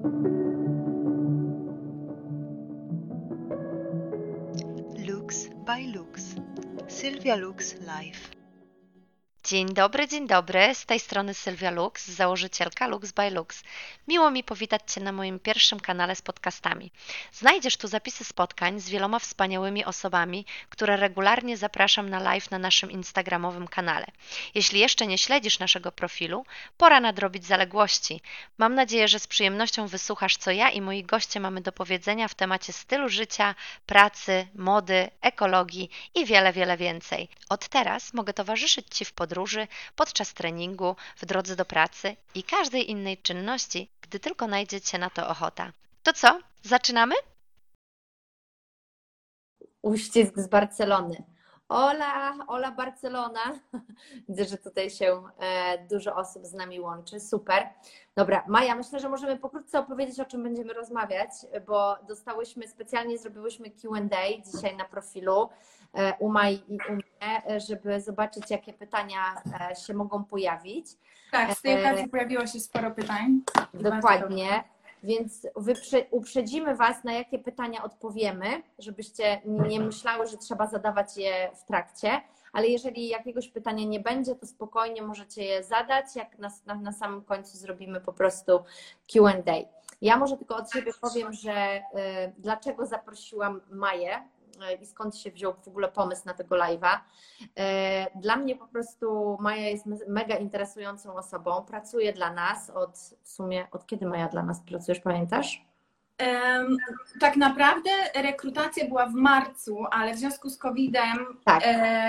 Lux by Lux. Sylwia Lux Live. Dzień dobry, z tej strony Sylwia Lux, założycielka Lux by Lux. Miło mi powitać Cię na moim pierwszym kanale z podcastami. Znajdziesz tu zapisy spotkań z wieloma wspaniałymi osobami, które regularnie zapraszam na live na naszym instagramowym kanale. Jeśli jeszcze nie śledzisz naszego profilu, pora nadrobić zaległości. Mam nadzieję, że z przyjemnością wysłuchasz, co ja i moi goście mamy do powiedzenia w temacie stylu życia, pracy, mody, ekologii i wiele więcej. Od teraz mogę towarzyszyć Ci w podróży, podczas treningu, w drodze do pracy i każdej innej czynności, gdy tylko znajdzie Cię na to ochota. To co? Zaczynamy? Uścisk z Barcelony. Ola Barcelona. Widzę, że tutaj się dużo osób z nami łączy. Super. Dobra, Maja, myślę, że możemy pokrótce opowiedzieć, o czym będziemy rozmawiać, bo specjalnie zrobiłyśmy Q&A dzisiaj na profilu u Mai i u mnie, żeby zobaczyć, jakie pytania się mogą pojawić. Tak, z tej okazji pojawiło się sporo pytań. Dokładnie. Więc uprzedzimy Was, na jakie pytania odpowiemy, żebyście nie myślały, że trzeba zadawać je w trakcie, ale jeżeli jakiegoś pytania nie będzie, to spokojnie możecie je zadać, jak na samym końcu zrobimy po prostu Q&A. Ja może tylko od siebie powiem, że dlaczego zaprosiłam Maję i skąd się wziął w ogóle pomysł na tego live'a. Dla mnie po prostu Maja jest mega interesującą osobą, pracuje dla nas od kiedy Maja dla nas pracujesz, pamiętasz? Tak naprawdę rekrutacja była w marcu, ale w związku z COVID-em, tak.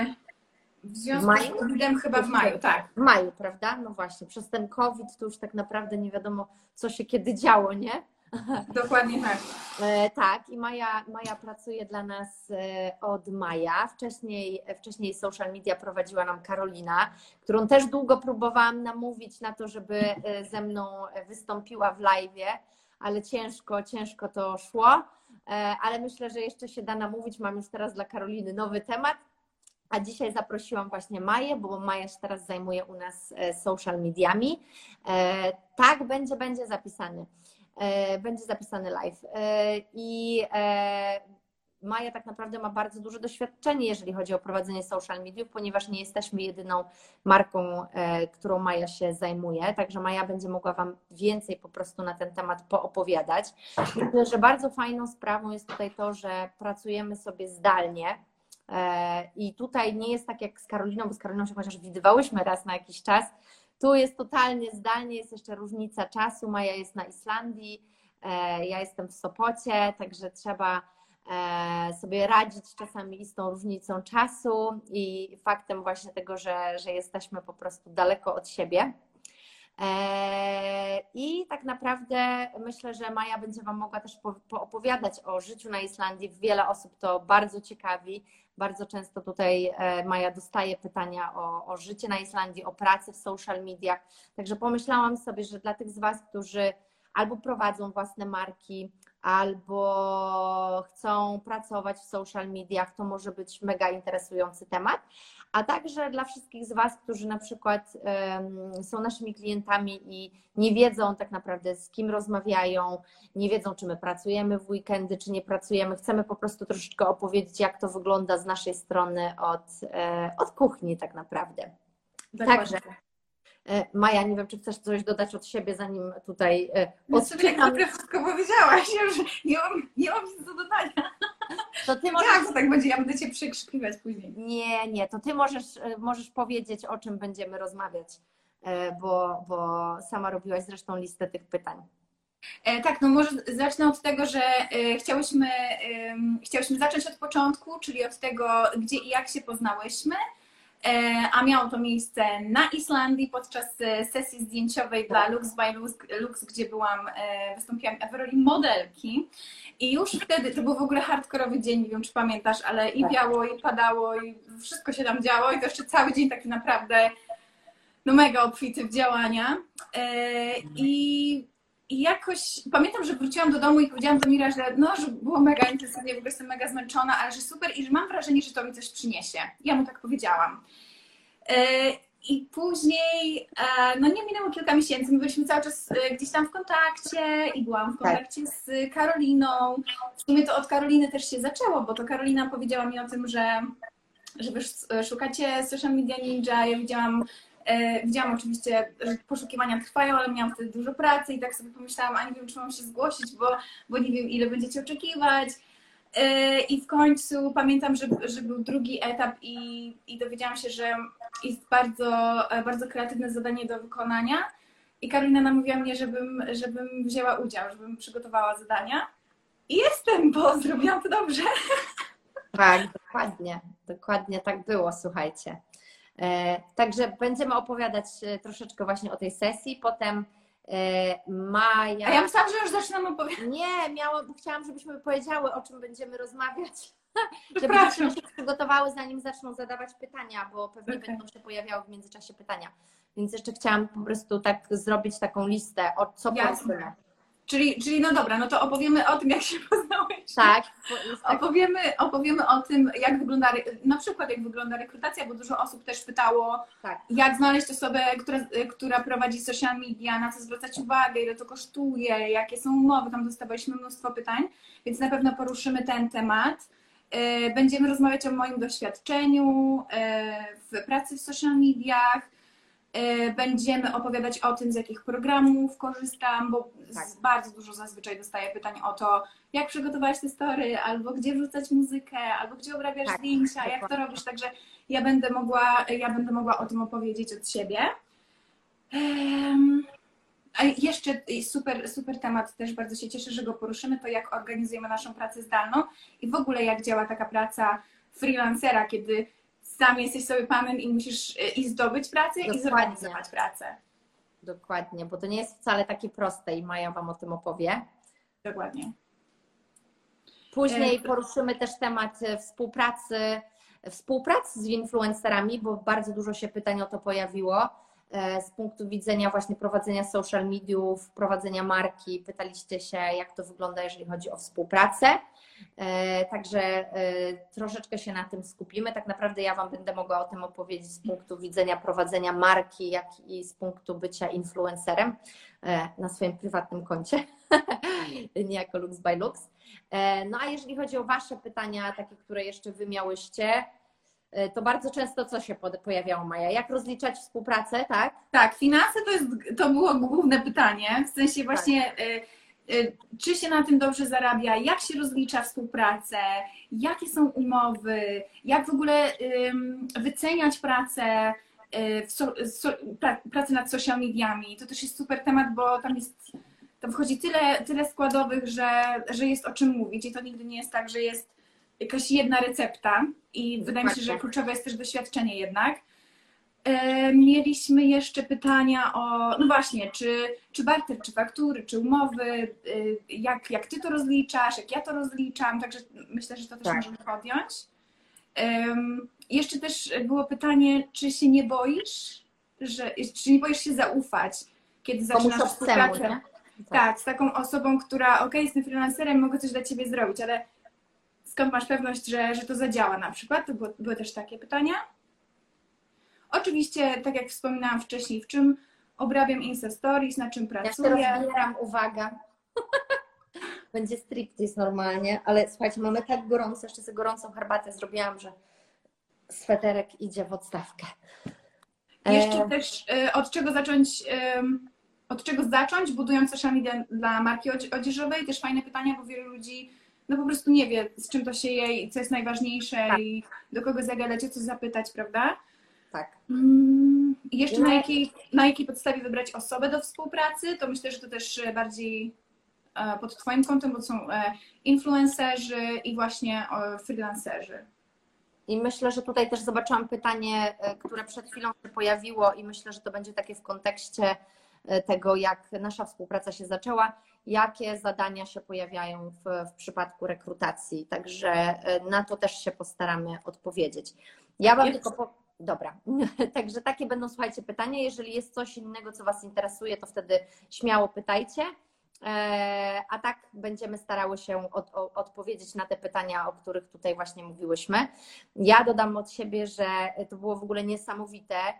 Chyba w maju, tak. W maju, prawda? No właśnie, przez ten COVID to już tak naprawdę nie wiadomo, co się kiedy działo, nie? Dokładnie tak. Tak, i Maja pracuje dla nas od maja. Wcześniej social media prowadziła nam Karolina, którą też długo próbowałam namówić na to, żeby ze mną wystąpiła w live'ie, ale ciężko to szło, ale myślę, że jeszcze się da namówić. Mam już teraz dla Karoliny nowy temat, a dzisiaj zaprosiłam właśnie Maję, bo Maja się teraz zajmuje u nas social mediami. Tak, będzie zapisany. Będzie zapisany live. I Maja tak naprawdę ma bardzo duże doświadczenie, jeżeli chodzi o prowadzenie social mediów, ponieważ nie jesteśmy jedyną marką, którą Maja się zajmuje, także Maja będzie mogła Wam więcej po prostu na ten temat poopowiadać. Myślę, że bardzo fajną sprawą jest tutaj to, że pracujemy sobie zdalnie i tutaj nie jest tak jak z Karoliną, bo z Karoliną się chociaż widywałyśmy raz na jakiś czas. Tu jest totalnie zdalnie, jest jeszcze różnica czasu. Maja jest na Islandii, ja jestem w Sopocie, także trzeba sobie radzić czasami z tą różnicą czasu i faktem właśnie tego, że jesteśmy po prostu daleko od siebie. I tak naprawdę myślę, że Maja będzie Wam mogła też poopowiadać o życiu na Islandii. Wiele osób to bardzo ciekawi. Bardzo często tutaj Maja dostaje pytania o życie na Islandii, o pracę w social mediach. Także pomyślałam sobie, że dla tych z Was, którzy albo prowadzą własne marki, albo chcą pracować w social mediach, to może być mega interesujący temat. A także dla wszystkich z Was, którzy na przykład są naszymi klientami i nie wiedzą tak naprawdę, z kim rozmawiają, nie wiedzą, czy my pracujemy w weekendy, czy nie pracujemy. Chcemy po prostu troszeczkę opowiedzieć, jak to wygląda z naszej strony od kuchni tak naprawdę. Także Maja, nie wiem, czy chcesz coś dodać od siebie, zanim tutaj odczytam. Ja wszystko powiedziałaś, ja już nie mam nic do dodania. To ty możesz... Jak to tak będzie? Ja będę Cię przekrzykiwać później. Nie, to ty możesz powiedzieć, o czym będziemy rozmawiać, bo sama robiłaś zresztą listę tych pytań. Tak, no może zacznę od tego, że chciałyśmy zacząć od początku, czyli od tego, gdzie i jak się poznałyśmy. A miało to miejsce na Islandii podczas sesji zdjęciowej dla Lux by Lux, gdzie wystąpiłam w roli modelki i już wtedy, to był w ogóle hardkorowy dzień, nie wiem czy pamiętasz, ale i wiało, i padało, i wszystko się tam działo i to jeszcze cały dzień taki naprawdę no mega obfity w działania i jakoś pamiętam, że wróciłam do domu i powiedziałam do Mira, że było mega intensywnie, w ogóle jestem mega zmęczona, ale że super i że mam wrażenie, że to mi coś przyniesie. Ja mu tak powiedziałam. I później, no nie minęło kilka miesięcy, my byliśmy cały czas gdzieś tam w kontakcie i byłam w kontakcie z Karoliną. W sumie to od Karoliny też się zaczęło, bo to Karolina powiedziała mi o tym, że wy szukacie social media ninja. Ja widziałam oczywiście, że poszukiwania trwają, ale miałam wtedy dużo pracy i tak sobie pomyślałam, a nie wiem, czy mam się zgłosić, bo nie wiem, ile będziecie oczekiwać. I w końcu pamiętam, że był drugi etap i dowiedziałam się, że jest bardzo, bardzo kreatywne zadanie do wykonania. I Karolina namówiła mnie, żebym wzięła udział, żebym przygotowała zadania. I jestem, bo zrobiłam to dobrze. Tak, dokładnie tak było, słuchajcie. Także będziemy opowiadać troszeczkę właśnie o tej sesji, potem Maja... A ja myślałam, że już zaczynam opowiadać. Nie, chciałam, żebyśmy powiedziały, o czym będziemy rozmawiać. Żebyśmy się przygotowały, zanim zaczną zadawać pytania, bo pewnie będą się pojawiały w międzyczasie pytania. Więc jeszcze chciałam po prostu tak zrobić taką listę, o co poruszymy. Czyli no dobra, no to opowiemy o tym, jak się poznałeś. Tak. Opowiemy o tym, jak wygląda, na przykład jak wygląda rekrutacja, bo dużo osób też pytało, tak, jak znaleźć osobę, która prowadzi social media, na co zwracać uwagę, ile to kosztuje, jakie są umowy, tam dostawaliśmy mnóstwo pytań, więc na pewno poruszymy ten temat. Będziemy rozmawiać o moim doświadczeniu w pracy w social mediach. Będziemy opowiadać o tym, z jakich programów korzystam, bo bardzo dużo zazwyczaj dostaję pytań o to, jak przygotować te story, albo gdzie wrzucać muzykę, albo gdzie obrabiasz zdjęcia, jak to robisz, także ja będę mogła o tym opowiedzieć od siebie. A jeszcze super temat, też bardzo się cieszę, że go poruszymy, to jak organizujemy naszą pracę zdalną i w ogóle jak działa taka praca freelancera, kiedy sam jesteś sobie panem i musisz i zdobyć pracę i zorganizować pracę. Dokładnie, bo to nie jest wcale takie proste i Maja Wam o tym opowie. Dokładnie. Później poruszymy też temat współpracy z influencerami, bo bardzo dużo się pytań o to pojawiło. Z punktu widzenia właśnie prowadzenia social mediów, prowadzenia marki. Pytaliście się, jak to wygląda, jeżeli chodzi o współpracę. Także troszeczkę się na tym skupimy. Tak naprawdę ja Wam będę mogła o tym opowiedzieć z punktu widzenia prowadzenia marki, jak i z punktu bycia influencerem na swoim prywatnym koncie, nie jako Lux by Lux. No a jeżeli chodzi o Wasze pytania, takie, które jeszcze Wy miałyście, to bardzo często co się pojawiało, Maja? Jak rozliczać współpracę, tak? Tak, finanse to było główne pytanie, w sensie właśnie czy się na tym dobrze zarabia, jak się rozlicza współpracę, jakie są umowy, jak w ogóle wyceniać pracę, pracę nad social mediami. To też jest super temat, bo tam wchodzi tyle składowych, że jest o czym mówić i to nigdy nie jest tak, że jest jakaś jedna recepta i wydaje mi się, że kluczowe jest też doświadczenie jednak. Mieliśmy jeszcze pytania o, no właśnie, czy barter, czy faktury, czy umowy, jak Ty to rozliczasz, jak ja to rozliczam, także myślę, że to też możemy podjąć. Jeszcze też było pytanie, czy się nie boisz, czy nie boisz się zaufać, kiedy zaczynasz współpracę. Tak, z taką osobą, która jestem freelancerem, mogę coś dla Ciebie zrobić, ale skąd masz pewność, że to zadziała na przykład? To były też takie pytania. Oczywiście, tak jak wspominałam wcześniej, w czym obrabiam Insta Stories, na czym pracuję. Ja się rozbieram, uwaga. Będzie striptease normalnie, ale słuchajcie, mamy tak gorąco, jeszcze sobie gorącą herbatę zrobiłam, że sweterek idzie w odstawkę. Jeszcze też od czego zacząć, budując social media dla marki odzieżowej? Też fajne pytania, bo wielu ludzi no po prostu nie wie, z czym to się je i co jest najważniejsze i do kogo zagadać, o co zapytać, prawda? Tak. I jeszcze na jakiej podstawie wybrać osobę do współpracy, to myślę, że to też bardziej pod Twoim kątem, bo są influencerzy i właśnie freelancerzy. I myślę, że tutaj też zobaczyłam pytanie, które przed chwilą się pojawiło i myślę, że to będzie takie w kontekście tego, jak nasza współpraca się zaczęła, jakie zadania się pojawiają w przypadku rekrutacji. Także na to też się postaramy odpowiedzieć. Ja Wam tylko Dobra, także takie będą, słuchajcie, pytania. Jeżeli jest coś innego, co Was interesuje, to wtedy śmiało pytajcie. A tak będziemy starały się odpowiedzieć na te pytania, o których tutaj właśnie mówiłyśmy. Ja dodam od siebie, że to było w ogóle niesamowite.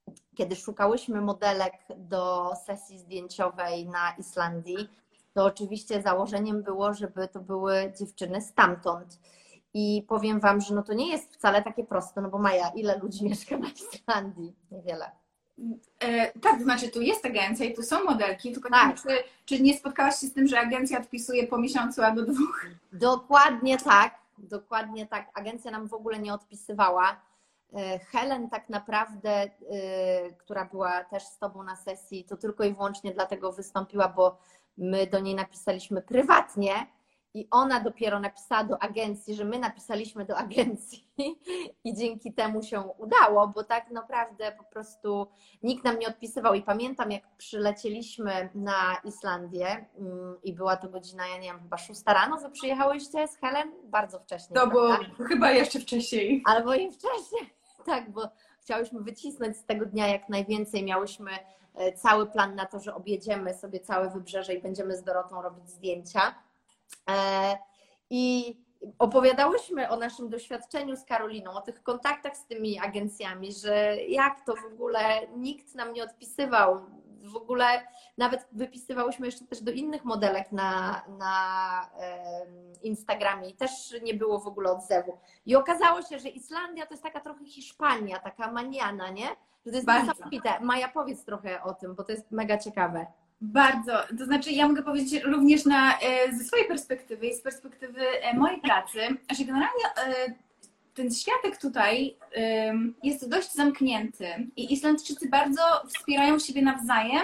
kiedy szukałyśmy modelek do sesji zdjęciowej na Islandii, to oczywiście założeniem było, żeby to były dziewczyny stamtąd. I powiem Wam, że no to nie jest wcale takie proste, no bo Maja, ile ludzi mieszka na Islandii? Niewiele. Tak, to znaczy tu jest agencja i tu są modelki, tylko Tak. nie wiem, czy nie spotkałaś się z tym, że agencja odpisuje po miesiącu albo 2? Dokładnie tak, dokładnie tak. Agencja nam w ogóle nie odpisywała. Helen tak naprawdę, która była też z Tobą na sesji, to tylko i wyłącznie dlatego wystąpiła, bo my do niej napisaliśmy prywatnie i ona dopiero napisała do agencji, że my napisaliśmy do agencji i dzięki temu się udało, bo tak naprawdę po prostu nikt nam nie odpisywał i pamiętam, jak przylecieliśmy na Islandię i była to godzina, ja nie wiem, chyba 6 rano, wy przyjechałyście z Helen? Bardzo wcześnie. To było prawda? chyba jeszcze wcześniej. Albo i wcześniej, tak, bo chciałyśmy wycisnąć z tego dnia jak najwięcej. Miałyśmy cały plan na to, że objedziemy sobie całe wybrzeże i będziemy z Dorotą robić zdjęcia. I opowiadałyśmy o naszym doświadczeniu z Karoliną, o tych kontaktach z tymi agencjami, że jak to w ogóle nikt nam nie odpisywał. W ogóle nawet wypisywałyśmy jeszcze też do innych modelek na Instagramie i też nie było w ogóle odzewu. I okazało się, że Islandia to jest taka trochę Hiszpania, taka maniana, nie? Że to jest Bardzo. niesamowite. Maja, powiedz trochę o tym, bo to jest mega ciekawe. Bardzo. To znaczy ja mogę powiedzieć również ze swojej perspektywy i z perspektywy mojej pracy, że generalnie ten światek tutaj jest dość zamknięty i Islandczycy bardzo wspierają siebie nawzajem,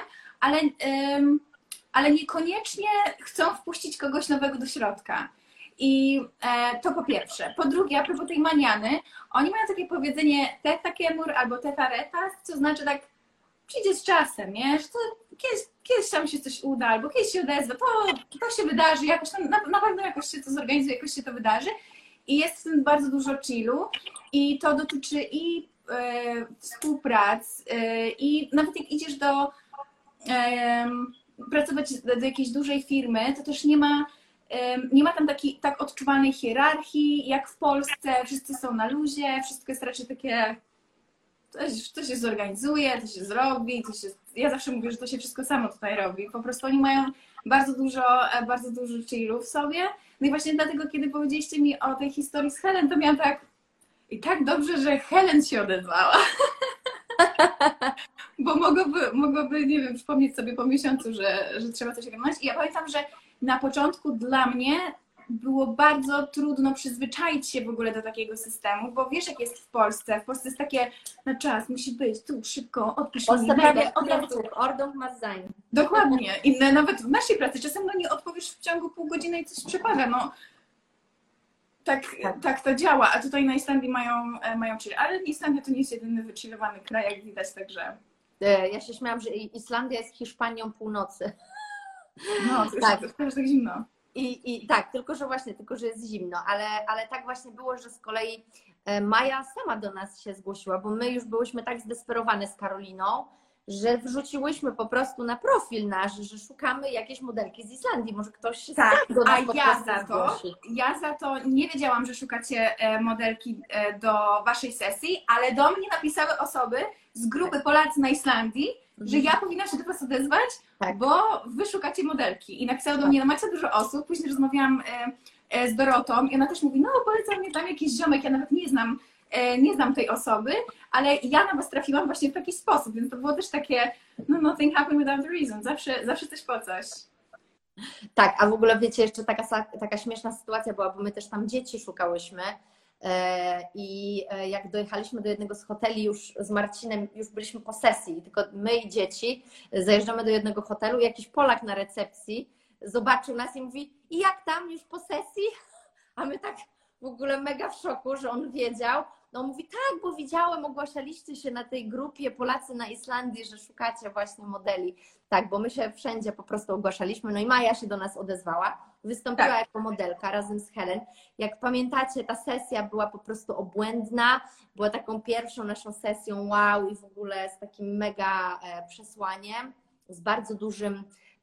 ale niekoniecznie chcą wpuścić kogoś nowego do środka. I to po pierwsze. Po drugie, a propos tej maniany, oni mają takie powiedzenie teta kemur albo teta retas, co znaczy tak przyjdzie z czasem, nie? Że to kiedyś tam się coś uda, albo kiedyś się odezwa, to się wydarzy, jakoś tam, na pewno jakoś się to zorganizuje, jakoś się to wydarzy. I jest w tym bardzo dużo chillu i to dotyczy i współprac, i nawet jak idziesz pracować do jakiejś dużej firmy, to też nie ma tam tak odczuwanej hierarchii jak w Polsce, wszyscy są na luzie, wszystko jest raczej takie, to się zorganizuje, to się zrobi, ja zawsze mówię, że to się wszystko samo tutaj robi, po prostu oni mają bardzo dużo chillu w sobie. No i właśnie dlatego, kiedy powiedzieliście mi o tej historii z Helen, to miałam i tak dobrze, że Helen się odezwała. Bo mogłoby, nie wiem, przypomnieć sobie po miesiącu, że trzeba coś ogarnąć. I ja pamiętam, że na początku dla mnie było bardzo trudno przyzwyczaić się w ogóle do takiego systemu, bo wiesz, jak jest w Polsce. W Polsce jest takie na czas, musi być tu szybko, odpisz mi maila, od razu. Ordnung muss sein. Dokładnie. I nawet w naszej pracy czasem nie odpowiesz w ciągu pół godziny i coś przepada. No, tak to działa. A tutaj na Islandii mają chill. Ale Islandia to nie jest jedyny wychillowany kraj, jak widać, także... Ja się śmiałam, że Islandia jest Hiszpanią północy. No, to tak. jest tak zimno. I tak, tylko że jest zimno, ale tak właśnie było, że z kolei Maja sama do nas się zgłosiła, bo my już byłyśmy tak zdesperowane z Karoliną, że wrzuciłyśmy po prostu na profil nasz, że szukamy jakiejś modelki z Islandii, może ktoś się sam do nas po prostu zgłosi. Ja za to nie wiedziałam, że szukacie modelki do waszej sesji, ale do mnie napisały osoby z grupy Polacy na Islandii, że ja powinnam się do was odezwać, bo wy szukacie modelki. I napisało do mnie, no macie dużo osób, później rozmawiałam z Dorotą i ona też mówi, no polecał mnie tam jakiś ziomek, ja nawet nie znam tej osoby, ale ja na was trafiłam właśnie w taki sposób, więc to było też takie, no nothing happened without a reason, zawsze coś po coś. Tak, a w ogóle wiecie, jeszcze taka śmieszna sytuacja była, bo my też tam dzieci szukałyśmy i jak dojechaliśmy do jednego z hoteli już z Marcinem, już byliśmy po sesji, tylko my i dzieci zajeżdżamy do jednego hotelu, jakiś Polak na recepcji zobaczył nas i mówi, i jak tam już po sesji? A my tak w ogóle mega w szoku, że on wiedział. No on mówi, tak, bo widziałem, ogłaszaliście się na tej grupie Polacy na Islandii, że szukacie właśnie modeli. Tak, bo my się wszędzie po prostu ogłaszaliśmy. No i Maja się do nas odezwała. Wystąpiła jako modelka razem z Helen. Jak pamiętacie, ta sesja była po prostu obłędna. Była taką pierwszą naszą sesją wow i w ogóle z takim mega przesłaniem, z bardzo dużym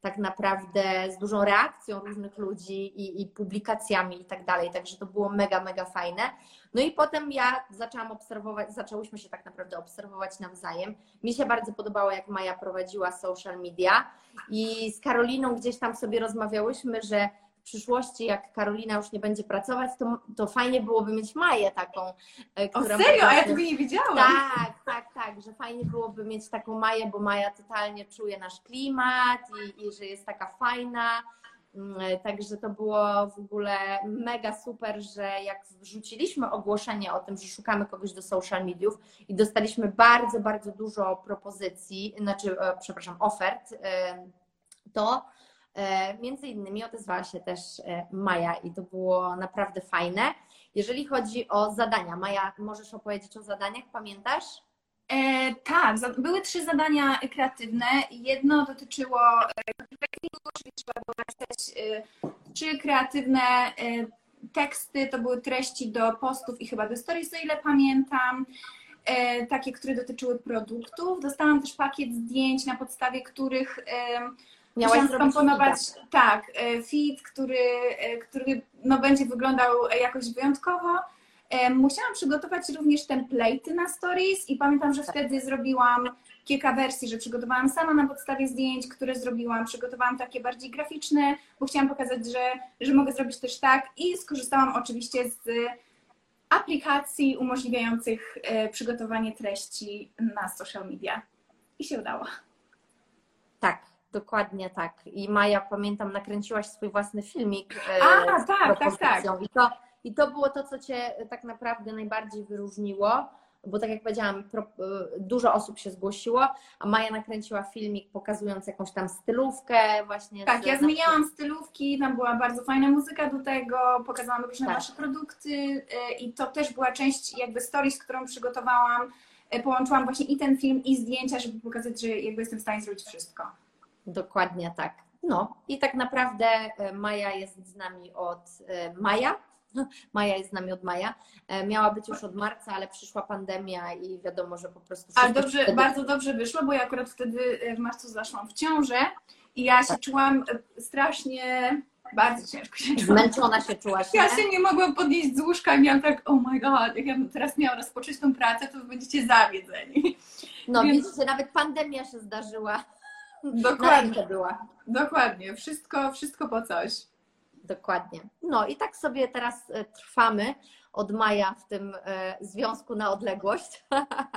tak naprawdę z dużą reakcją różnych ludzi i publikacjami i tak dalej, także to było mega, mega fajne. No i potem ja zaczęłam obserwować, zaczęłyśmy się tak naprawdę obserwować nawzajem. Mi się bardzo podobało, jak Maja prowadziła social media i z Karoliną gdzieś tam sobie rozmawiałyśmy, że w przyszłości, jak Karolina już nie będzie pracować, to fajnie byłoby mieć Maję taką, która... O serio? A ja tego nie wiedziałam. Tak, że fajnie byłoby mieć taką Maję, bo Maja totalnie czuje nasz klimat i że jest taka fajna. Także to było w ogóle mega super, że jak wrzuciliśmy ogłoszenie o tym, że szukamy kogoś do social mediów i dostaliśmy bardzo, bardzo dużo propozycji, ofert, to między innymi odezwała się też Maja i to było naprawdę fajne. Jeżeli chodzi o zadania, Maja, możesz opowiedzieć o zadaniach, pamiętasz? Tak, były 3 zadania kreatywne. Jedno dotyczyło copywritingu, czyli trzeba było napisać 3 kreatywne teksty, to były treści do postów i chyba do stories, o ile pamiętam. Takie, które dotyczyły produktów. Dostałam też pakiet zdjęć, na podstawie których musiałam skomponować feed, który no, będzie wyglądał jakoś wyjątkowo. Musiałam przygotować również template'y na stories i pamiętam, że wtedy zrobiłam kilka wersji, że przygotowałam sama na podstawie zdjęć, które zrobiłam, przygotowałam takie bardziej graficzne, bo chciałam pokazać, że mogę zrobić też tak i skorzystałam oczywiście z aplikacji umożliwiających przygotowanie treści na social media i się udało. Tak, dokładnie tak. I Maja, pamiętam, nakręciłaś swój własny filmik z propozycją. I to było to, co Cię tak naprawdę najbardziej wyróżniło, bo tak jak powiedziałam, dużo osób się zgłosiło, a Maja nakręciła filmik pokazując jakąś tam stylówkę właśnie. Tak, ja zmieniałam stylówki, tam była bardzo fajna muzyka do tego, pokazałam różne nasze produkty i to też była część jakby stories, którą przygotowałam. Połączyłam właśnie i ten film, i zdjęcia, żeby pokazać, że jakby jestem w stanie zrobić wszystko. Dokładnie tak. No i tak naprawdę Maja jest z nami od maja. Maja jest z nami od maja. Miała być już od marca, ale przyszła pandemia i wiadomo, że po prostu... Ale bardzo dobrze wyszło, bo ja akurat wtedy w marcu zaszłam w ciążę i ja się czułam strasznie, bardzo ciężko się czułam. Zmęczona się czułaś, nie? Ja się nie mogłam podnieść z łóżka i miałam tak, oh my god, jak ja teraz miałam rozpocząć tą pracę, to będziecie zawiedzeni. No widzicie, nawet pandemia się zdarzyła. Dokładnie. Dokładnie, wszystko po coś. Dokładnie. No i tak sobie teraz trwamy od maja w tym związku na odległość,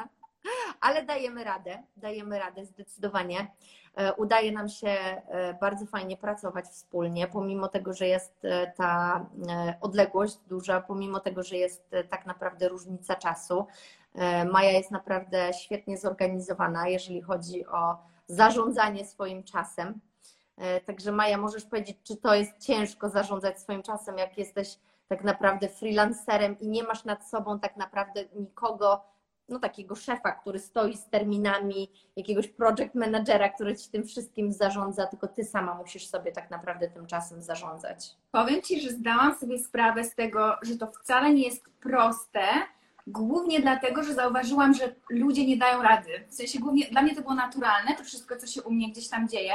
ale dajemy radę zdecydowanie. Udaje nam się bardzo fajnie pracować wspólnie, pomimo tego, że jest ta odległość duża, pomimo tego, że jest tak naprawdę różnica czasu. Maja jest naprawdę świetnie zorganizowana, jeżeli chodzi o zarządzanie swoim czasem. Także Maja, możesz powiedzieć, czy to jest ciężko zarządzać swoim czasem, jak jesteś tak naprawdę freelancerem i nie masz nad sobą tak naprawdę nikogo, no takiego szefa, który stoi z terminami, jakiegoś project managera, który ci tym wszystkim zarządza, tylko ty sama musisz sobie tak naprawdę tym czasem zarządzać. Powiem Ci, że zdałam sobie sprawę z tego, że to wcale nie jest proste, głównie dlatego, że zauważyłam, że ludzie nie dają rady. W sensie głównie dla mnie to było naturalne, to wszystko, co się u mnie gdzieś tam dzieje.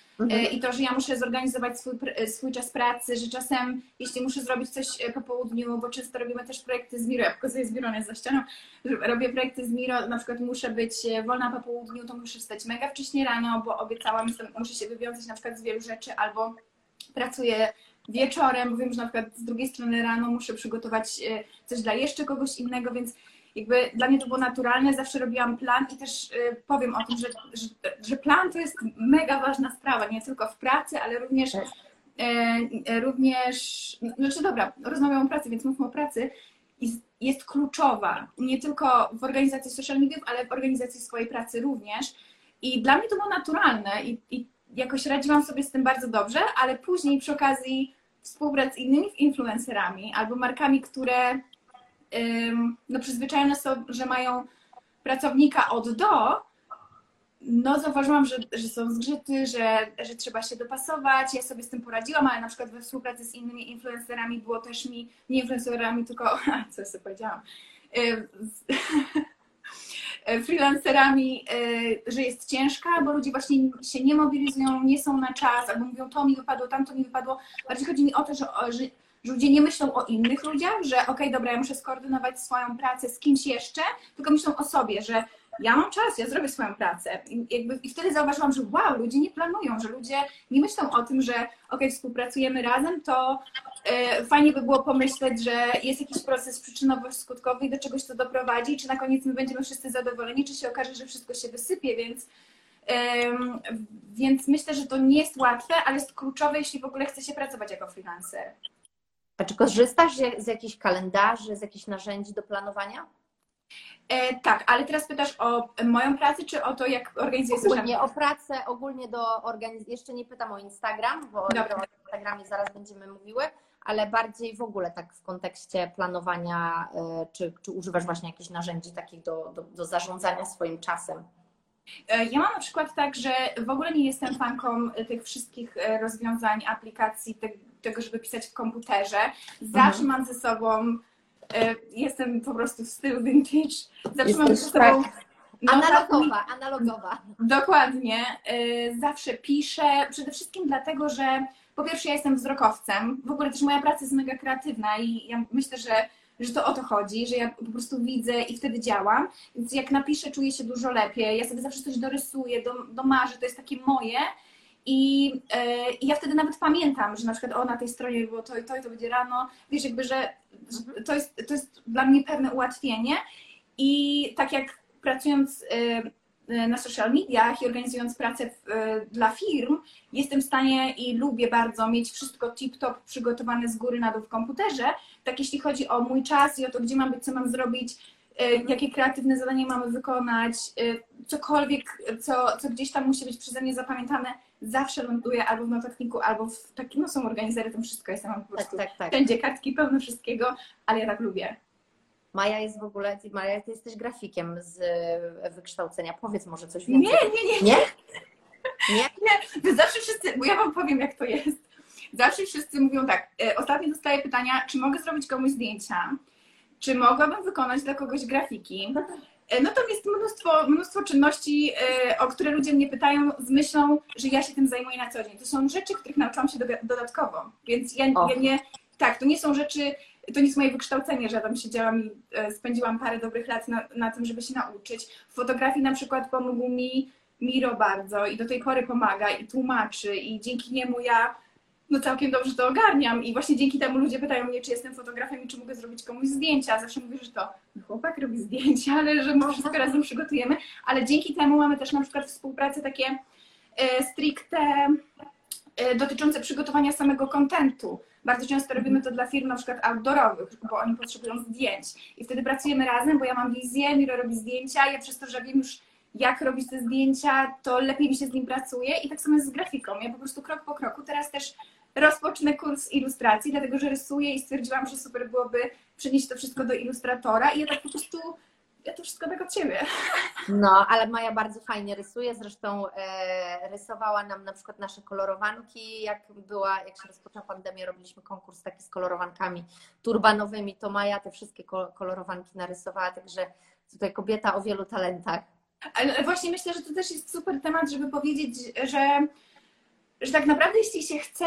I to, że ja muszę zorganizować swój czas pracy, że czasem, jeśli muszę zrobić coś po południu, bo często robimy też projekty z Miro, ja pokazuję z Miro, on jest za ścianą, robię projekty z Miro, na przykład muszę być wolna po południu, to muszę wstać mega wcześnie rano, bo obiecałam, że muszę się wywiązać na przykład z wielu rzeczy, albo pracuję wieczorem, bo wiem, że na przykład z drugiej strony rano muszę przygotować coś dla jeszcze kogoś innego, więc jakby dla mnie to było naturalne, zawsze robiłam plan i też powiem o tym, że plan to jest mega ważna sprawa, nie tylko w pracy, ale również, znaczy dobra, rozmawiam o pracy, więc mówmy o pracy, jest kluczowa, nie tylko w organizacji social mediów, ale w organizacji swojej pracy również i dla mnie to było naturalne i jakoś radziłam sobie z tym bardzo dobrze, ale później przy okazji współpracy z innymi influencerami albo markami, które no przyzwyczajone są, że mają pracownika od do, no zauważyłam, że są zgrzyty, że trzeba się dopasować. Ja sobie z tym poradziłam, ale na przykład we współpracy z innymi influencerami było też nie influencerami, tylko co ja sobie powiedziałam, freelancerami, że jest ciężka, bo ludzie właśnie się nie mobilizują, nie są na czas, albo mówią to mi wypadło, tamto mi wypadło. Bardziej chodzi mi o to, że ludzie nie myślą o innych ludziach, że okej, dobra, ja muszę skoordynować swoją pracę z kimś jeszcze, tylko myślą o sobie, że ja mam czas, ja zrobię swoją pracę. I wtedy zauważyłam, że wow, ludzie nie planują, że ludzie nie myślą o tym, że okej, współpracujemy razem, to fajnie by było pomyśleć, że jest jakiś proces przyczynowo-skutkowy i do czegoś to doprowadzi, czy na koniec my będziemy wszyscy zadowoleni, czy się okaże, że wszystko się wysypie, więc myślę, że to nie jest łatwe, ale jest kluczowe, jeśli w ogóle chce się pracować jako freelancer. A czy korzystasz z jakichś kalendarzy, z jakichś narzędzi do planowania? Tak, ale teraz pytasz o moją pracę, czy o to, jak organizuję social media? O pracę, ogólnie do organizacji. Jeszcze nie pytam o Instagram, bo o Instagramie zaraz będziemy mówiły, ale bardziej w ogóle tak w kontekście planowania, czy używasz właśnie jakichś narzędzi takich do zarządzania swoim czasem? Ja mam na przykład tak, że w ogóle nie jestem fanką tych wszystkich rozwiązań, aplikacji, tego, żeby pisać w komputerze. Zawsze mam ze sobą, jestem po prostu w stylu vintage, zawsze mam ze sobą... Analogowa. Dokładnie. Zawsze piszę, przede wszystkim dlatego, że po pierwsze ja jestem wzrokowcem, w ogóle też moja praca jest mega kreatywna i ja myślę, że to o to chodzi, że ja po prostu widzę i wtedy działam, więc jak napiszę, czuję się dużo lepiej, ja sobie zawsze coś dorysuję, domarzę, to jest takie moje i ja wtedy nawet pamiętam, że na przykład na tej stronie było to i to będzie rano, wiesz, jakby, że to jest dla mnie pewne ułatwienie i tak jak pracując na social mediach i organizując pracę dla firm, jestem w stanie i lubię bardzo mieć wszystko tip-top przygotowane z góry na dół w komputerze. Tak jeśli chodzi o mój czas i o to, gdzie mam być, co mam zrobić, jakie kreatywne zadanie mamy wykonać, cokolwiek, co gdzieś tam musi być przeze mnie zapamiętane, zawsze ląduje albo w notatniku, albo w takim, no są organizery, tam wszystko jest, ja mam po prostu wszędzie kartki pełne wszystkiego, ale ja tak lubię. Maja jest w ogóle, Maja, ty jesteś grafikiem z wykształcenia. Powiedz może coś więcej. Nie? Zawsze wszyscy, bo ja wam powiem, jak to jest. Zawsze wszyscy mówią tak, ostatnio dostaję pytania, czy mogę zrobić komuś zdjęcia, czy mogłabym wykonać dla kogoś grafiki. No to jest mnóstwo czynności, o które ludzie mnie pytają z myślą, że ja się tym zajmuję na co dzień. To są rzeczy, których nauczyłam się dodatkowo, więc ja nie, tak, to nie są rzeczy, to nie jest moje wykształcenie, że ja tam siedziałam i spędziłam parę dobrych lat na tym, żeby się nauczyć. W fotografii na przykład pomógł mi Miro bardzo i do tej pory pomaga i tłumaczy i dzięki niemu ja całkiem dobrze to ogarniam i właśnie dzięki temu ludzie pytają mnie, czy jestem fotografem i czy mogę zrobić komuś zdjęcia. Zawsze mówię, że to chłopak robi zdjęcia, ale że my wszystko razem przygotujemy, ale dzięki temu mamy też na przykład współpracę takie stricte dotyczące przygotowania samego kontentu. Bardzo często robimy to dla firm na przykład outdoorowych, bo oni potrzebują zdjęć i wtedy pracujemy razem, bo ja mam wizję, Miro robi zdjęcia, ja przez to, że wiem już jak robić te zdjęcia, to lepiej mi się z nim pracuje i tak samo jest z grafiką. Ja po prostu krok po kroku teraz też rozpocznę kurs ilustracji, dlatego że rysuję i stwierdziłam, że super byłoby przenieść to wszystko do ilustratora i ja tak po prostu, ja to wszystko tak od siebie. No, ale Maja bardzo fajnie rysuje, zresztą rysowała nam na przykład nasze kolorowanki, jak się rozpoczęła pandemia, robiliśmy konkurs taki z kolorowankami turbanowymi, to Maja te wszystkie kolorowanki narysowała, także tutaj kobieta o wielu talentach. Ale właśnie myślę, że to też jest super temat, żeby powiedzieć, że tak naprawdę jeśli się chce,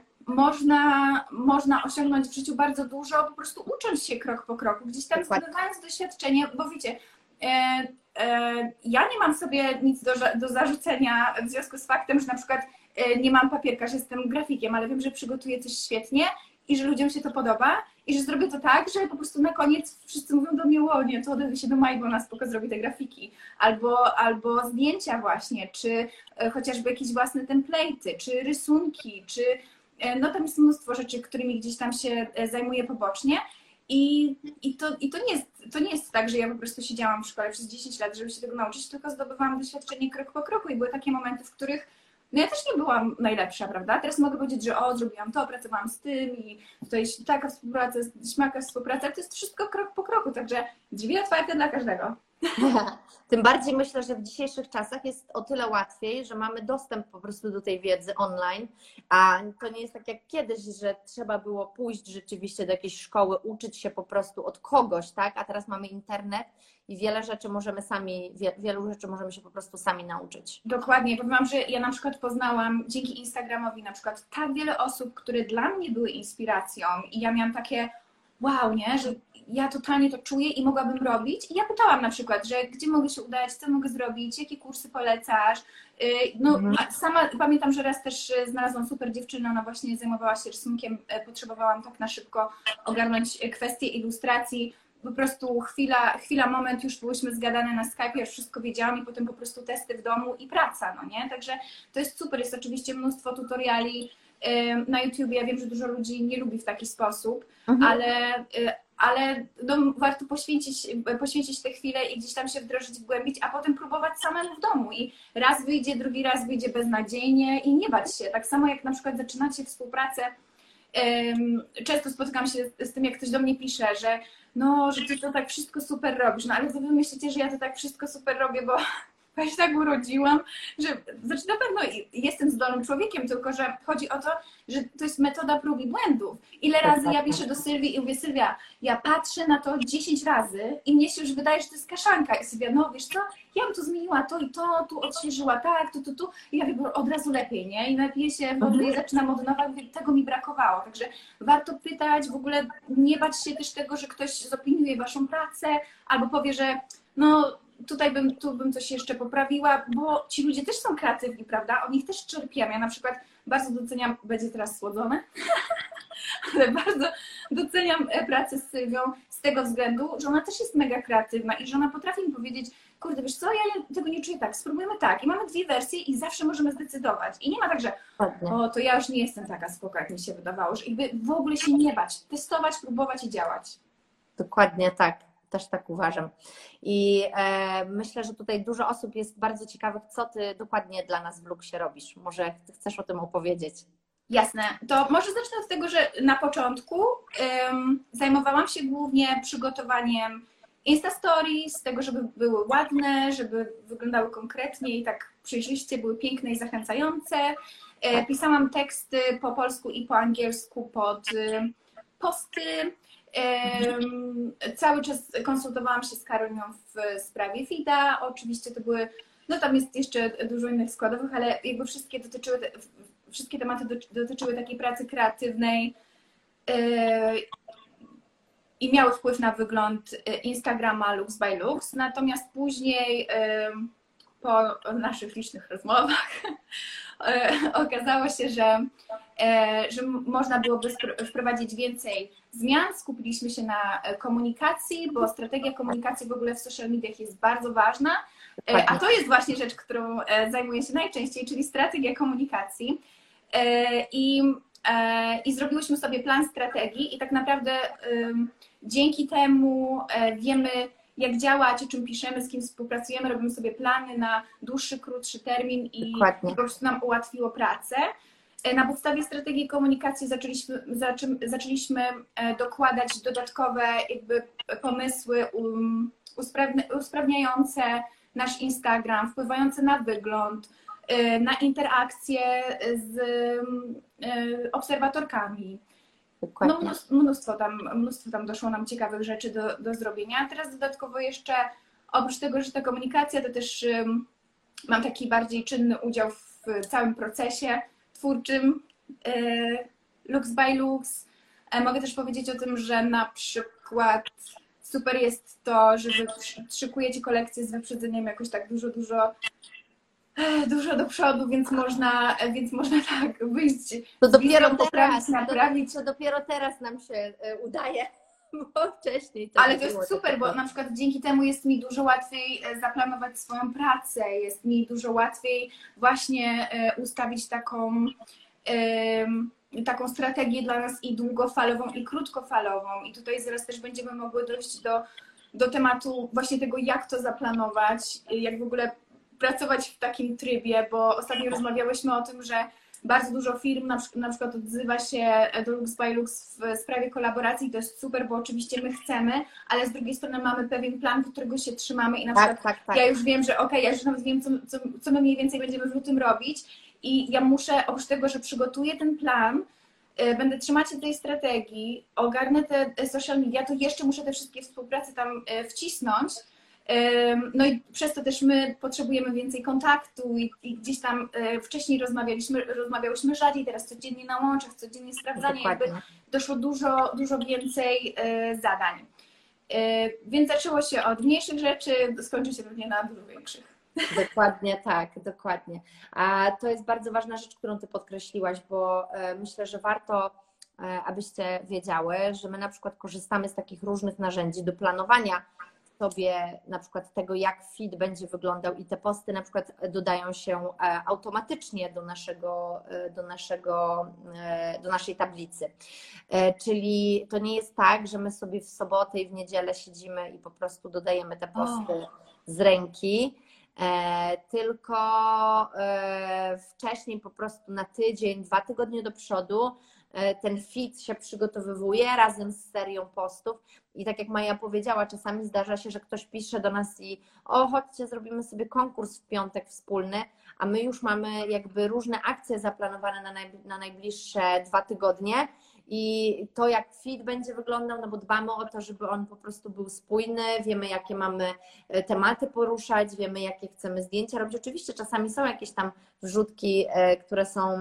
można osiągnąć w życiu bardzo dużo, po prostu ucząc się krok po kroku, gdzieś tam zdobywając doświadczenie, bo wiecie, ja nie mam sobie nic do zarzucenia w związku z faktem, że na przykład nie mam papierka, że jestem grafikiem, ale wiem, że przygotuję coś świetnie i że ludziom się to podoba i że zrobię to tak, że po prostu na koniec wszyscy mówią do mnie, o nie, to odezwę się do Mai, bo ona spoko zrobi te grafiki. Albo zdjęcia właśnie, czy chociażby jakieś własne template'y, czy rysunki, czy no tam jest mnóstwo rzeczy, którymi gdzieś tam się zajmuję pobocznie. I to nie jest tak, że ja po prostu siedziałam w szkole przez 10 lat, żeby się tego nauczyć, tylko zdobywałam doświadczenie krok po kroku i były takie momenty, w których no ja też nie byłam najlepsza, prawda? Teraz mogę powiedzieć, że zrobiłam to, pracowałam z tym i tutaj taka współpraca, śmaka współpraca, ale to jest wszystko krok po kroku, także drzwi otwarte dla każdego. Tym bardziej myślę, że w dzisiejszych czasach jest o tyle łatwiej, że mamy dostęp po prostu do tej wiedzy online, a to nie jest tak jak kiedyś, że trzeba było pójść rzeczywiście do jakiejś szkoły, uczyć się po prostu od kogoś, tak? A teraz mamy internet i wiele rzeczy możemy sami, wielu rzeczy możemy się po prostu sami nauczyć. Dokładnie, powiem Wam, że ja na przykład poznałam dzięki Instagramowi na przykład tak wiele osób, które dla mnie były inspiracją i ja miałam takie wow, nie, że ja totalnie to czuję i mogłabym robić. I ja pytałam na przykład, że gdzie mogę się udać, co mogę zrobić, jakie kursy polecasz. No, sama pamiętam, że raz też znalazłam super dziewczynę, ona właśnie zajmowała się rysunkiem, potrzebowałam tak na szybko ogarnąć kwestię ilustracji. Po prostu chwila, moment, już byłyśmy zgadane na Skype, już wszystko wiedziałam i potem po prostu testy w domu i praca, no nie? Także to jest super, jest oczywiście mnóstwo tutoriali na YouTubie. Ja wiem, że dużo ludzi nie lubi w taki sposób, ale no, warto poświęcić te chwile i gdzieś tam się wdrożyć, wgłębić, a potem próbować samemu w domu i raz wyjdzie, drugi raz wyjdzie beznadziejnie i nie bać się. Tak samo jak na przykład zaczynacie współpracę, często spotykam się z tym, jak ktoś do mnie pisze, że no, że ty to tak wszystko super robisz, no ale wy myślicie, że ja to tak wszystko super robię, bo ja się tak urodziłam, że znaczy na pewno jestem zdolnym człowiekiem, tylko że chodzi o to, że to jest metoda prób i błędów. Ile razy ja piszę do Sylwii i mówię, Sylwia, ja patrzę na to 10 razy i mnie się już wydaje, że to jest kaszanka. I Sylwia, no wiesz co, ja bym tu zmieniła to i to, tu odświeżyła tak, tu. I ja wiem, od razu lepiej, nie? I napiję się wody i zaczynam od nowa, mówię, tego mi brakowało. Także warto pytać, w ogóle nie bać się też tego, że ktoś zopiniuje waszą pracę albo powie, że no tu bym coś jeszcze poprawiła, bo ci ludzie też są kreatywni, prawda? Od nich też czerpiemy. Ja na przykład bardzo doceniam, będzie teraz słodzone, ale bardzo doceniam pracę z Sylwią z tego względu, że ona też jest mega kreatywna i że ona potrafi mi powiedzieć, kurde, wiesz co, ja tego nie czuję tak, spróbujmy tak. I mamy dwie wersje i zawsze możemy zdecydować. I nie ma tak, że o, to ja już nie jestem taka spoko, jak mi się wydawało, że jakby w ogóle się nie bać, testować, próbować i działać. Dokładnie tak. Też tak uważam. I myślę, że tutaj dużo osób jest bardzo ciekawych, co ty dokładnie dla nas w Luxie robisz. Może chcesz o tym opowiedzieć? Jasne. To może zacznę od tego, że na początku zajmowałam się głównie przygotowaniem Insta Stories, z tego, żeby były ładne, żeby wyglądały konkretnie i tak przejrzyście, były piękne i zachęcające. Pisałam teksty po polsku i po angielsku pod posty. Cały czas konsultowałam się z Karoliną w sprawie FIDA. Oczywiście to były, no tam jest jeszcze dużo innych składowych, ale jakby wszystkie tematy dotyczyły takiej pracy kreatywnej i miały wpływ na wygląd Instagrama Lux by Lux. Natomiast później po naszych licznych rozmowach okazało się, że można byłoby wprowadzić więcej zmian. Skupiliśmy się na komunikacji, bo strategia komunikacji w ogóle w social mediach jest bardzo ważna, a to jest właśnie rzecz, którą zajmuję się najczęściej, czyli strategia komunikacji. I zrobiłyśmy sobie plan strategii i tak naprawdę dzięki temu wiemy, jak działać, o czym piszemy, z kim współpracujemy, robimy sobie plany na dłuższy, krótszy termin i po prostu nam ułatwiło pracę. Na podstawie strategii komunikacji zaczęliśmy dokładać dodatkowe jakby pomysły usprawniające nasz Instagram, wpływające na wygląd, na interakcje z obserwatorkami. No, mnóstwo tam doszło nam ciekawych rzeczy do zrobienia. A teraz dodatkowo jeszcze, oprócz tego, że ta komunikacja, to też mam taki bardziej czynny udział w całym procesie twórczym Lux by Lux. Mogę też powiedzieć o tym, że na przykład super jest to, że wy szykujecie kolekcję z wyprzedzeniem jakoś tak dużo do przodu, więc można tak wyjść. To dopiero teraz nam się udaje, bo wcześniej to ale to jest super, bo na przykład dzięki temu jest mi dużo łatwiej zaplanować swoją pracę, jest mi dużo łatwiej właśnie ustawić taką strategię dla nas i długofalową, i krótkofalową. I tutaj zaraz też będziemy mogły dojść do tematu właśnie tego, jak to zaplanować, jak w ogóle pracować w takim trybie, bo ostatnio rozmawiałyśmy o tym, że bardzo dużo firm na przykład odzywa się do Lux by Lux w sprawie kolaboracji, to jest super, bo oczywiście my chcemy, ale z drugiej strony mamy pewien plan, do którego się trzymamy i na przykład ja już wiem, że ja już nawet wiem, co my mniej więcej będziemy w lutym robić i ja muszę, oprócz tego, że przygotuję ten plan, będę trzymać się tej strategii, ogarnę te social media, to jeszcze muszę te wszystkie współprace tam wcisnąć. No i przez to też my potrzebujemy więcej kontaktu i gdzieś tam wcześniej rozmawiałyśmy rzadziej, teraz codziennie na łączach, codziennie sprawdzanie, jakby doszło dużo więcej zadań. Więc zaczęło się od mniejszych rzeczy, skończy się pewnie na dużo większych. Dokładnie tak, dokładnie. A to jest bardzo ważna rzecz, którą Ty podkreśliłaś, bo myślę, że warto, abyście wiedziały, że my na przykład korzystamy z takich różnych narzędzi do planowania sobie na przykład tego, jak feed będzie wyglądał i te posty na przykład dodają się automatycznie do naszej tablicy. Czyli to nie jest tak, że my sobie w sobotę i w niedzielę siedzimy i po prostu dodajemy te posty z ręki, tylko wcześniej po prostu na tydzień, 2 tygodnie do przodu ten feed się przygotowywuje razem z serią postów i tak jak Maja powiedziała, czasami zdarza się, że ktoś pisze do nas i chodźcie, zrobimy sobie konkurs w piątek wspólny, a my już mamy jakby różne akcje zaplanowane na najbliższe 2 tygodnie i to jak feed będzie wyglądał, no bo dbamy o to, żeby on po prostu był spójny, wiemy jakie mamy tematy poruszać, wiemy jakie chcemy zdjęcia robić. Oczywiście czasami są jakieś tam wrzutki, które są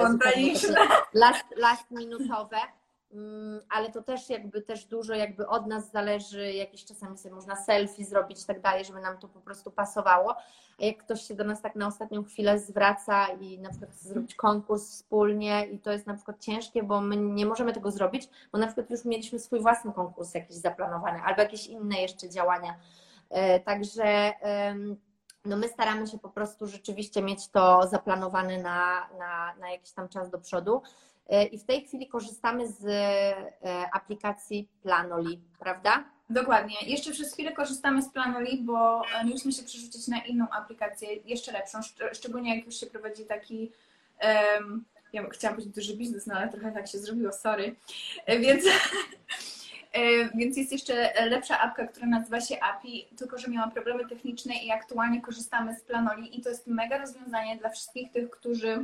last minutowe, ale to też jakby dużo jakby od nas zależy, jakieś czasami sobie można selfie zrobić i tak dalej, żeby nam to po prostu pasowało. A jak ktoś się do nas tak na ostatnią chwilę zwraca i na przykład chce zrobić konkurs wspólnie i to jest na przykład ciężkie, bo my nie możemy tego zrobić, bo na przykład już mieliśmy swój własny konkurs jakiś zaplanowany albo jakieś inne jeszcze działania. Także no my staramy się po prostu rzeczywiście mieć to zaplanowane na jakiś tam czas do przodu. I w tej chwili korzystamy z aplikacji Planoly, prawda? Dokładnie. Jeszcze przez chwilę korzystamy z Planoly, bo mieliśmy się przerzucić na inną aplikację, jeszcze lepszą, szczególnie jak już się prowadzi taki, ja chciałam powiedzieć duży biznes, no ale trochę tak się zrobiło, sorry. Więc jest jeszcze lepsza apka, która nazywa się API, tylko że miałam problemy techniczne i aktualnie korzystamy z Planoly i to jest mega rozwiązanie dla wszystkich tych, którzy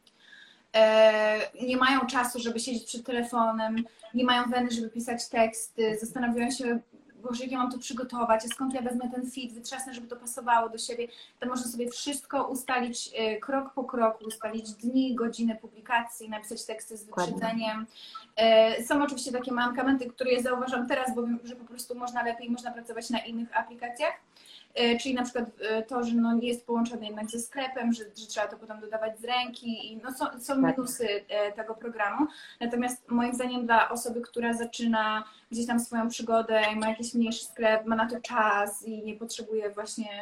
nie mają czasu, żeby siedzieć przed telefonem, nie mają weny, żeby pisać teksty, zastanawiają się, Boże, jak ja mam to przygotować, a skąd ja wezmę ten feed, wytrzasnę, żeby to pasowało do siebie, to można sobie wszystko ustalić krok po kroku, ustalić dni, godziny publikacji, napisać teksty z wyprzedzeniem. Są oczywiście takie mankamenty, które ja zauważam teraz, bo wiem, że po prostu można pracować na innych aplikacjach. Czyli na przykład to, że no nie jest połączone jednak ze sklepem, że trzeba to potem dodawać z ręki i no są minusy tego programu. Natomiast moim zdaniem dla osoby, która zaczyna gdzieś tam swoją przygodę i ma jakiś mniejszy sklep, ma na to czas i nie potrzebuje właśnie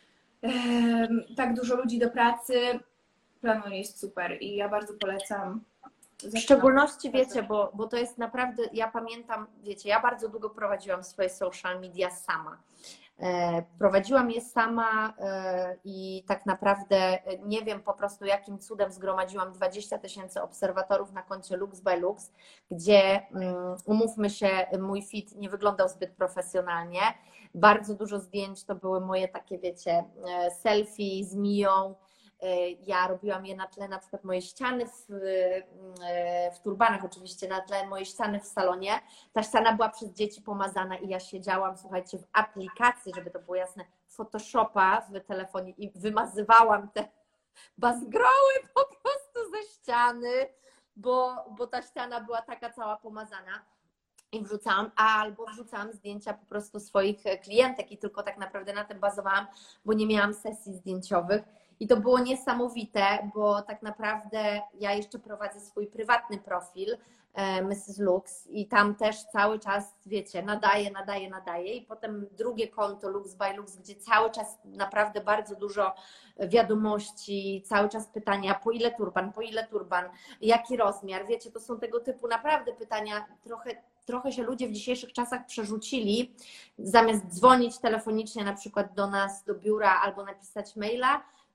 tak dużo ludzi do pracy, Planoly jest super i ja bardzo polecam. W szczególności wiecie, bo to jest naprawdę, ja pamiętam, wiecie, ja bardzo długo prowadziłam swoje social media sama. Prowadziłam je sama i tak naprawdę nie wiem po prostu jakim cudem zgromadziłam 20 000 obserwatorów na koncie Lux by Lux, gdzie umówmy się, mój feed nie wyglądał zbyt profesjonalnie. Bardzo dużo zdjęć to były moje takie, wiecie, selfie z Miją. Ja robiłam je na tle na przykład mojej ściany w turbanach oczywiście, na tle mojej ściany w salonie. Ta ściana była przez dzieci pomazana i ja siedziałam, słuchajcie, w aplikacji, żeby to było jasne, Photoshopa w telefonie i wymazywałam te bazgroły po prostu ze ściany, bo ta ściana była taka cała pomazana. I wrzucałam zdjęcia po prostu swoich klientek i tylko tak naprawdę na tym bazowałam, bo nie miałam sesji zdjęciowych. I to było niesamowite, bo tak naprawdę ja jeszcze prowadzę swój prywatny profil Mrs. Lux i tam też cały czas, wiecie, nadaję i potem drugie konto Lux by Lux, gdzie cały czas naprawdę bardzo dużo wiadomości, cały czas pytania, po ile turban, jaki rozmiar, wiecie, to są tego typu naprawdę pytania, trochę się ludzie w dzisiejszych czasach przerzucili, zamiast dzwonić telefonicznie na przykład do nas, do biura albo napisać maila,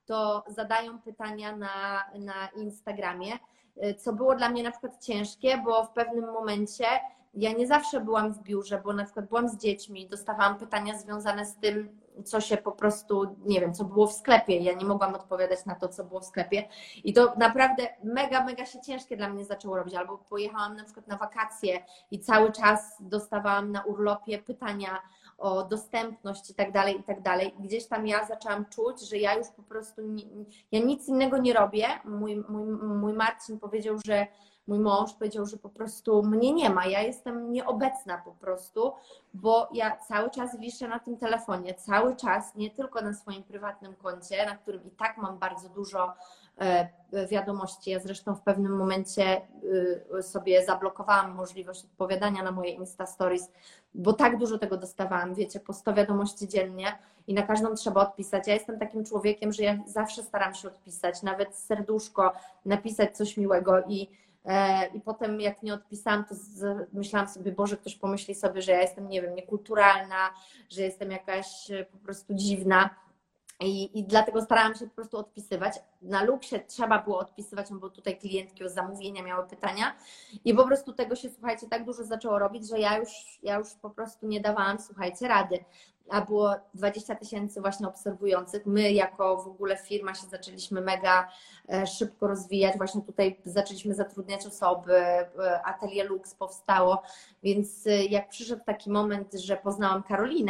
to zadają pytania na Instagramie, co było dla mnie na przykład ciężkie, bo w pewnym momencie ja nie zawsze byłam w biurze, bo na przykład byłam z dziećmi, dostawałam pytania związane z tym, co się po prostu, nie wiem, co było w sklepie. Ja nie mogłam odpowiadać na to, co było w sklepie. I to naprawdę mega się ciężkie dla mnie zaczęło robić. Albo pojechałam na przykład na wakacje i cały czas dostawałam na urlopie pytania o dostępność i tak dalej, i tak dalej. Gdzieś tam ja zaczęłam czuć, że ja już po prostu, ja nic innego nie robię. Mój Marcin powiedział, że mój mąż powiedział, że po prostu mnie nie ma, ja jestem nieobecna po prostu, bo ja cały czas wiszę na tym telefonie, cały czas, nie tylko na swoim prywatnym koncie, na którym i tak mam bardzo dużo wiadomości. Ja zresztą w pewnym momencie sobie zablokowałam możliwość odpowiadania na moje Insta Stories, bo tak dużo tego dostawałam, wiecie, po 100 wiadomości dziennie i na każdą trzeba odpisać. Ja jestem takim człowiekiem, że ja zawsze staram się odpisać, nawet serduszko, napisać coś miłego i potem jak nie odpisałam, to myślałam sobie, Boże, ktoś pomyśli sobie, że ja jestem, nie wiem, niekulturalna, że jestem jakaś po prostu dziwna. I dlatego starałam się po prostu odpisywać. Na Luxie trzeba było odpisywać, bo tutaj klientki o zamówienia miały pytania i po prostu tego się, słuchajcie, tak dużo zaczęło robić, że ja już po prostu nie dawałam, słuchajcie, rady. A było 20 000 właśnie obserwujących. My jako w ogóle firma się zaczęliśmy mega szybko rozwijać. Właśnie tutaj zaczęliśmy zatrudniać osoby, Atelier Lux powstało, więc jak przyszedł taki moment, że poznałam Karolinę,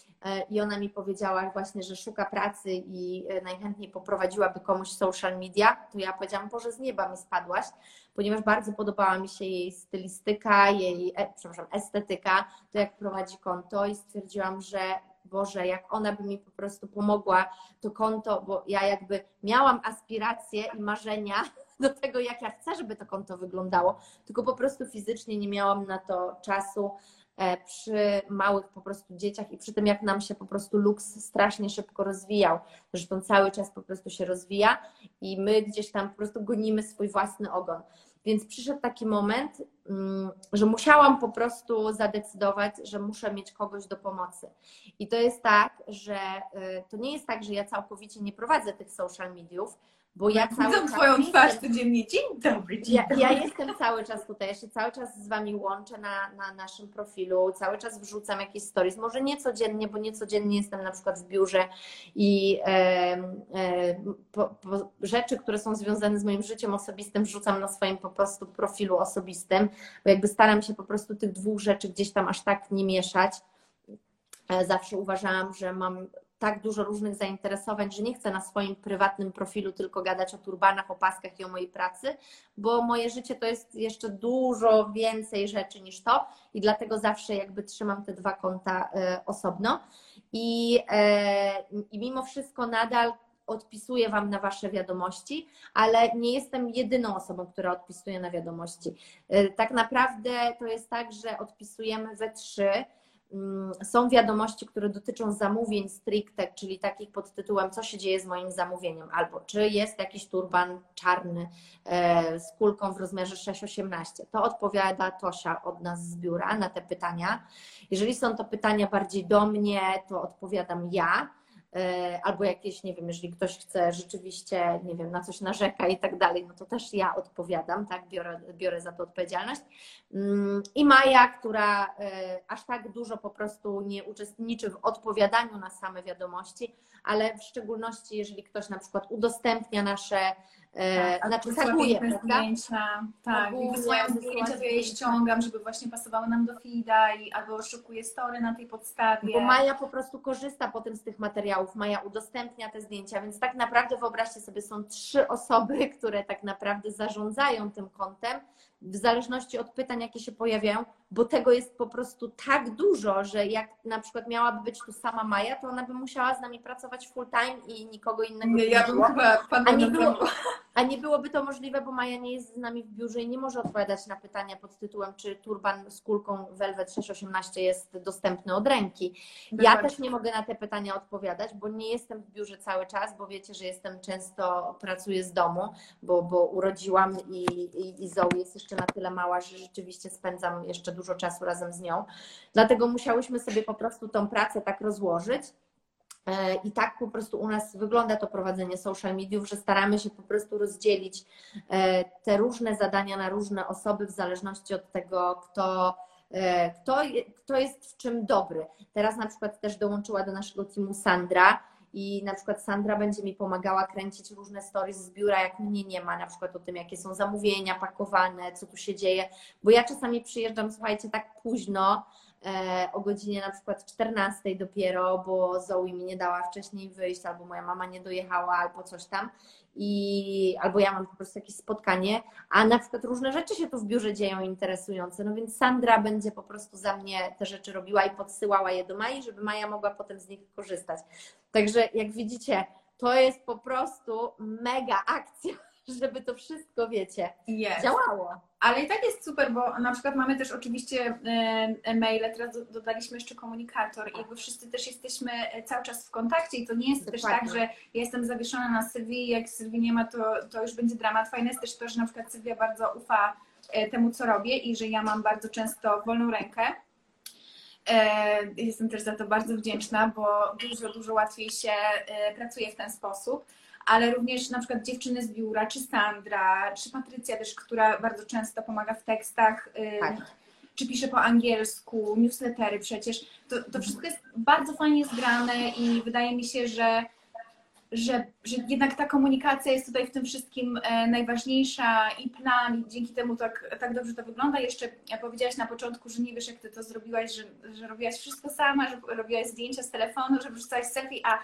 i ona mi powiedziała właśnie, że szuka pracy i najchętniej poprowadziłaby komuś social media, to ja powiedziałam, Boże, z nieba mi spadłaś, ponieważ bardzo podobała mi się jej stylistyka, jej, estetyka, to jak prowadzi konto i stwierdziłam, że Boże, jak ona by mi po prostu pomogła to konto, bo ja jakby miałam aspiracje i marzenia do tego, jak ja chcę, żeby to konto wyglądało, tylko po prostu fizycznie nie miałam na to czasu, przy małych po prostu dzieciach i przy tym, jak nam się po prostu Lux strasznie szybko rozwijał. Zresztą cały czas po prostu się rozwija i my gdzieś tam po prostu gonimy swój własny ogon. Więc przyszedł taki moment, że musiałam po prostu zadecydować, że muszę mieć kogoś do pomocy. I to jest tak, że to nie jest tak, że ja całkowicie nie prowadzę tych social mediów, bo ja cały widzę czas twoją twarz codziennie. Dzień dobry. Ja jestem cały czas tutaj, ja się cały czas z Wami łączę na naszym profilu, cały czas wrzucam jakieś stories, może nie codziennie, bo nie codziennie jestem na przykład w biurze i rzeczy, które są związane z moim życiem osobistym wrzucam na swoim po prostu profilu osobistym, bo jakby staram się po prostu tych dwóch rzeczy gdzieś tam aż tak nie mieszać. Zawsze uważałam, że mam tak dużo różnych zainteresowań, że nie chcę na swoim prywatnym profilu tylko gadać o turbanach, o paskach i o mojej pracy, bo moje życie to jest jeszcze dużo więcej rzeczy niż to i dlatego zawsze jakby trzymam te dwa konta osobno i mimo wszystko nadal odpisuję Wam na Wasze wiadomości, ale nie jestem jedyną osobą, która odpisuje na wiadomości. Tak naprawdę to jest tak, że odpisujemy we 3. Są wiadomości, które dotyczą zamówień stricte, czyli takich pod tytułem co się dzieje z moim zamówieniem, albo czy jest jakiś turban czarny z kulką w rozmiarze 6,18. To odpowiada Tosia od nas z biura na te pytania. Jeżeli są to pytania bardziej do mnie, to odpowiadam ja. Albo jakieś, nie wiem, jeżeli ktoś chce rzeczywiście, nie wiem, na coś narzeka i tak dalej, no to też ja odpowiadam, tak, biorę za to odpowiedzialność. I Maja, która aż tak dużo po prostu nie uczestniczy w odpowiadaniu na same wiadomości, ale w szczególności jeżeli ktoś na przykład udostępnia nasze, znaczy taguje, zdjęcia, tak, i wysyłają zdjęcia, to ja je ściągam, żeby właśnie pasowały nam do feeda i albo szukuję story na tej podstawie. Bo Maja po prostu korzysta potem z tych materiałów, Maja udostępnia te zdjęcia, więc tak naprawdę wyobraźcie sobie, są 3 osoby, które tak naprawdę zarządzają tym kontem, w zależności od pytań, jakie się pojawiają, bo tego jest po prostu tak dużo, że jak na przykład miałaby być tu sama Maja, to ona by musiała z nami pracować full time i nikogo innego nie ja bym chyba a nie byłoby to możliwe, bo Maja nie jest z nami w biurze i nie może odpowiadać na pytania pod tytułem, czy turban z kulką Velvet 618 jest dostępny od ręki. Ja też nie mogę na te pytania odpowiadać, bo nie jestem w biurze cały czas, bo wiecie, że pracuję z domu, bo urodziłam i Zoe jest jeszcze na tyle mała, że rzeczywiście spędzam jeszcze dużo czasu razem z nią. Dlatego musiałyśmy sobie po prostu tą pracę tak rozłożyć. I tak po prostu u nas wygląda to prowadzenie social mediów, że staramy się po prostu rozdzielić te różne zadania na różne osoby w zależności od tego, kto jest w czym dobry. Teraz na przykład też dołączyła do naszego teamu Sandra i na przykład Sandra będzie mi pomagała kręcić różne stories z biura, jak mnie nie ma, na przykład o tym, jakie są zamówienia pakowane, co tu się dzieje, bo ja czasami przyjeżdżam, słuchajcie, tak późno, o godzinie na przykład 14 dopiero, bo Zoe mi nie dała wcześniej wyjść, albo moja mama nie dojechała, albo coś tam, albo ja mam po prostu jakieś spotkanie, a na przykład różne rzeczy się tu w biurze dzieją interesujące, no więc Sandra będzie po prostu za mnie te rzeczy robiła i podsyłała je do Mai, żeby Maja mogła potem z nich korzystać. Także jak widzicie, to jest po prostu mega akcja, żeby to wszystko, wiecie, działało. Ale i tak jest super, bo na przykład mamy też oczywiście maile, teraz dodaliśmy jeszcze komunikator i jakby wszyscy też jesteśmy cały czas w kontakcie i to nie jest Dokładnie. też tak, że ja jestem zawieszona na Sylwii, jak Sylwii nie ma, to już będzie dramat. Fajne jest też to, że na przykład Sylwia bardzo ufa temu, co robię i że ja mam bardzo często wolną rękę. Jestem też za to bardzo wdzięczna, bo dużo łatwiej się pracuje w ten sposób. Ale również na przykład dziewczyny z biura, czy Sandra, czy Patrycja też, która bardzo często pomaga w tekstach, Tak. czy pisze po angielsku, newslettery przecież. To wszystko jest bardzo fajnie zgrane i wydaje mi się, że jednak ta komunikacja jest tutaj w tym wszystkim najważniejsza i plan, i dzięki temu tak dobrze to wygląda. Jeszcze powiedziałaś na początku, że nie wiesz, jak ty to zrobiłaś, że robiłaś wszystko sama, że robiłaś zdjęcia z telefonu, że wrzucałaś selfie, a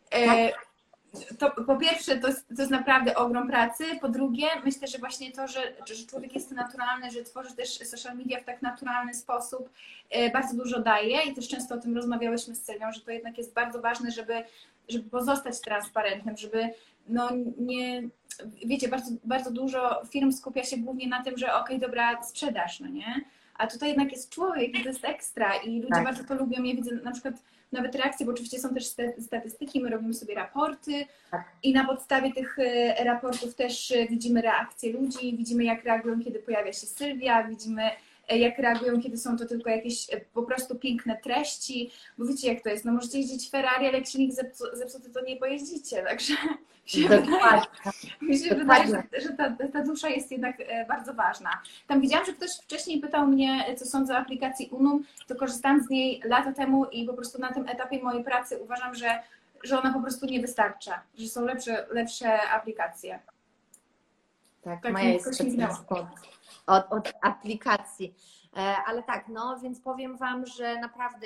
to po pierwsze to jest naprawdę ogrom pracy, po drugie myślę, że właśnie to, że człowiek jest naturalny, że tworzy też social media w tak naturalny sposób, bardzo dużo daje i też często o tym rozmawiałyśmy z Sylwią, że to jednak jest bardzo ważne, żeby pozostać transparentnym, żeby no nie, wiecie, bardzo dużo firm skupia się głównie na tym, że okej, dobra, sprzedaż, no nie? A tutaj jednak jest człowiek i to jest ekstra i ludzie bardzo to lubią. Ja widzę na przykład nawet reakcje, bo oczywiście są też statystyki, my robimy sobie raporty i na podstawie tych raportów też widzimy reakcje ludzi, widzimy jak reagują, kiedy pojawia się Sylwia, widzimy jak reagują, kiedy są to tylko jakieś po prostu piękne treści, bo wiecie jak to jest, no możecie jeździć Ferrari, ale jak silnik zepsuty, to nie pojeździcie, także mi się wydaje, że ta dusza jest jednak bardzo ważna. Tam widziałam, że ktoś wcześniej pytał mnie, co sądzę o aplikacji Unum, to korzystałam z niej lata temu i po prostu na tym etapie mojej pracy uważam, że ona po prostu nie wystarcza, że są lepsze aplikacje. Tak, Maja jest od aplikacji. Ale tak, no więc powiem Wam, że naprawdę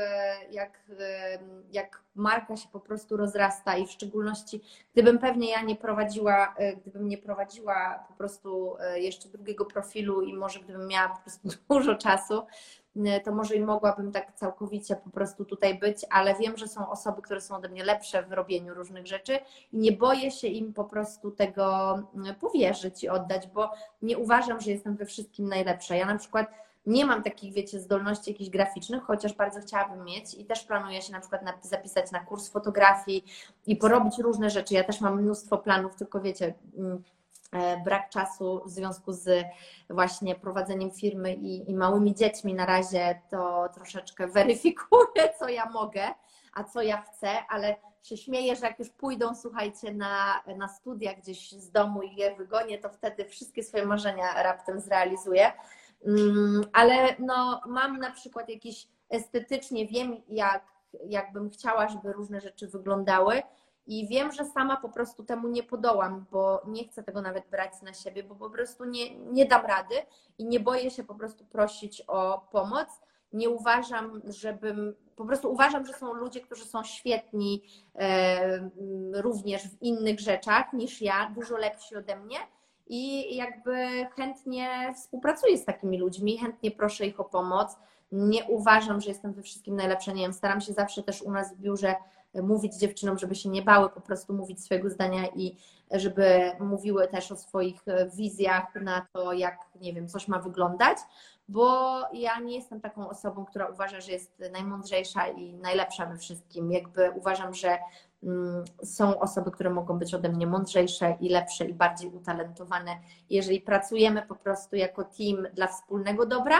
jak marka się po prostu rozrasta i w szczególności gdybym nie prowadziła po prostu jeszcze drugiego profilu i może gdybym miała po prostu dużo czasu, to może i mogłabym tak całkowicie po prostu tutaj być, ale wiem, że są osoby, które są ode mnie lepsze w robieniu różnych rzeczy i nie boję się im po prostu tego powierzyć i oddać, bo nie uważam, że jestem we wszystkim najlepsza. Ja na przykład nie mam takich, wiecie, zdolności jakichś graficznych, chociaż bardzo chciałabym mieć i też planuję się na przykład zapisać na kurs fotografii i porobić różne rzeczy. Ja też mam mnóstwo planów, tylko wiecie, brak czasu w związku z właśnie prowadzeniem firmy i małymi dziećmi na razie to troszeczkę weryfikuje, co ja mogę, a co ja chcę, ale się śmieję, że jak już pójdą, słuchajcie, na studia gdzieś z domu i je wygonię, to wtedy wszystkie swoje marzenia raptem zrealizuję. Ale no, mam na przykład jakieś estetycznie, wiem jak bym chciała, żeby różne rzeczy wyglądały i wiem, że sama po prostu temu nie podołam, bo nie chcę tego nawet brać na siebie, bo po prostu nie dam rady i nie boję się po prostu prosić o pomoc. Nie uważam, po prostu uważam, że są ludzie, którzy są świetni również w innych rzeczach niż ja, dużo lepsi ode mnie. I jakby chętnie współpracuję z takimi ludźmi, chętnie proszę ich o pomoc. Nie uważam, że jestem we wszystkim najlepsza. Nie wiem, staram się zawsze też u nas w biurze mówić dziewczynom, żeby się nie bały, po prostu mówić swojego zdania i żeby mówiły też o swoich wizjach na to, jak, nie wiem, coś ma wyglądać, bo ja nie jestem taką osobą, która uważa, że jest najmądrzejsza i najlepsza we wszystkim. Jakby uważam, że są osoby, które mogą być ode mnie mądrzejsze i lepsze i bardziej utalentowane. Jeżeli pracujemy po prostu jako team dla wspólnego dobra,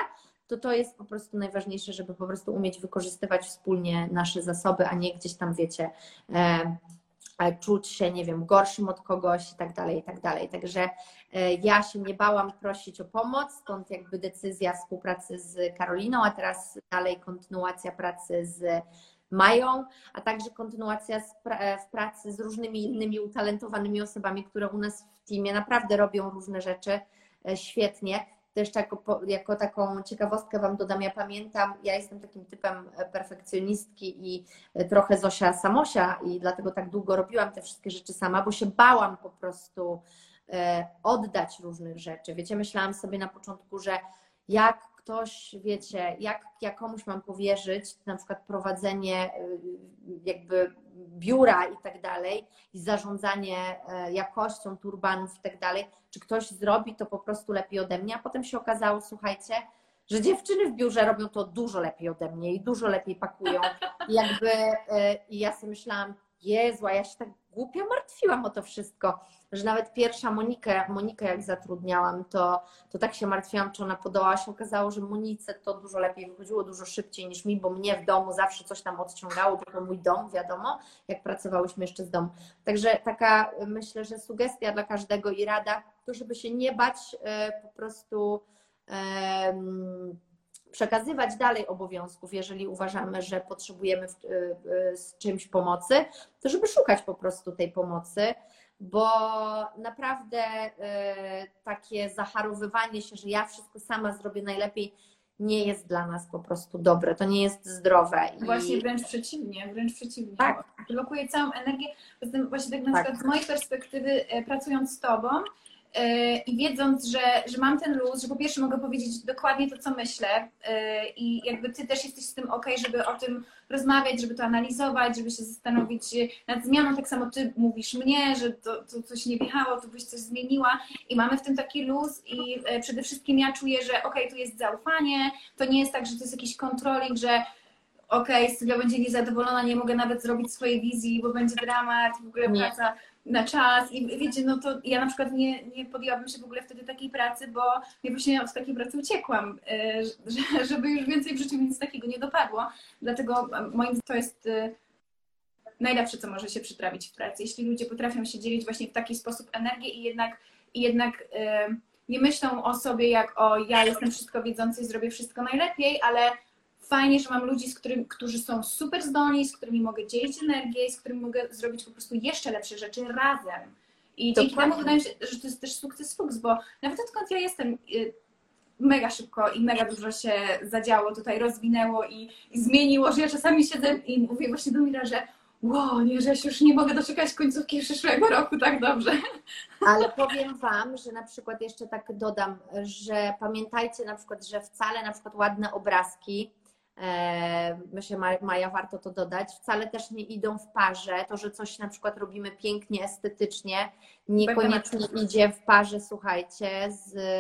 to jest po prostu najważniejsze, żeby po prostu umieć wykorzystywać wspólnie nasze zasoby, a nie gdzieś tam, wiecie, czuć się, nie wiem, gorszym od kogoś i tak dalej, i tak dalej. Także ja się nie bałam prosić o pomoc, stąd jakby decyzja współpracy z Karoliną, a teraz dalej kontynuacja pracy z Mają, a także kontynuacja w pracy z różnymi innymi utalentowanymi osobami, które u nas w teamie naprawdę robią różne rzeczy świetnie. To jeszcze jako taką ciekawostkę Wam dodam, ja pamiętam, ja jestem takim typem perfekcjonistki i trochę Zosia Samosia i dlatego tak długo robiłam te wszystkie rzeczy sama, bo się bałam po prostu oddać różnych rzeczy. Wiecie, myślałam sobie na początku, że jak ktoś, wiecie, jak komuś mam powierzyć na przykład prowadzenie jakby biura i tak dalej i zarządzanie jakością turbanów i tak dalej, czy ktoś zrobi to po prostu lepiej ode mnie, a potem się okazało, słuchajcie, że dziewczyny w biurze robią to dużo lepiej ode mnie i dużo lepiej pakują. I ja sobie myślałam, Jezu, a ja się tak głupio martwiłam o to wszystko, że nawet pierwsza Monikę jak zatrudniałam, to tak się martwiłam, czy ona podoła. Się okazało, że Monice to dużo lepiej wychodziło, dużo szybciej niż mi, bo mnie w domu zawsze coś tam odciągało, bo to mój dom, wiadomo, jak pracowałyśmy jeszcze z domu. Także taka, myślę, że sugestia dla każdego i rada, to żeby się nie bać po prostu przekazywać dalej obowiązków, jeżeli uważamy, że potrzebujemy z czymś pomocy, to żeby szukać po prostu tej pomocy, bo naprawdę takie zacharowywanie się, że ja wszystko sama zrobię najlepiej, nie jest dla nas po prostu dobre, to nie jest zdrowe. Właśnie wręcz przeciwnie. Tak. Blokuje całą energię. Właśnie tak na przykład z mojej perspektywy, pracując z Tobą, i wiedząc, że mam ten luz, że po pierwsze mogę powiedzieć dokładnie to, co myślę i jakby Ty też jesteś z tym okej, żeby o tym rozmawiać, żeby to analizować, żeby się zastanowić nad zmianą, tak samo Ty mówisz mnie, że to coś nie wjechało, to byś coś zmieniła i mamy w tym taki luz i przede wszystkim ja czuję, że tu jest zaufanie, to nie jest tak, że to jest jakiś kontroling, że Sylwia będzie niezadowolona, nie mogę nawet zrobić swojej wizji, bo będzie dramat, w ogóle praca na czas i wiecie, no to ja na przykład nie podjęłabym się w ogóle wtedy takiej pracy, bo ja właśnie od takiej pracy uciekłam, żeby już więcej w życiu nic takiego nie dopadło. Dlatego moim zdaniem to jest najlepsze, co może się przytrafić w pracy. Jeśli ludzie potrafią się dzielić właśnie w taki sposób energię i jednak nie myślą o sobie jak ja jestem wszystko wiedzący i zrobię wszystko najlepiej, ale fajnie, że mam ludzi, którzy są super zdolni, z którymi mogę dzielić energię, z którymi mogę zrobić po prostu jeszcze lepsze rzeczy razem. I dzięki temu wydaje mi się, że to jest też sukces Flux, bo nawet odkąd ja jestem, mega szybko i mega dużo się zadziało, tutaj rozwinęło i zmieniło, że ja czasami siedzę i mówię właśnie do Mira, że nie, że ja się już nie mogę doczekać końcówki przyszłego roku, tak dobrze. Ale powiem Wam, że na przykład jeszcze tak dodam, że pamiętajcie na przykład, że wcale na przykład ładne obrazki, myślę, Maja, warto to dodać, wcale też nie idą w parze. To, że coś na przykład robimy pięknie, estetycznie, niekoniecznie idzie w parze, słuchajcie,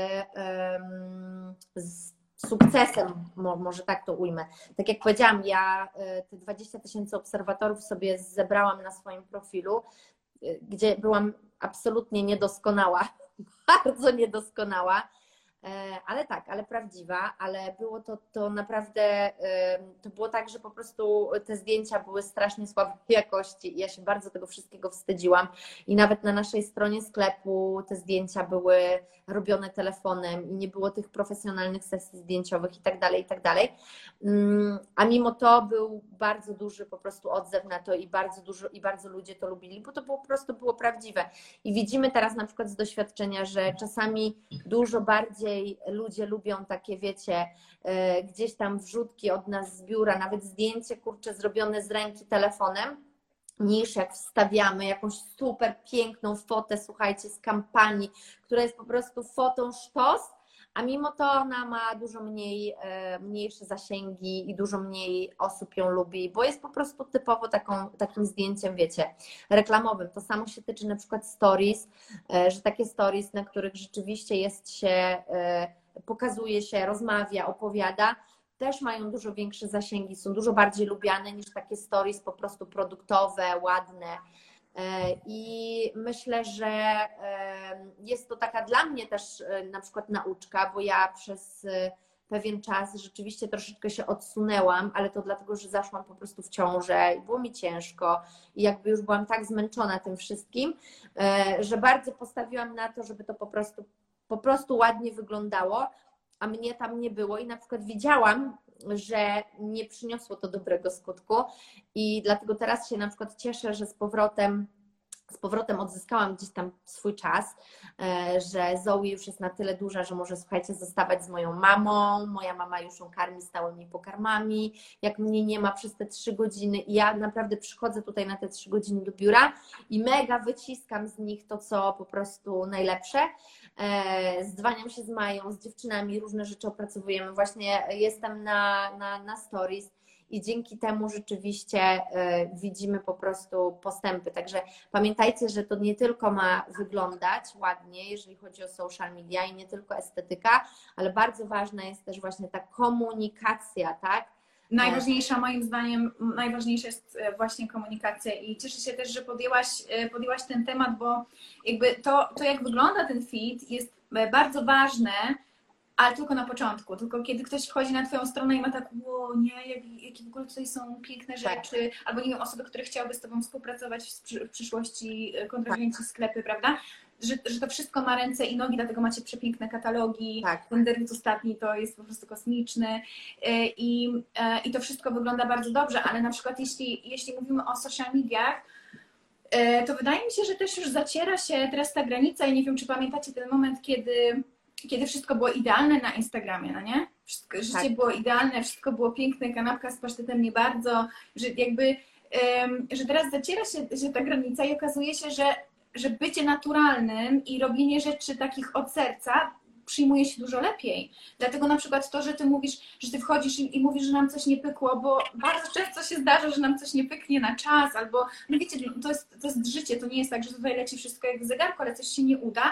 z sukcesem, może tak to ujmę. Tak jak powiedziałam, ja te 20 000 obserwatorów sobie zebrałam na swoim profilu, gdzie byłam absolutnie niedoskonała, bardzo niedoskonała, ale prawdziwa, ale było to naprawdę, to było tak, że po prostu te zdjęcia były strasznie słabej jakości i ja się bardzo tego wszystkiego wstydziłam i nawet na naszej stronie sklepu te zdjęcia były robione telefonem i nie było tych profesjonalnych sesji zdjęciowych i tak dalej, a mimo to był bardzo duży po prostu odzew na to i bardzo ludzie to lubili, bo to po prostu było prawdziwe i widzimy teraz na przykład z doświadczenia, że czasami dużo bardziej ludzie lubią takie, wiecie, gdzieś tam wrzutki od nas z biura, nawet zdjęcie, zrobione z ręki telefonem, niż jak wstawiamy jakąś super piękną fotę, słuchajcie, z kampanii, która jest po prostu fotą sztos, a mimo to ona ma dużo mniejsze zasięgi i dużo mniej osób ją lubi, bo jest po prostu typowo takim zdjęciem, wiecie, reklamowym. To samo się tyczy na przykład stories, że takie stories, na których rzeczywiście pokazuje się, rozmawia, opowiada, też mają dużo większe zasięgi, są dużo bardziej lubiane niż takie stories po prostu produktowe, ładne. I myślę, że jest to taka dla mnie też na przykład nauczka, bo ja przez pewien czas rzeczywiście troszeczkę się odsunęłam, ale to dlatego, że zaszłam po prostu w ciążę i było mi ciężko i jakby już byłam tak zmęczona tym wszystkim, że bardzo postawiłam na to, żeby to po prostu ładnie wyglądało, a mnie tam nie było i na przykład widziałam, że nie przyniosło to dobrego skutku i dlatego teraz się na przykład cieszę, że z powrotem odzyskałam gdzieś tam swój czas, że Zoe już jest na tyle duża, że może, słuchajcie, zostawać z moją mamą. Moja mama już ją karmi stałymi pokarmami, jak mnie nie ma przez te 3 godziny i ja naprawdę przychodzę tutaj na te 3 godziny do biura i mega wyciskam z nich to, co po prostu najlepsze. Zdzwaniam się z Mają, z dziewczynami, różne rzeczy opracowujemy. Właśnie jestem na stories. I dzięki temu rzeczywiście widzimy po prostu postępy. Także pamiętajcie, że to nie tylko ma wyglądać ładnie, jeżeli chodzi o social media i nie tylko estetyka, ale bardzo ważna jest też właśnie ta komunikacja, tak? Najważniejsza, moim zdaniem, najważniejsza jest właśnie komunikacja i cieszę się też, że podjęłaś ten temat, bo jakby to jak wygląda ten feed jest bardzo ważne, ale tylko na początku, tylko kiedy ktoś wchodzi na Twoją stronę i ma tak, o nie, jakie w ogóle tutaj są piękne rzeczy, albo nie wiem, osoby, które chciałyby z Tobą współpracować w przyszłości, kontrahenci, sklepy, prawda? Że to wszystko ma ręce i nogi, dlatego macie przepiękne katalogi, ten debiut ostatni to jest po prostu kosmiczny i to wszystko wygląda bardzo dobrze, ale na przykład jeśli mówimy o social mediach, to wydaje mi się, że też już zaciera się teraz ta granica i nie wiem, czy pamiętacie ten moment, kiedy wszystko było idealne na Instagramie, no nie? Życie było idealne, wszystko było piękne, kanapka z pasztetem nie bardzo, że jakby, że teraz zaciera się ta granica i okazuje się, że bycie naturalnym i robienie rzeczy takich od serca przyjmuje się dużo lepiej. Dlatego na przykład to, że Ty mówisz, że Ty wchodzisz i mówisz, że nam coś nie pykło, bo bardzo często się zdarza, że nam coś nie pyknie na czas, albo, no wiecie, to jest życie, to nie jest tak, że tutaj leci wszystko jak w zegarku, ale coś się nie uda.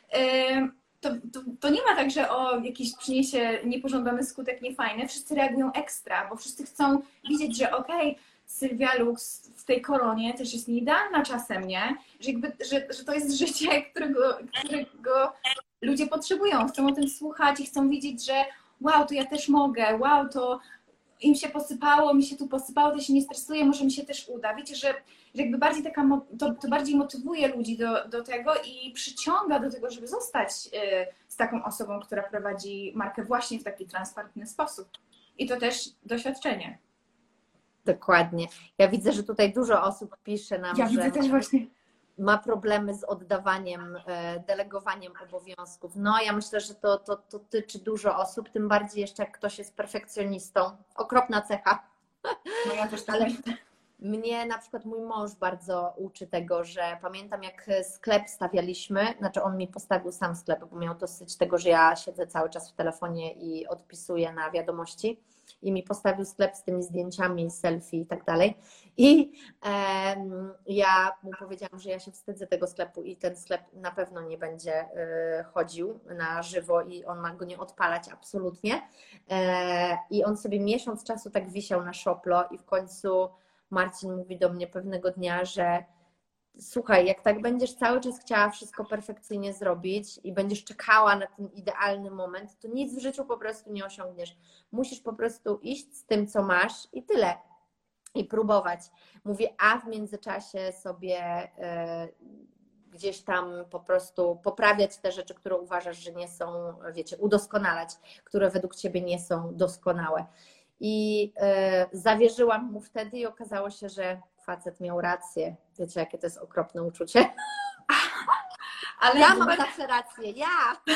To nie ma tak, że jakiś przyniesie niepożądany skutek niefajny. Wszyscy reagują ekstra, bo wszyscy chcą widzieć, że okej, Sylwia Lux w tej koronie też jest nieidealna czasem, nie? Że to jest życie, którego ludzie potrzebują. Chcą o tym słuchać i chcą widzieć, że wow, to ja też mogę, wow, to im się posypało, mi się tu posypało, to się nie stresuję, może mi się też uda. Wiecie, że jakby bardziej to bardziej motywuje ludzi do tego i przyciąga do tego, żeby zostać z taką osobą, która prowadzi markę właśnie w taki transparentny sposób. I to też doświadczenie. Dokładnie. Ja widzę, że tutaj dużo osób pisze nam, ja że widzę też właśnie. ma problemy z oddawaniem, delegowaniem obowiązków. No ja myślę, że to tyczy dużo osób, tym bardziej jeszcze jak ktoś jest perfekcjonistą. Okropna cecha. No ja też tak Ale myślę. mnie na przykład mój mąż bardzo uczy tego, że pamiętam jak sklep stawialiśmy, znaczy on mi postawił sam sklep, bo miał dosyć tego, że ja siedzę cały czas w telefonie i odpisuję na wiadomości i mi postawił sklep z tymi zdjęciami, selfie i tak dalej. I ja mu powiedziałam, że ja się wstydzę tego sklepu i ten sklep na pewno nie będzie chodził na żywo i on ma go nie odpalać absolutnie. I on sobie miesiąc czasu tak wisiał na szoplo i w końcu Marcin mówi do mnie pewnego dnia, że słuchaj, jak tak będziesz cały czas chciała wszystko perfekcyjnie zrobić i będziesz czekała na ten idealny moment, to nic w życiu po prostu nie osiągniesz. Musisz po prostu iść z tym, co masz i tyle. I próbować. Mówię, a w międzyczasie sobie gdzieś tam po prostu poprawiać te rzeczy, które uważasz, że nie są, wiecie, udoskonalać, które według Ciebie nie są doskonałe. I zawierzyłam mu wtedy i okazało się, że facet miał rację. Wiecie, jakie to jest okropne uczucie? Ale ja mam zawsze rację, ja!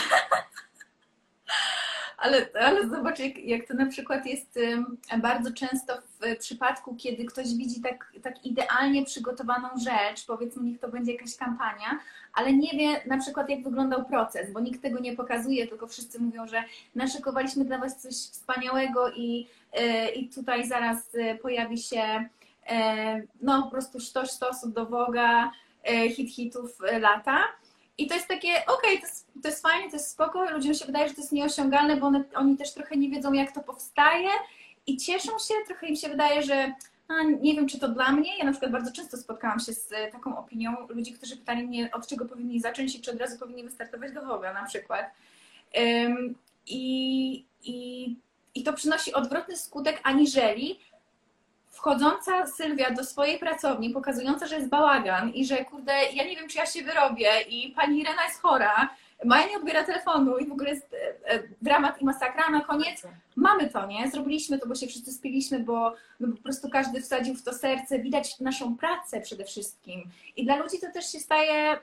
Ale zobacz, jak to na przykład jest bardzo często w przypadku, kiedy ktoś widzi tak idealnie przygotowaną rzecz, powiedzmy, niech to będzie jakaś kampania, ale nie wie na przykład, jak wyglądał proces, bo nikt tego nie pokazuje, tylko wszyscy mówią, że naszykowaliśmy dla Was coś wspaniałego i tutaj zaraz pojawi się no po prostu sztos do Vogue'a, hitów lata. I to jest takie, okej, to jest fajnie, to jest spoko, ludziom się wydaje, że to jest nieosiągalne, bo oni też trochę nie wiedzą, jak to powstaje i cieszą się, trochę im się wydaje, że nie wiem, czy to dla mnie. Ja na przykład bardzo często spotkałam się z taką opinią ludzi, którzy pytali mnie, od czego powinni zacząć i czy od razu powinni wystartować do Vogue'a na przykład. I to przynosi odwrotny skutek aniżeli wchodząca Sylwia do swojej pracowni, pokazująca, że jest bałagan i że kurde, ja nie wiem, czy ja się wyrobię i pani Irena jest chora, Maja nie odbiera telefonu i w ogóle jest dramat i masakra, a na koniec mamy to, nie? Zrobiliśmy to, bo się wszyscy spiliśmy, bo po prostu każdy wsadził w to serce, widać naszą pracę przede wszystkim. I dla ludzi to też się staje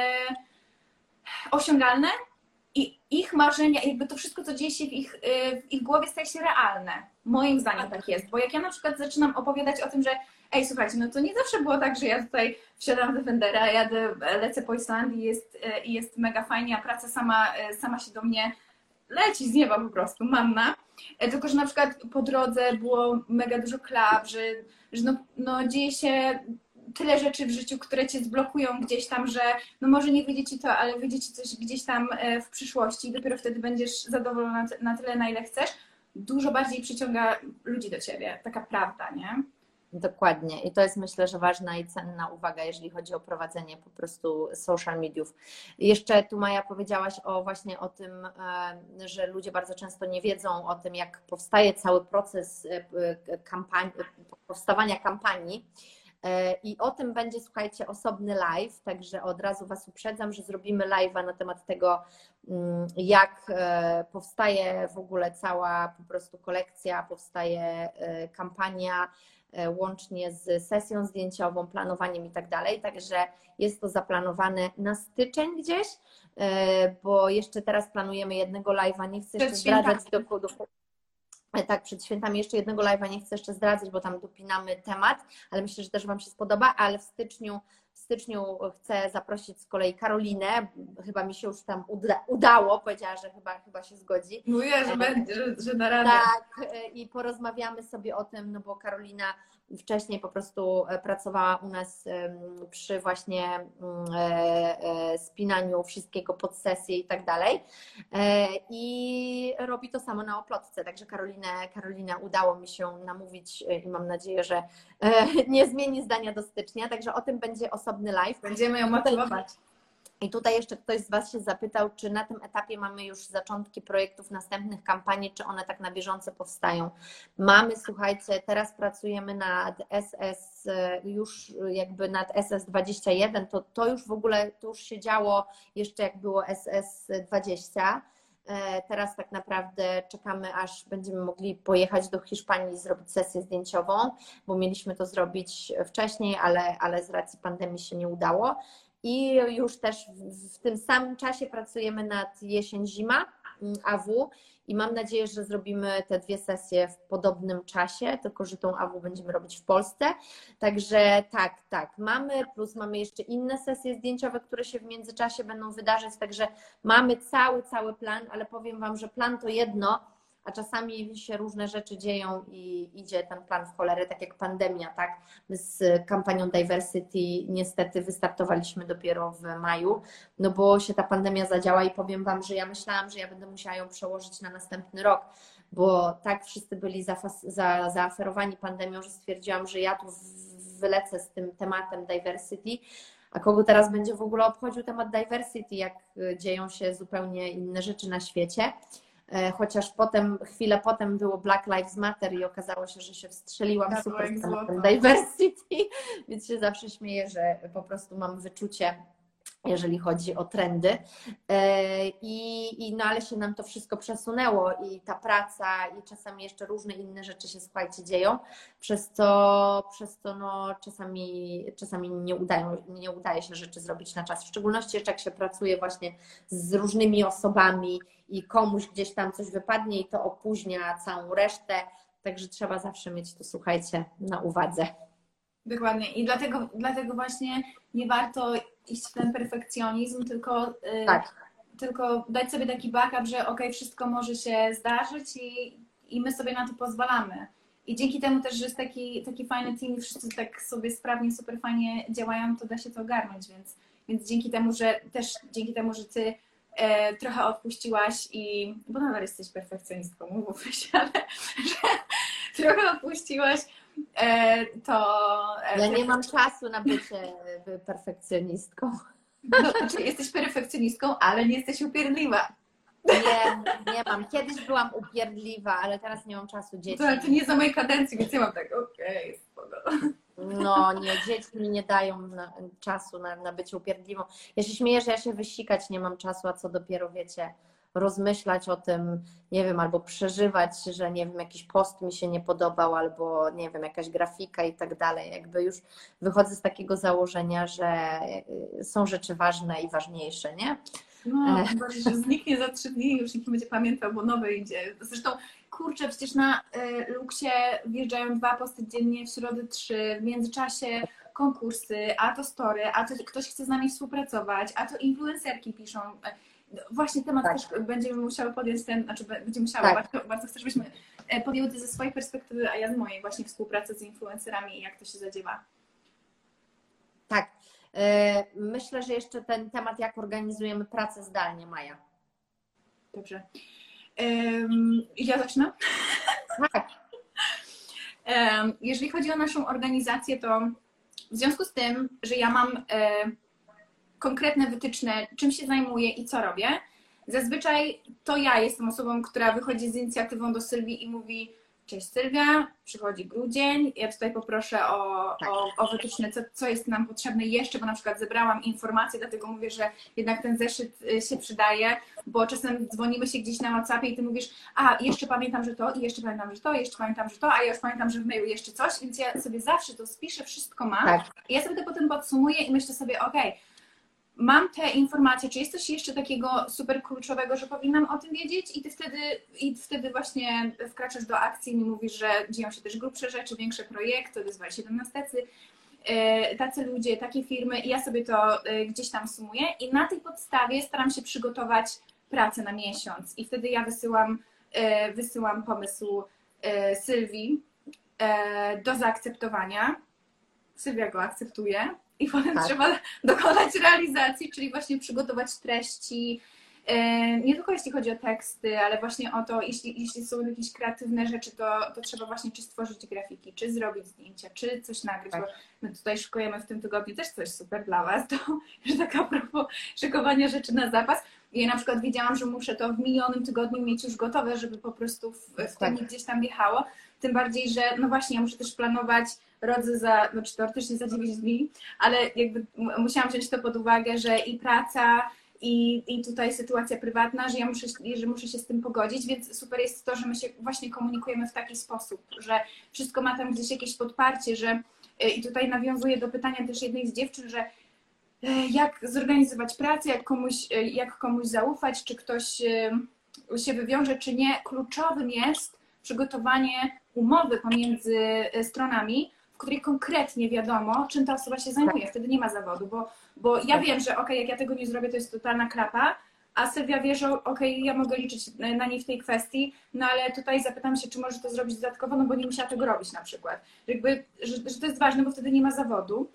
osiągalne i ich marzenia, jakby to wszystko, co dzieje się w ich głowie, staje się realne. Moim zdaniem tak jest, bo jak ja na przykład zaczynam opowiadać o tym, że ej, słuchajcie, no to nie zawsze było tak, że ja tutaj wsiadam w Defendera, lecę po Islandii i jest mega fajnie, a praca sama się do mnie leci z nieba po prostu, manna. Tylko, że na przykład po drodze było mega dużo klap, że no dzieje się tyle rzeczy w życiu, które cię zblokują gdzieś tam, że no może nie wyjdzie ci to, ale wyjdzie ci coś gdzieś tam w przyszłości i dopiero wtedy będziesz zadowolona na tyle, na ile chcesz. Dużo bardziej przyciąga ludzi do ciebie, taka prawda, nie? Dokładnie. I to jest, myślę, że ważna i cenna uwaga, jeżeli chodzi o prowadzenie po prostu social mediów. Jeszcze tu, Maja, powiedziałaś właśnie o tym, że ludzie bardzo często nie wiedzą o tym, jak powstaje cały proces powstawania kampanii. I o tym będzie, słuchajcie, osobny live, także od razu Was uprzedzam, że zrobimy live'a na temat tego, jak powstaje w ogóle cała po prostu kolekcja, powstaje kampania, łącznie z sesją zdjęciową, planowaniem i tak dalej. Także jest to zaplanowane na styczeń gdzieś, bo jeszcze teraz planujemy jednego live'a, nie chcę jeszcze zdradzać tak, przed świętami jeszcze jednego live'a nie chcę jeszcze zdradzać, bo tam dopinamy temat, ale myślę, że też Wam się spodoba, ale w styczniu chcę zaprosić z kolei Karolinę, chyba mi się już tam udało, powiedziała, że chyba się zgodzi. Mówię, że będzie, że da radę. Tak, i porozmawiamy sobie o tym, no bo Karolina wcześniej po prostu pracowała u nas przy właśnie spinaniu wszystkiego pod sesję i tak dalej i robi to samo na Oplotce, także Karolinę udało mi się namówić i mam nadzieję, że nie zmieni zdania do stycznia, także o tym będzie osobny live. Będziemy ją motywować. I tutaj jeszcze ktoś z Was się zapytał, czy na tym etapie mamy już zaczątki projektów następnych kampanii, czy one tak na bieżąco powstają. Mamy, słuchajcie, teraz pracujemy nad SS, już jakby nad SS21, to już w ogóle, to już się działo jeszcze jak było SS20. Teraz tak naprawdę czekamy, aż będziemy mogli pojechać do Hiszpanii i zrobić sesję zdjęciową, bo mieliśmy to zrobić wcześniej, ale z racji pandemii się nie udało. I już też w tym samym czasie pracujemy nad jesień-zima AW i mam nadzieję, że zrobimy te dwie sesje w podobnym czasie, tylko że tą AW będziemy robić w Polsce. Także tak, mamy, plus mamy jeszcze inne sesje zdjęciowe, które się w międzyczasie będą wydarzyć, także mamy cały plan, ale powiem Wam, że plan to jedno, a czasami się różne rzeczy dzieją i idzie ten plan w cholerę, tak jak pandemia, tak? My z kampanią Diversity niestety wystartowaliśmy dopiero w maju, no bo się ta pandemia zadziała i powiem Wam, że ja myślałam, że ja będę musiała ją przełożyć na następny rok, bo tak wszyscy byli zaaferowani pandemią, że stwierdziłam, że ja tu wylecę z tym tematem Diversity, a kogo teraz będzie w ogóle obchodził temat Diversity, jak dzieją się zupełnie inne rzeczy na świecie. Chociaż chwilę potem było Black Lives Matter i okazało się, że się wstrzeliłam super z tematem diversity, więc się zawsze śmieję, że po prostu mam wyczucie, jeżeli chodzi o trendy. No ale się nam to wszystko przesunęło i ta praca i czasami jeszcze różne inne rzeczy się, słuchajcie, dzieją, przez co no, czasami nie udaje się rzeczy zrobić na czas. W szczególności jeszcze jak się pracuje właśnie z różnymi osobami i komuś gdzieś tam coś wypadnie i to opóźnia całą resztę, także trzeba zawsze mieć to, słuchajcie, na uwadze. Dokładnie i dlatego właśnie nie warto iść w ten perfekcjonizm, tylko dać sobie taki backup, że okej, wszystko może się zdarzyć i my sobie na to pozwalamy. I dzięki temu też, że jest taki fajny team i wszyscy tak sobie sprawnie, super fajnie działają, to da się to ogarnąć, więc dzięki temu, że Ty trochę odpuściłaś bo nadal jesteś perfekcjonistką, mówmy się, ale że trochę odpuściłaś, Ja nie mam czasu na bycie perfekcjonistką. No, znaczy jesteś perfekcjonistką, ale nie jesteś upierdliwa. Nie mam. Kiedyś byłam upierdliwa, ale teraz nie mam czasu. Dzieci. To nie za mojej kadencji, więc ja mam tak, okej, spoko. No nie, dzieci mi nie dają czasu na bycie upierdliwą. Ja się śmieję, że ja się wysikać nie mam czasu, a co dopiero, wiecie, rozmyślać o tym, nie wiem, albo przeżywać, że nie wiem, jakiś post mi się nie podobał, albo nie wiem, jakaś grafika i tak dalej. Jakby już wychodzę z takiego założenia, że są rzeczy ważne i ważniejsze, nie? No, bardziej, że zniknie za 3 dni, już nikt nie będzie pamiętał, bo nowy idzie. Zresztą, kurczę, przecież na Luxie wjeżdżają 2 posty dziennie, w środę 3, w międzyczasie konkursy, a to story, a to ktoś chce z nami współpracować, a to influencerki piszą. Właśnie temat Tak. też będziemy musiały podjąć będziemy musiały, Tak. bardzo chcę, żebyśmy podjęły to ze swojej perspektywy, a ja z mojej, właśnie współpracę z influencerami i jak to się zadziewa. Tak. Myślę, że jeszcze ten temat, jak organizujemy pracę zdalnie, Maja. Dobrze. Ja zaczynam? Tak. Jeżeli chodzi o naszą organizację, to w związku z tym, że ja mam konkretne wytyczne, czym się zajmuję i co robię, zazwyczaj to ja jestem osobą, która wychodzi z inicjatywą do Sylwii i mówi: cześć Sylwia, przychodzi grudzień, ja tutaj poproszę o wytyczne, co jest nam potrzebne jeszcze, bo na przykład zebrałam informacje, dlatego mówię, że jednak ten zeszyt się przydaje, bo czasem dzwonimy się gdzieś na WhatsAppie i ty mówisz: a jeszcze pamiętam, że to, i jeszcze pamiętam, że to, jeszcze pamiętam, że to, a ja już pamiętam, że w mailu jeszcze coś, więc ja sobie zawsze to spiszę, wszystko mam. Tak. I ja sobie to potem podsumuję i myślę sobie: okej, mam te informacje, czy jest coś jeszcze takiego super kluczowego, że powinnam o tym wiedzieć, i wtedy właśnie wkraczasz do akcji i mi mówisz, że dzieją się też grubsze rzeczy, większe projekty, odezwali się do nas tacy ludzie, takie firmy, i ja sobie to gdzieś tam sumuję i na tej podstawie staram się przygotować pracę na miesiąc i wtedy ja wysyłam pomysł Sylwii do zaakceptowania. Sylwia go akceptuje. I potem trzeba dokonać realizacji, czyli właśnie przygotować treści, nie tylko jeśli chodzi o teksty, ale właśnie o to, jeśli są jakieś kreatywne rzeczy, to trzeba właśnie czy stworzyć grafiki, czy zrobić zdjęcia, czy coś nagrać, bo my tutaj szykujemy w tym tygodniu też coś super dla Was, to że tak a propos szykowania rzeczy na zapas. I ja na przykład wiedziałam, że muszę to w minionym tygodniu mieć już gotowe, żeby po prostu w tym gdzieś tam wjechało. Tym bardziej, że no właśnie, ja muszę też planować rodzę teoretycznie za 9 dni, ale jakby musiałam wziąć to pod uwagę, że i praca, i tutaj sytuacja prywatna, że muszę się z tym pogodzić, więc super jest to, że my się właśnie komunikujemy w taki sposób, że wszystko ma tam gdzieś jakieś podparcie, że i tutaj nawiązuję do pytania też jednej z dziewczyn, że jak zorganizować pracę, jak komuś zaufać, czy ktoś się wywiąże, czy nie. Kluczowym jest przygotowanie umowy pomiędzy stronami, w której konkretnie wiadomo, czym ta osoba się zajmuje. Wtedy nie ma zawodu, bo ja wiem, że okej, jak ja tego nie zrobię, to jest totalna klapa, a Sylwia wie, że okej, ja mogę liczyć na niej w tej kwestii, no ale tutaj zapytam się, czy może to zrobić dodatkowo, no bo nie musiała tego robić na przykład. Że to jest ważne, bo wtedy nie ma zawodu.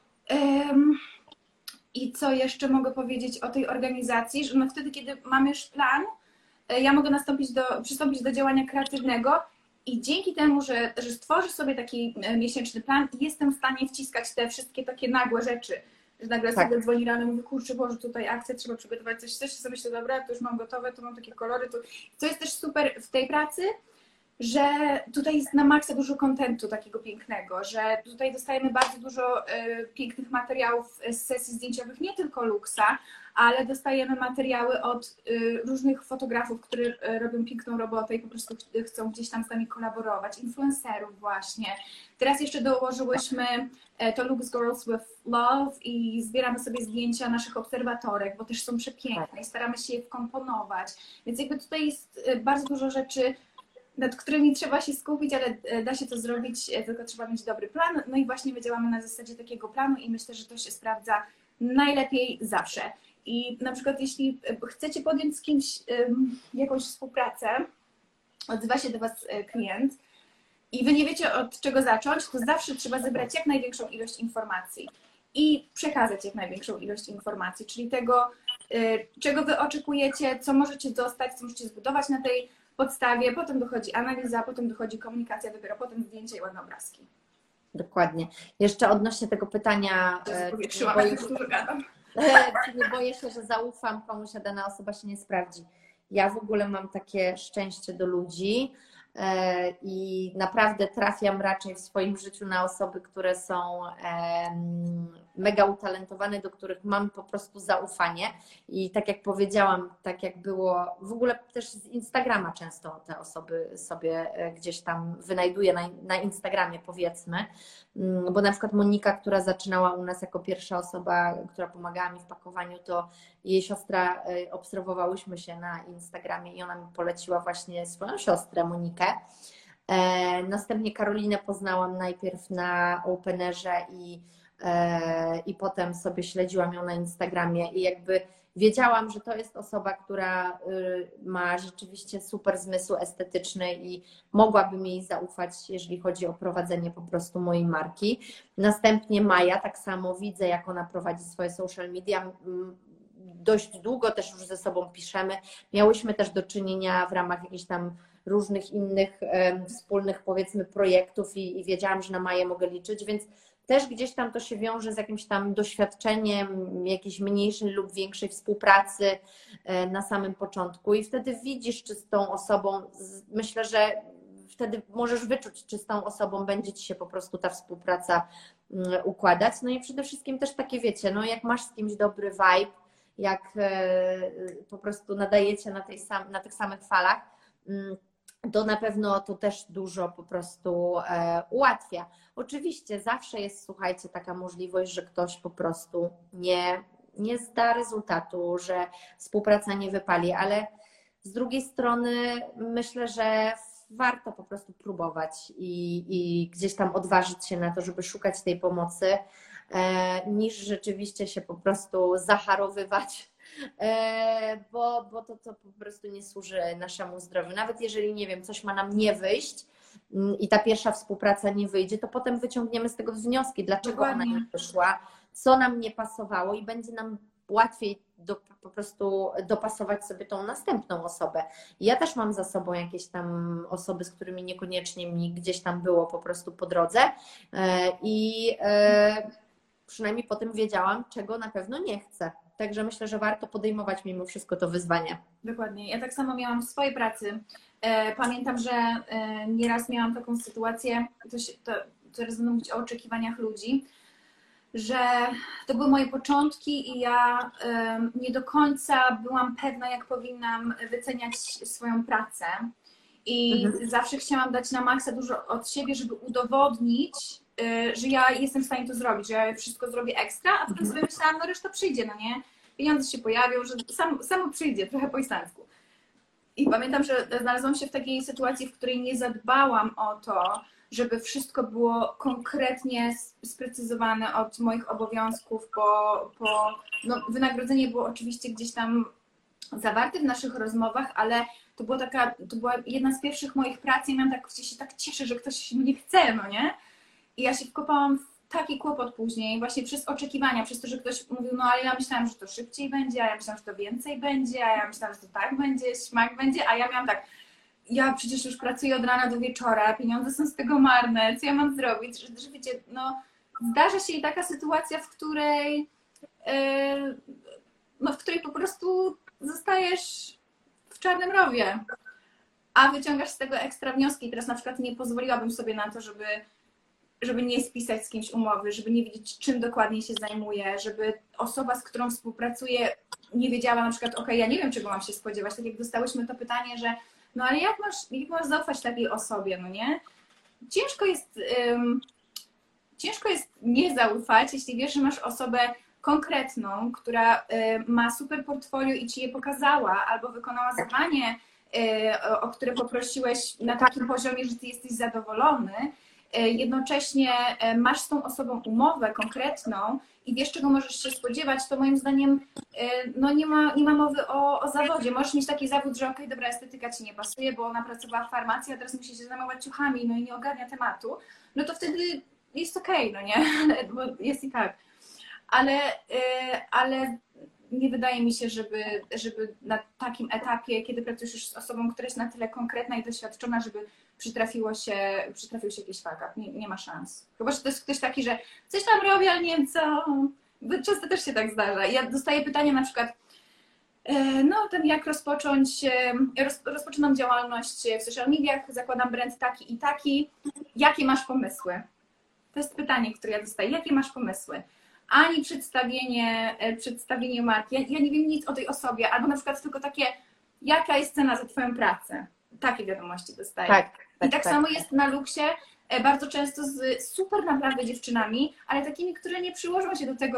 I co jeszcze mogę powiedzieć o tej organizacji, że no wtedy, kiedy mamy już plan, ja mogę przystąpić do działania kreatywnego i dzięki temu, że stworzę sobie taki miesięczny plan, jestem w stanie wciskać te wszystkie takie nagłe rzeczy, że nagle sobie dzwoni rano i mówię: kurczę, Boże, tutaj akcja, trzeba przygotować coś sobie myślę: dobra, to już mam gotowe, tu mam takie kolory. Co jest też super w tej pracy, że tutaj jest na maksa dużo kontentu takiego pięknego, że tutaj dostajemy bardzo dużo pięknych materiałów z sesji zdjęciowych, nie tylko Luxa, ale dostajemy materiały od różnych fotografów, którzy robią piękną robotę i po prostu chcą gdzieś tam z nami kolaborować, influencerów właśnie. Teraz jeszcze dołożyłyśmy to Lux Girls with Love i zbieramy sobie zdjęcia naszych obserwatorek, bo też są przepiękne i staramy się je wkomponować. Więc jakby tutaj jest bardzo dużo rzeczy, nad którymi trzeba się skupić, ale da się to zrobić, tylko trzeba mieć dobry plan. No i właśnie my działamy na zasadzie takiego planu i myślę, że to się sprawdza najlepiej zawsze. I na przykład jeśli chcecie podjąć z kimś jakąś współpracę, odzywa się do Was klient i Wy nie wiecie, od czego zacząć, to zawsze trzeba zebrać jak największą ilość informacji i przekazać jak największą ilość informacji, czyli tego, czego Wy oczekujecie, co możecie dostać, co możecie zbudować na tej podstawie, potem dochodzi analiza, potem dochodzi komunikacja, dopiero potem zdjęcia i ładne obrazki. Dokładnie. Jeszcze odnośnie tego pytania, Dużo gadam. nie boję się, że zaufam komuś, a dana osoba się nie sprawdzi. Ja w ogóle mam takie szczęście do ludzi i naprawdę trafiam raczej w swoim życiu na osoby, które są mega utalentowane, do których mam po prostu zaufanie. I tak jak powiedziałam, tak jak było, w ogóle też z Instagrama często te osoby sobie gdzieś tam wynajduję na Instagramie, powiedzmy, bo na przykład Monika, która zaczynała u nas jako pierwsza osoba, która pomagała mi w pakowaniu, to jej siostra, obserwowałyśmy się na Instagramie i ona mi poleciła właśnie swoją siostrę Monikę. Następnie Karolinę poznałam najpierw na Openerze i potem sobie śledziłam ją na Instagramie i jakby wiedziałam, że to jest osoba, która ma rzeczywiście super zmysł estetyczny i mogłabym jej zaufać, jeżeli chodzi o prowadzenie po prostu mojej marki. Następnie Maja, tak samo widzę, jak ona prowadzi swoje social media. Dość długo też już ze sobą piszemy. Miałyśmy też do czynienia w ramach jakichś tam różnych innych wspólnych, powiedzmy, projektów i wiedziałam, że na Maję mogę liczyć, więc też gdzieś tam to się wiąże z jakimś tam doświadczeniem jakiejś mniejszej lub większej współpracy na samym początku i wtedy widzisz, czy z tą osobą, myślę, że wtedy możesz wyczuć, czy z tą osobą będzie Ci się po prostu ta współpraca układać. No i przede wszystkim też takie, wiecie, no jak masz z kimś dobry vibe, jak po prostu nadajecie na tych samych falach, to na pewno to też dużo po prostu ułatwia. Oczywiście zawsze jest, słuchajcie, taka możliwość, że ktoś po prostu nie zda rezultatu, że współpraca nie wypali, ale z drugiej strony myślę, że warto po prostu próbować i gdzieś tam odważyć się na to, żeby szukać tej pomocy, niż rzeczywiście się po prostu zaharowywać, bo to po prostu nie służy naszemu zdrowiu. Nawet jeżeli, nie wiem, coś ma nam nie wyjść i ta pierwsza współpraca nie wyjdzie, to potem wyciągniemy z tego wnioski, dlaczego ona nie wyszła, co nam nie pasowało i będzie nam łatwiej po prostu dopasować sobie tą następną osobę. Ja też mam za sobą jakieś tam osoby, z którymi niekoniecznie mi gdzieś tam było po prostu po drodze i przynajmniej potem wiedziałam, czego na pewno nie chcę. Także myślę, że warto podejmować mimo wszystko to wyzwanie. Dokładnie. Ja tak samo miałam w swojej pracy. Pamiętam, że nieraz miałam taką sytuację, teraz będę mówić o oczekiwaniach ludzi, że to były moje początki i ja nie do końca byłam pewna, jak powinnam wyceniać swoją pracę. I zawsze chciałam dać na maksa dużo od siebie, żeby udowodnić, że ja jestem w stanie to zrobić, że ja wszystko zrobię ekstra, a potem sobie myślałam, no reszta przyjdzie, no nie? Pieniądze się pojawią, że samo przyjdzie, trochę po islandzku. I pamiętam, że znalazłam się w takiej sytuacji, w której nie zadbałam o to, żeby wszystko było konkretnie sprecyzowane od moich obowiązków, no, wynagrodzenie było oczywiście gdzieś tam zawarte w naszych rozmowach, ale to była jedna z pierwszych moich prac i miałam się tak cieszę, że ktoś mnie chce, no nie? I ja się wkopałam w taki kłopot później, właśnie przez oczekiwania, przez to, że ktoś mówił, no ale ja myślałam, że to szybciej będzie, a ja myślałam, że to więcej będzie, a ja myślałam, że to tak będzie, śmak będzie, a ja miałam tak, ja przecież już pracuję od rana do wieczora, pieniądze są z tego marne, co ja mam zrobić? Że wiecie, no zdarza się i taka sytuacja, w której po prostu zostajesz w czarnym rowie, a wyciągasz z tego ekstra wnioski. I teraz na przykład nie pozwoliłabym sobie na to, żeby nie spisać z kimś umowy, żeby nie wiedzieć, czym dokładnie się zajmuje, żeby osoba, z którą współpracuję, nie wiedziała na przykład, okej, ja nie wiem, czego mam się spodziewać. Tak jak dostałyśmy to pytanie, że no ale jak masz zaufać takiej osobie, no nie? Ciężko jest nie zaufać, jeśli wiesz, że masz osobę konkretną, która ma super portfolio i ci je pokazała, albo wykonała zadanie, o które poprosiłeś na takim poziomie, że ty jesteś zadowolony, jednocześnie masz z tą osobą umowę konkretną i wiesz, czego możesz się spodziewać, to moim zdaniem no nie ma mowy o zawodzie. Możesz mieć taki zawód, że okej, dobra, estetyka ci nie pasuje, bo ona pracowała w farmacji, a teraz musi się zajmować ciuchami, no i nie ogarnia tematu, no to wtedy jest okej, no nie? Bo jest i tak. Ale nie wydaje mi się, żeby na takim etapie, kiedy pracujesz już z osobą, która jest na tyle konkretna i doświadczona, żeby przytrafił się jakiś fuck up. Nie ma szans. Chyba, że to jest ktoś taki, że coś tam robi, ale nie wiem co. Bo często też się tak zdarza. Ja dostaję pytania na przykład, No, ten jak rozpocząć, rozpoczynam działalność w social mediach, zakładam brand taki i taki. Jakie masz pomysły? To jest pytanie, które ja dostaję. Jakie masz pomysły? Ani przedstawienie marki. Ja nie wiem nic o tej osobie, albo na przykład tylko takie, jaka jest cena za Twoją pracę? Takie wiadomości dostaję. Tak, I tak samo jest na Luxie, bardzo często z super naprawdę dziewczynami, ale takimi, które nie przyłożą się do tego,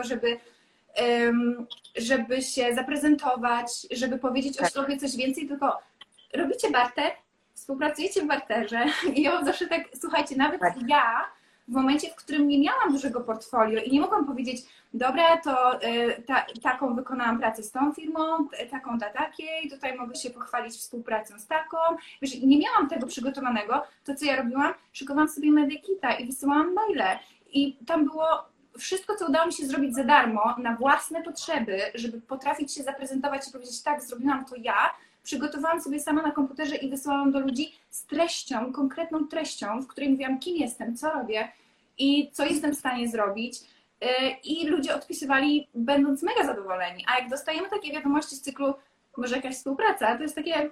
żeby się zaprezentować, żeby powiedzieć o sobie coś więcej, tylko robicie barter, współpracujecie w barterze i ja mam zawsze tak, słuchajcie, nawet ja w momencie, w którym nie miałam dużego portfolio i nie mogłam powiedzieć, dobra, to taką wykonałam pracę z tą firmą, taką dla takiej, tutaj mogę się pochwalić współpracą z taką. Wiesz, nie miałam tego przygotowanego, to co ja robiłam, szykowałam sobie Mediakita i wysyłałam maile i tam było wszystko, co udało mi się zrobić za darmo, na własne potrzeby, żeby potrafić się zaprezentować i powiedzieć, tak, zrobiłam to ja, przygotowałam sobie sama na komputerze i wysyłałam do ludzi z treścią, konkretną treścią, w której mówiłam, kim jestem, co robię i co jestem w stanie zrobić. I ludzie odpisywali, będąc mega zadowoleni. A jak dostajemy takie wiadomości z cyklu, może jakaś współpraca, to jest takie,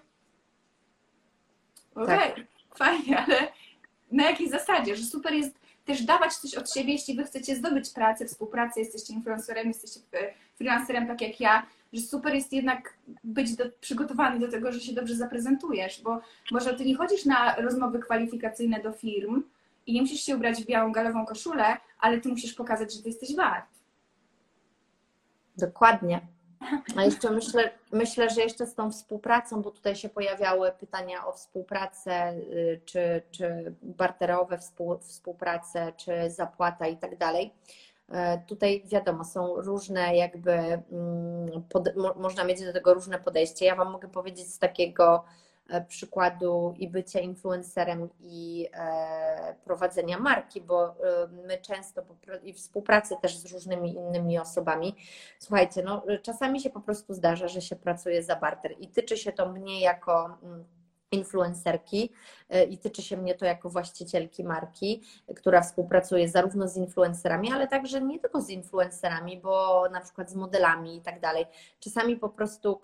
okej, fajnie, ale na jakiej zasadzie, że super jest też dawać coś od siebie, jeśli wy chcecie zdobyć pracę, współpracę, jesteście influencerem, jesteście freelancerem, tak jak ja, że super jest jednak być przygotowany do tego, że się dobrze zaprezentujesz, bo może ty nie chodzisz na rozmowy kwalifikacyjne do firm i nie musisz się ubrać w białą galową koszulę, ale ty musisz pokazać, że ty jesteś wart. Dokładnie. A jeszcze myślę, że jeszcze z tą współpracą, bo tutaj się pojawiały pytania o współpracę, czy barterowe współpracę, czy zapłata i tak dalej. Tutaj wiadomo, są różne jakby, można mieć do tego różne podejście. Ja Wam mogę powiedzieć z takiego przykładu i bycia influencerem i prowadzenia marki, bo my często i współpracy też z różnymi innymi osobami. Słuchajcie, no czasami się po prostu zdarza, że się pracuje za barter i tyczy się to mnie jako influencerki i tyczy się mnie to jako właścicielki marki, która współpracuje zarówno z influencerami, ale także nie tylko z influencerami, bo na przykład z modelami i tak dalej. Czasami po prostu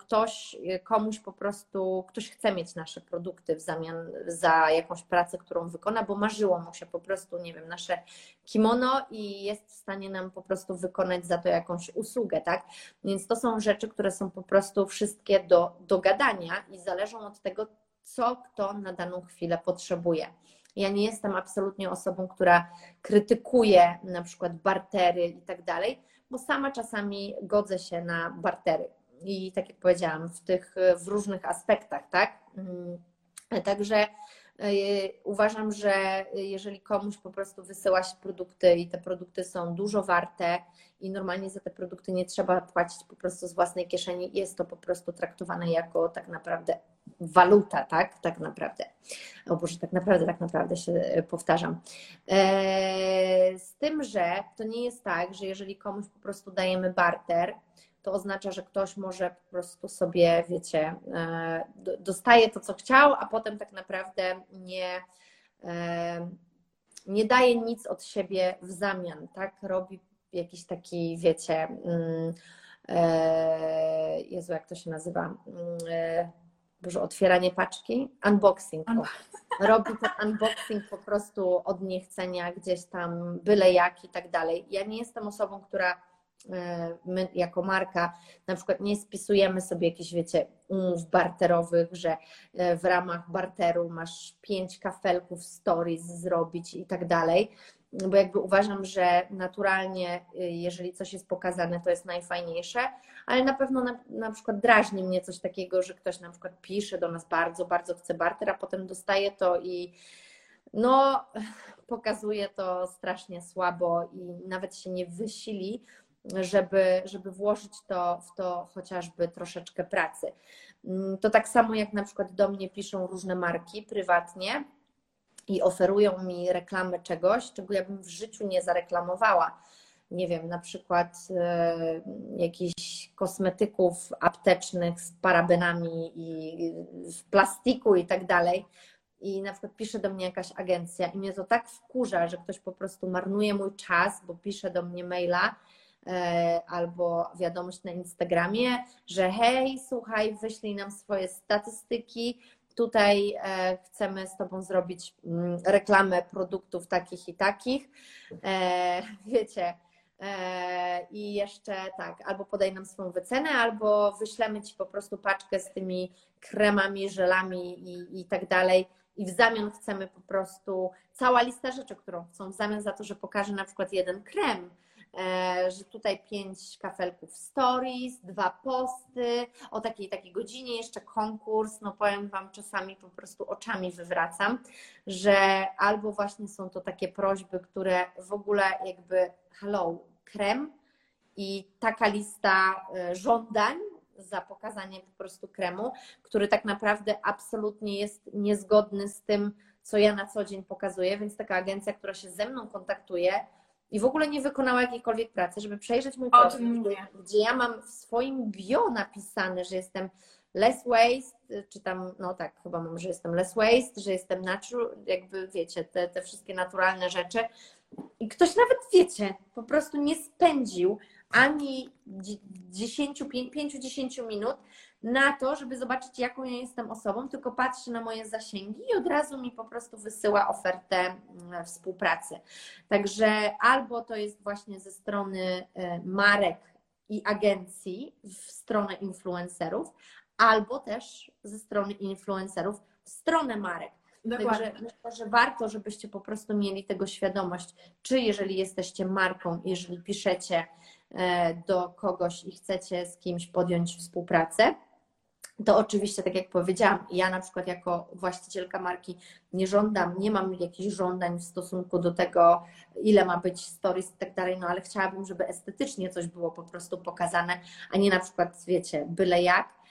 ktoś chce mieć nasze produkty w zamian za jakąś pracę, którą wykona, bo marzyło mu się po prostu, nie wiem, nasze kimono i jest w stanie nam po prostu wykonać za to jakąś usługę, tak? Więc to są rzeczy, które są po prostu wszystkie do dogadania i zależą od tego, co kto na daną chwilę potrzebuje. Ja nie jestem absolutnie osobą, która krytykuje na przykład bartery i tak dalej, bo sama czasami godzę się na bartery. I tak jak powiedziałam, w różnych aspektach, tak? Także uważam, że jeżeli komuś po prostu wysyłaś produkty i te produkty są dużo warte i normalnie za te produkty nie trzeba płacić po prostu z własnej kieszeni, jest to po prostu traktowane jako tak naprawdę waluta, tak? Tak naprawdę. O Boże, tak naprawdę się powtarzam. Z tym, że to nie jest tak, że jeżeli komuś po prostu dajemy barter, to oznacza, że ktoś może po prostu sobie, wiecie, dostaje to, co chciał, a potem tak naprawdę nie daje nic od siebie w zamian, tak? Robi jakiś taki, wiecie, Jezu, jak to się nazywa? Boże, otwieranie paczki? Unboxing. Robi ten unboxing po prostu od niechcenia, gdzieś tam byle jak i tak dalej. Ja nie jestem osobą, która my jako marka na przykład nie spisujemy sobie jakichś, wiecie, umów barterowych, że w ramach barteru masz 5 kafelków stories zrobić i tak dalej, bo jakby uważam, że naturalnie, jeżeli coś jest pokazane, to jest najfajniejsze, ale na pewno na przykład drażni mnie coś takiego, że ktoś na przykład pisze do nas bardzo, bardzo chce barter, a potem dostaje to i no pokazuje to strasznie słabo i nawet się nie wysili, żeby włożyć w to chociażby troszeczkę pracy. To tak samo jak na przykład do mnie piszą różne marki prywatnie i oferują mi reklamę czegoś, czego ja bym w życiu nie zareklamowała. Nie wiem, na przykład jakichś kosmetyków aptecznych z parabenami i w plastiku i tak dalej. I na przykład pisze do mnie jakaś agencja i mnie to tak wkurza, że ktoś po prostu marnuje mój czas, bo pisze do mnie maila, albo wiadomość na Instagramie, że hej, słuchaj, wyślij nam swoje statystyki, tutaj chcemy z Tobą zrobić reklamę produktów takich i takich, wiecie, i jeszcze tak, albo podaj nam swoją wycenę, albo wyślemy Ci po prostu paczkę z tymi kremami, żelami i tak dalej. I w zamian chcemy po prostu, cała lista rzeczy, którą chcą, w zamian za to, że pokażę na przykład jeden krem, że tutaj 5 kafelków stories, 2 posty, o takiej godzinie, jeszcze konkurs, no powiem Wam, czasami po prostu oczami wywracam, że albo właśnie są to takie prośby, które w ogóle jakby hello, krem i taka lista żądań za pokazanie po prostu kremu, który tak naprawdę absolutnie jest niezgodny z tym, co ja na co dzień pokazuję, więc taka agencja, która się ze mną kontaktuje i w ogóle nie wykonała jakiejkolwiek pracy, żeby przejrzeć mój profil, gdzie ja mam w swoim bio napisane, że jestem less waste, czy tam, no tak, chyba mam, że jestem less waste, że jestem natural, jakby wiecie, te wszystkie naturalne rzeczy. I ktoś nawet, wiecie, po prostu nie spędził ani 5-10 minut na to, żeby zobaczyć, jaką ja jestem osobą, tylko patrzy na moje zasięgi i od razu mi po prostu wysyła ofertę współpracy. Także albo to jest właśnie ze strony marek i agencji w stronę influencerów, albo też ze strony influencerów w stronę marek. Także myślę, że warto, żebyście po prostu mieli tego świadomość, czy jeżeli jesteście marką, jeżeli piszecie do kogoś i chcecie z kimś podjąć współpracę, to oczywiście, tak jak powiedziałam, ja na przykład jako właścicielka marki nie mam jakichś żądań w stosunku do tego, ile ma być stories i tak dalej, no ale chciałabym, żeby estetycznie coś było po prostu pokazane, a nie na przykład, wiecie, byle jak.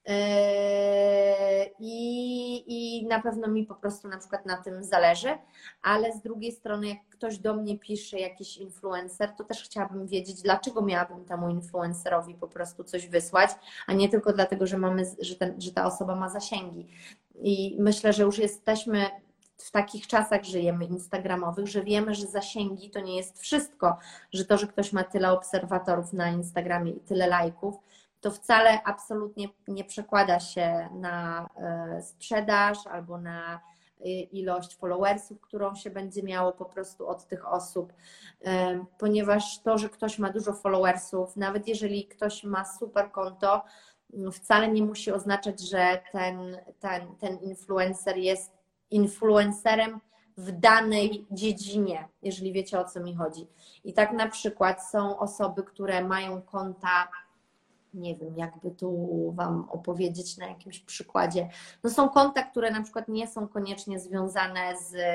I na pewno mi po prostu na przykład na tym zależy, ale z drugiej strony jak ktoś do mnie pisze, jakiś influencer, to też chciałabym wiedzieć, dlaczego miałabym temu influencerowi po prostu coś wysłać, a nie tylko dlatego, że ta osoba ma zasięgi. I myślę, że już jesteśmy w takich czasach, żyjemy instagramowych, że wiemy, że zasięgi to nie jest wszystko, że to, że ktoś ma tyle obserwatorów na Instagramie i tyle lajków, to wcale absolutnie nie przekłada się na sprzedaż albo na ilość followersów, którą się będzie miało po prostu od tych osób, ponieważ to, że ktoś ma dużo followersów, nawet jeżeli ktoś ma super konto, wcale nie musi oznaczać, że ten influencer jest influencerem w danej dziedzinie, jeżeli wiecie, o co mi chodzi. I tak na przykład są osoby, które mają konta, nie wiem, jakby tu Wam opowiedzieć na jakimś przykładzie. No są konta, które na przykład nie są koniecznie związane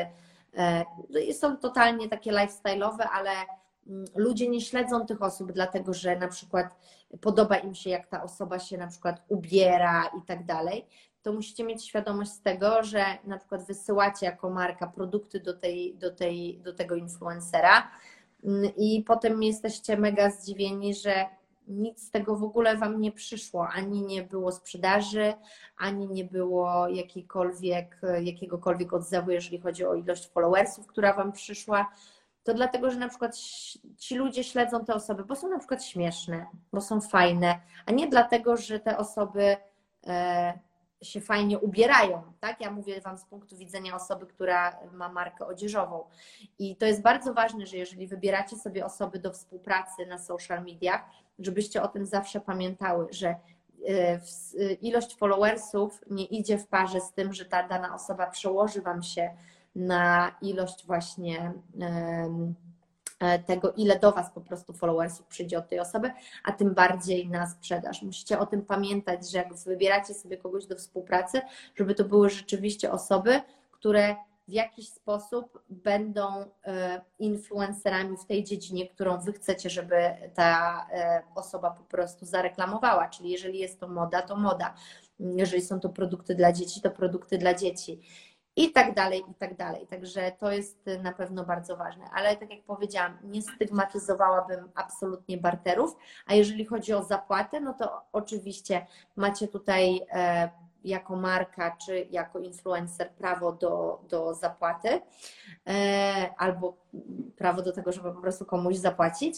są totalnie takie lifestyle'owe, ale ludzie nie śledzą tych osób, dlatego że na przykład podoba im się, jak ta osoba się na przykład ubiera i tak dalej. To musicie mieć świadomość z tego, że na przykład wysyłacie jako marka produkty do tego influencera i potem jesteście mega zdziwieni, że nic z tego w ogóle Wam nie przyszło, ani nie było sprzedaży, ani nie było jakiegokolwiek odzewu, jeżeli chodzi o ilość followersów, która Wam przyszła. To dlatego, że na przykład ci ludzie śledzą te osoby, bo są na przykład śmieszne, bo są fajne, a nie dlatego, że te osoby się fajnie ubierają, tak? Ja mówię Wam z punktu widzenia osoby, która ma markę odzieżową. I to jest bardzo ważne, że jeżeli wybieracie sobie osoby do współpracy na social mediach, żebyście o tym zawsze pamiętały, że ilość followersów nie idzie w parze z tym, że ta dana osoba przełoży Wam się na ilość właśnie tego, ile do Was po prostu followersów przyjdzie od tej osoby, a tym bardziej na sprzedaż. Musicie o tym pamiętać, że jak wybieracie sobie kogoś do współpracy, żeby to były rzeczywiście osoby, które w jakiś sposób będą influencerami w tej dziedzinie, którą Wy chcecie, żeby ta osoba po prostu zareklamowała. Czyli jeżeli jest to moda, to moda. Jeżeli są to produkty dla dzieci, to produkty dla dzieci. I tak dalej, i tak dalej. Także to jest na pewno bardzo ważne. Ale tak jak powiedziałam, nie stygmatyzowałabym absolutnie barterów, a jeżeli chodzi o zapłatę, no to oczywiście macie tutaj jako marka czy jako influencer prawo do zapłaty albo prawo do tego, żeby po prostu komuś zapłacić.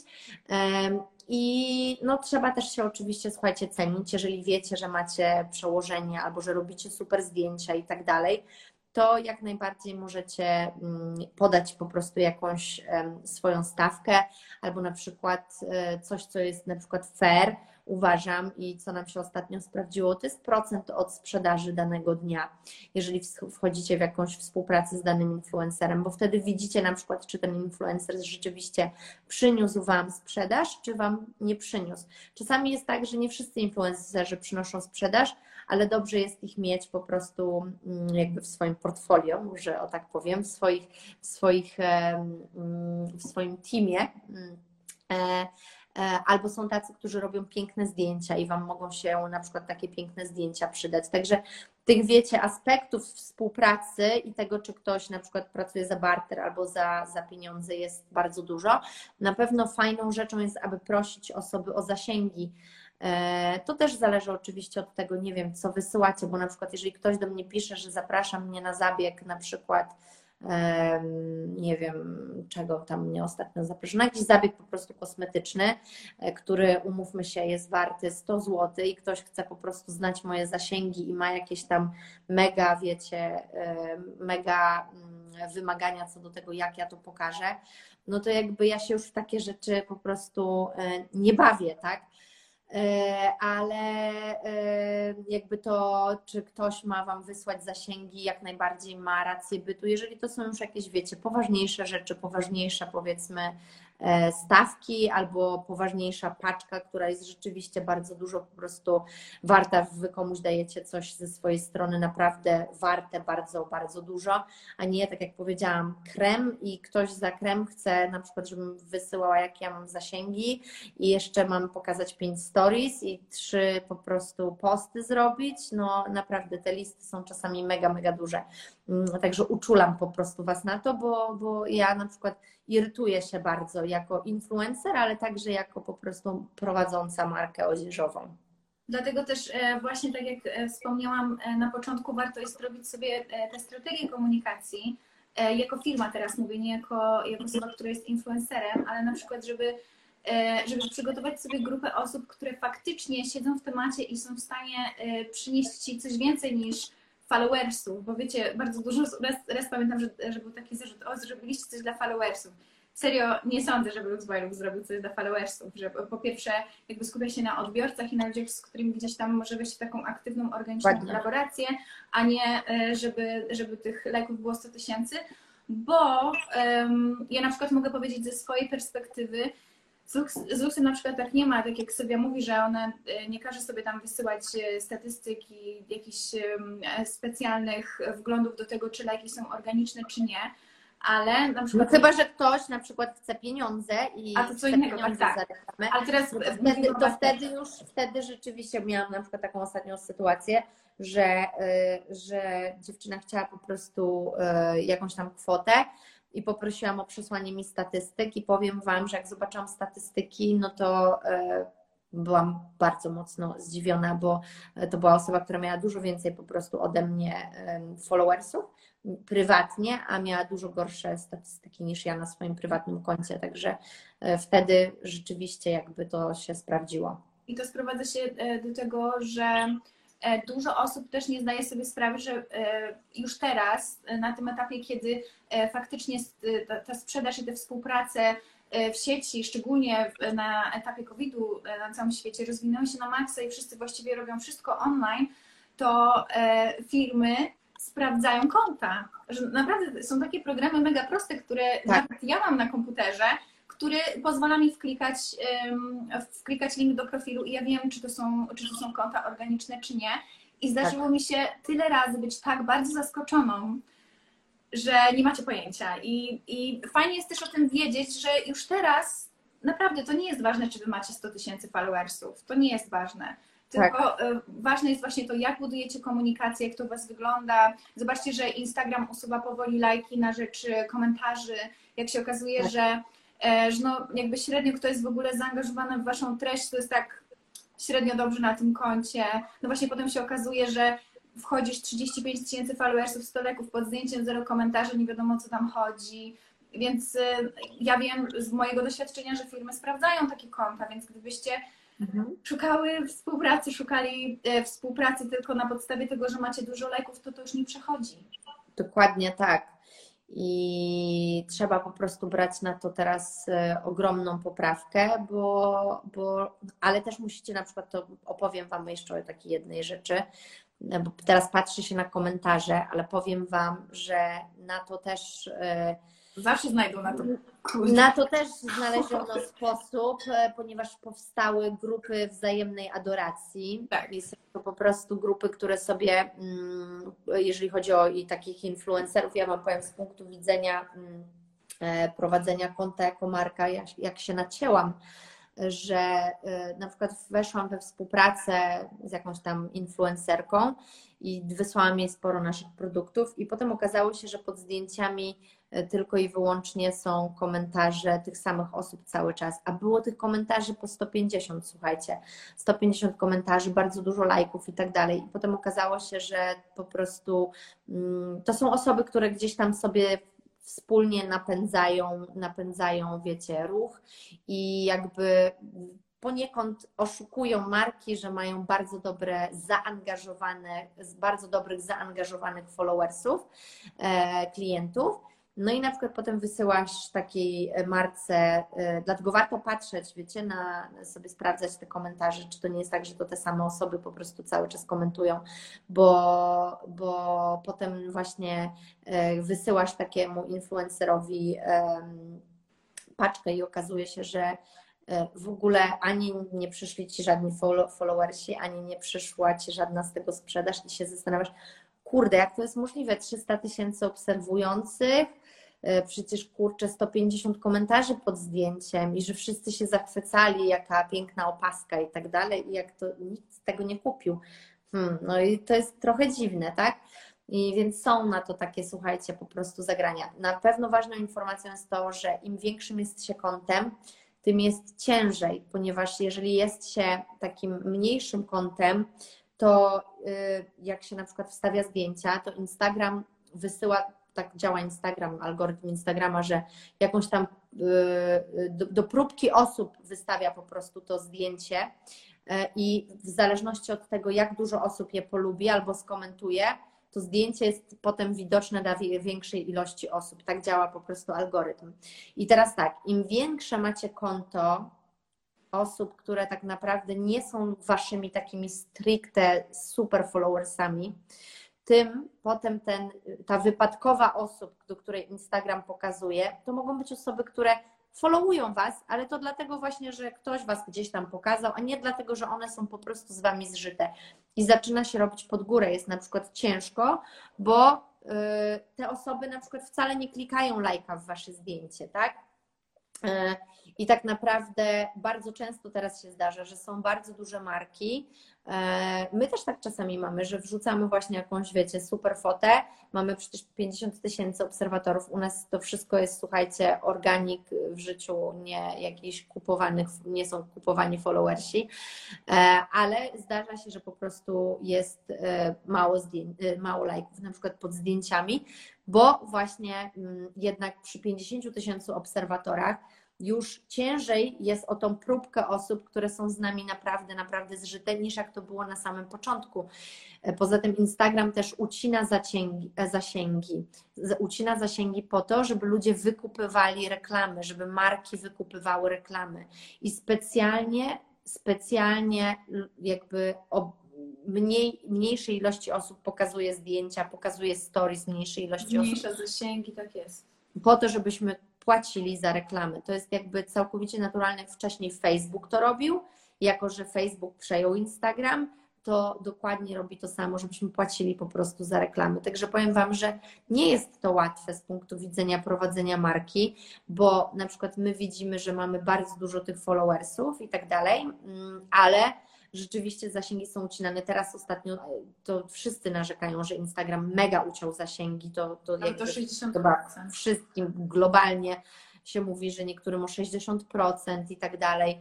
I no, trzeba też się oczywiście, słuchajcie, cenić, jeżeli wiecie, że macie przełożenie albo że robicie super zdjęcia i tak dalej, to jak najbardziej możecie podać po prostu jakąś swoją stawkę albo na przykład coś, co jest na przykład fair, uważam, i co nam się ostatnio sprawdziło, to jest procent od sprzedaży danego dnia, jeżeli wchodzicie w jakąś współpracę z danym influencerem, bo wtedy widzicie na przykład, czy ten influencer rzeczywiście przyniósł Wam sprzedaż, czy Wam nie przyniósł. Czasami jest tak, że nie wszyscy influencerzy przynoszą sprzedaż, ale dobrze jest ich mieć po prostu jakby w swoim portfolio, że o tak powiem, w swoim teamie. Albo są tacy, którzy robią piękne zdjęcia i Wam mogą się na przykład takie piękne zdjęcia przydać. Także tych, wiecie, aspektów współpracy i tego, czy ktoś na przykład pracuje za barter albo za pieniądze, jest bardzo dużo. Na pewno fajną rzeczą jest, aby prosić osoby o zasięgi. To też zależy oczywiście od tego, nie wiem, co wysyłacie, bo na przykład jeżeli ktoś do mnie pisze, że zaprasza mnie na zabieg, na przykład nie wiem, czego tam mnie ostatnio zaprasza, na jakiś zabieg po prostu kosmetyczny, który, umówmy się, jest warty 100 zł i ktoś chce po prostu znać moje zasięgi i ma jakieś tam mega, wiecie, mega wymagania co do tego, jak ja to pokażę, no to jakby ja się już w takie rzeczy po prostu nie bawię, tak? Ale jakby to, czy ktoś ma Wam wysłać zasięgi, jak najbardziej ma rację bytu. Jeżeli to są już jakieś, wiecie, poważniejsze rzeczy, poważniejsze, powiedzmy, stawki albo poważniejsza paczka, która jest rzeczywiście bardzo dużo po prostu warta, Wy komuś dajecie coś ze swojej strony naprawdę warte bardzo, bardzo dużo, a nie, tak jak powiedziałam, krem i ktoś za krem chce na przykład, żebym wysyłała, jak ja mam zasięgi i jeszcze mam pokazać 5 stories i 3 po prostu posty zrobić. No naprawdę te listy są czasami mega, mega duże. Także uczulam po prostu Was na to, bo ja na przykład irytuję się bardzo jako influencer, ale także jako po prostu prowadząca markę odzieżową. Dlatego też właśnie tak jak wspomniałam na początku, warto jest robić sobie te strategie komunikacji, jako firma teraz mówię, nie jako osoba, która jest influencerem, ale na przykład, żeby przygotować sobie grupę osób, które faktycznie siedzą w temacie i są w stanie przynieść Ci coś więcej niż followersów, bo wiecie, bardzo dużo, raz pamiętam, że był taki zarzut, o, zrobiliście coś dla followersów. Serio, nie sądzę, żeby Lux by Lux zrobił coś dla followersów, że po pierwsze jakby skupia się na odbiorcach i na ludziach, z którymi gdzieś tam może wejść w taką aktywną, organiczną kolaborację, a nie żeby tych lajków było 100 000, bo ja na przykład mogę powiedzieć ze swojej perspektywy, z Luxem na przykład tak nie ma, tak jak Sylwia mówi, że ona nie każe sobie tam wysyłać statystyki, jakichś specjalnych wglądów do tego, czy lajki są organiczne, czy nie, ale na przykład... No chyba, że ktoś na przykład chce pieniądze i a to co innego, tak. Ale teraz wtedy rzeczywiście miałam na przykład taką ostatnią sytuację, że dziewczyna chciała po prostu jakąś tam kwotę i poprosiłam o przesłanie mi statystyk i powiem Wam, że jak zobaczyłam statystyki, no to byłam bardzo mocno zdziwiona, bo to była osoba, która miała dużo więcej po prostu ode mnie followersów prywatnie, a miała dużo gorsze statystyki niż ja na swoim prywatnym koncie, także wtedy rzeczywiście jakby to się sprawdziło. I to sprowadza się do tego, że dużo osób też nie zdaje sobie sprawy, że już teraz, na tym etapie, kiedy faktycznie ta sprzedaż i te współprace w sieci, szczególnie na etapie COVID-u na całym świecie, rozwinęły się na maksa i wszyscy właściwie robią wszystko online, to firmy sprawdzają konta. Że naprawdę są takie programy mega proste, które nawet ja mam na komputerze, który pozwala mi wklikać link do profilu i ja wiem, czy to są konta organiczne, czy nie. I zdarzyło mi się tyle razy być tak bardzo zaskoczoną, że nie macie pojęcia. I fajnie jest też o tym wiedzieć, że już teraz naprawdę to nie jest ważne, czy wy macie 100 000 followersów. To nie jest ważne. Tylko ważne jest właśnie to, jak budujecie komunikację, jak to u Was wygląda. Zobaczcie, że Instagram usuwa powoli lajki na rzecz komentarzy. Jak się okazuje, że no jakby średnio kto jest w ogóle zaangażowany w Waszą treść, to jest tak średnio dobrze na tym koncie. No właśnie potem się okazuje, że wchodzisz 35 000 followersów, 100 lajków pod zdjęciem, 0 komentarzy, nie wiadomo, co tam chodzi. ja wiem z mojego doświadczenia, że firmy sprawdzają takie konta, więc gdybyście szukali współpracy tylko na podstawie tego, że macie dużo lajków, to już nie przechodzi. Dokładnie tak. I trzeba po prostu brać na to teraz ogromną poprawkę, ale też musicie na przykład, to opowiem Wam jeszcze o takiej jednej rzeczy, bo teraz patrzy się na komentarze, ale powiem Wam, że na to też zawsze znajdą na to. Na to też znaleziono sposób, ponieważ powstały grupy wzajemnej adoracji. Tak. I są to po prostu grupy, które sobie, jeżeli chodzi o takich influencerów, ja Wam powiem z punktu widzenia prowadzenia konta jako marka, jak się nacięłam, że na przykład weszłam we współpracę z jakąś tam influencerką i wysłałam jej sporo naszych produktów i potem okazało się, że pod zdjęciami tylko i wyłącznie są komentarze tych samych osób cały czas, a było tych komentarzy po 150, słuchajcie, 150 komentarzy, bardzo dużo lajków i tak dalej. I potem okazało się, że po prostu to są osoby, które gdzieś tam sobie wspólnie napędzają, wiecie, ruch i jakby poniekąd oszukują marki, że mają bardzo dobrych zaangażowanych followersów, klientów. No i na przykład potem wysyłasz takiej marce, dlatego warto patrzeć, wiecie, sobie sprawdzać te komentarze, czy to nie jest tak, że to te same osoby po prostu cały czas komentują, bo potem właśnie wysyłasz takiemu influencerowi paczkę i okazuje się, że w ogóle ani nie przyszli Ci żadni followersi, ani nie przyszła Ci żadna z tego sprzedaż i się zastanawiasz, kurde, jak to jest możliwe, 300 000 obserwujących, przecież kurczę 150 komentarzy pod zdjęciem i że wszyscy się zachwycali, jaka piękna opaska i tak dalej i jak to nikt z tego nie kupił. No i to jest trochę dziwne, tak? I więc są na to takie, słuchajcie, po prostu zagrania. Na pewno ważną informacją jest to, że im większym jest się kontem, tym jest ciężej, ponieważ jeżeli jest się takim mniejszym kontem, to jak się na przykład wstawia zdjęcia, to Instagram wysyła, tak działa Instagram, algorytm Instagrama, że jakąś tam do próbki osób wystawia po prostu to zdjęcie i w zależności od tego, jak dużo osób je polubi albo skomentuje, to zdjęcie jest potem widoczne dla większej ilości osób. Tak działa po prostu algorytm. I teraz tak, im większe macie konto osób, które tak naprawdę nie są waszymi takimi stricte super followersami, tym potem ta wypadkowa osób, do której Instagram pokazuje, to mogą być osoby, które followują was, ale to dlatego właśnie, że ktoś was gdzieś tam pokazał, a nie dlatego, że one są po prostu z wami zżyte. I zaczyna się robić pod górę, jest na przykład ciężko, bo te osoby na przykład wcale nie klikają lajka w wasze zdjęcie, tak? I tak naprawdę bardzo często teraz się zdarza, że są bardzo duże marki. My też tak czasami mamy, że wrzucamy właśnie jakąś, wiecie, super fotę. Mamy przecież 50 000 obserwatorów. U nas to wszystko jest, słuchajcie, organik w życiu, nie jakiś nie są kupowani followersi, ale zdarza się, że po prostu jest mało lajków, na przykład pod zdjęciami, bo właśnie jednak przy 50 000 obserwatorach już ciężej jest o tą próbkę osób, które są z nami naprawdę zżyte, niż jak to było na samym początku. Poza tym Instagram też ucina zasięgi po to, żeby ludzie wykupywali reklamy, żeby marki wykupywały reklamy i specjalnie jakby mniejszej ilości osób pokazuje zdjęcia, pokazuje stories mniejszej ilości osób. Mniejsze zasięgi, tak jest. Po to, żebyśmy płacili za reklamy. To jest jakby całkowicie naturalne, jak wcześniej Facebook to robił, jako że Facebook przejął Instagram, to dokładnie robi to samo, żebyśmy płacili po prostu za reklamy. Także powiem Wam, że nie jest to łatwe z punktu widzenia prowadzenia marki, bo na przykład my widzimy, że mamy bardzo dużo tych followersów i tak dalej, ale rzeczywiście zasięgi są ucinane. Teraz ostatnio to wszyscy narzekają, że Instagram mega uciął zasięgi. To 60%. Chyba wszystkim globalnie się mówi, że niektórym o 60% i tak dalej.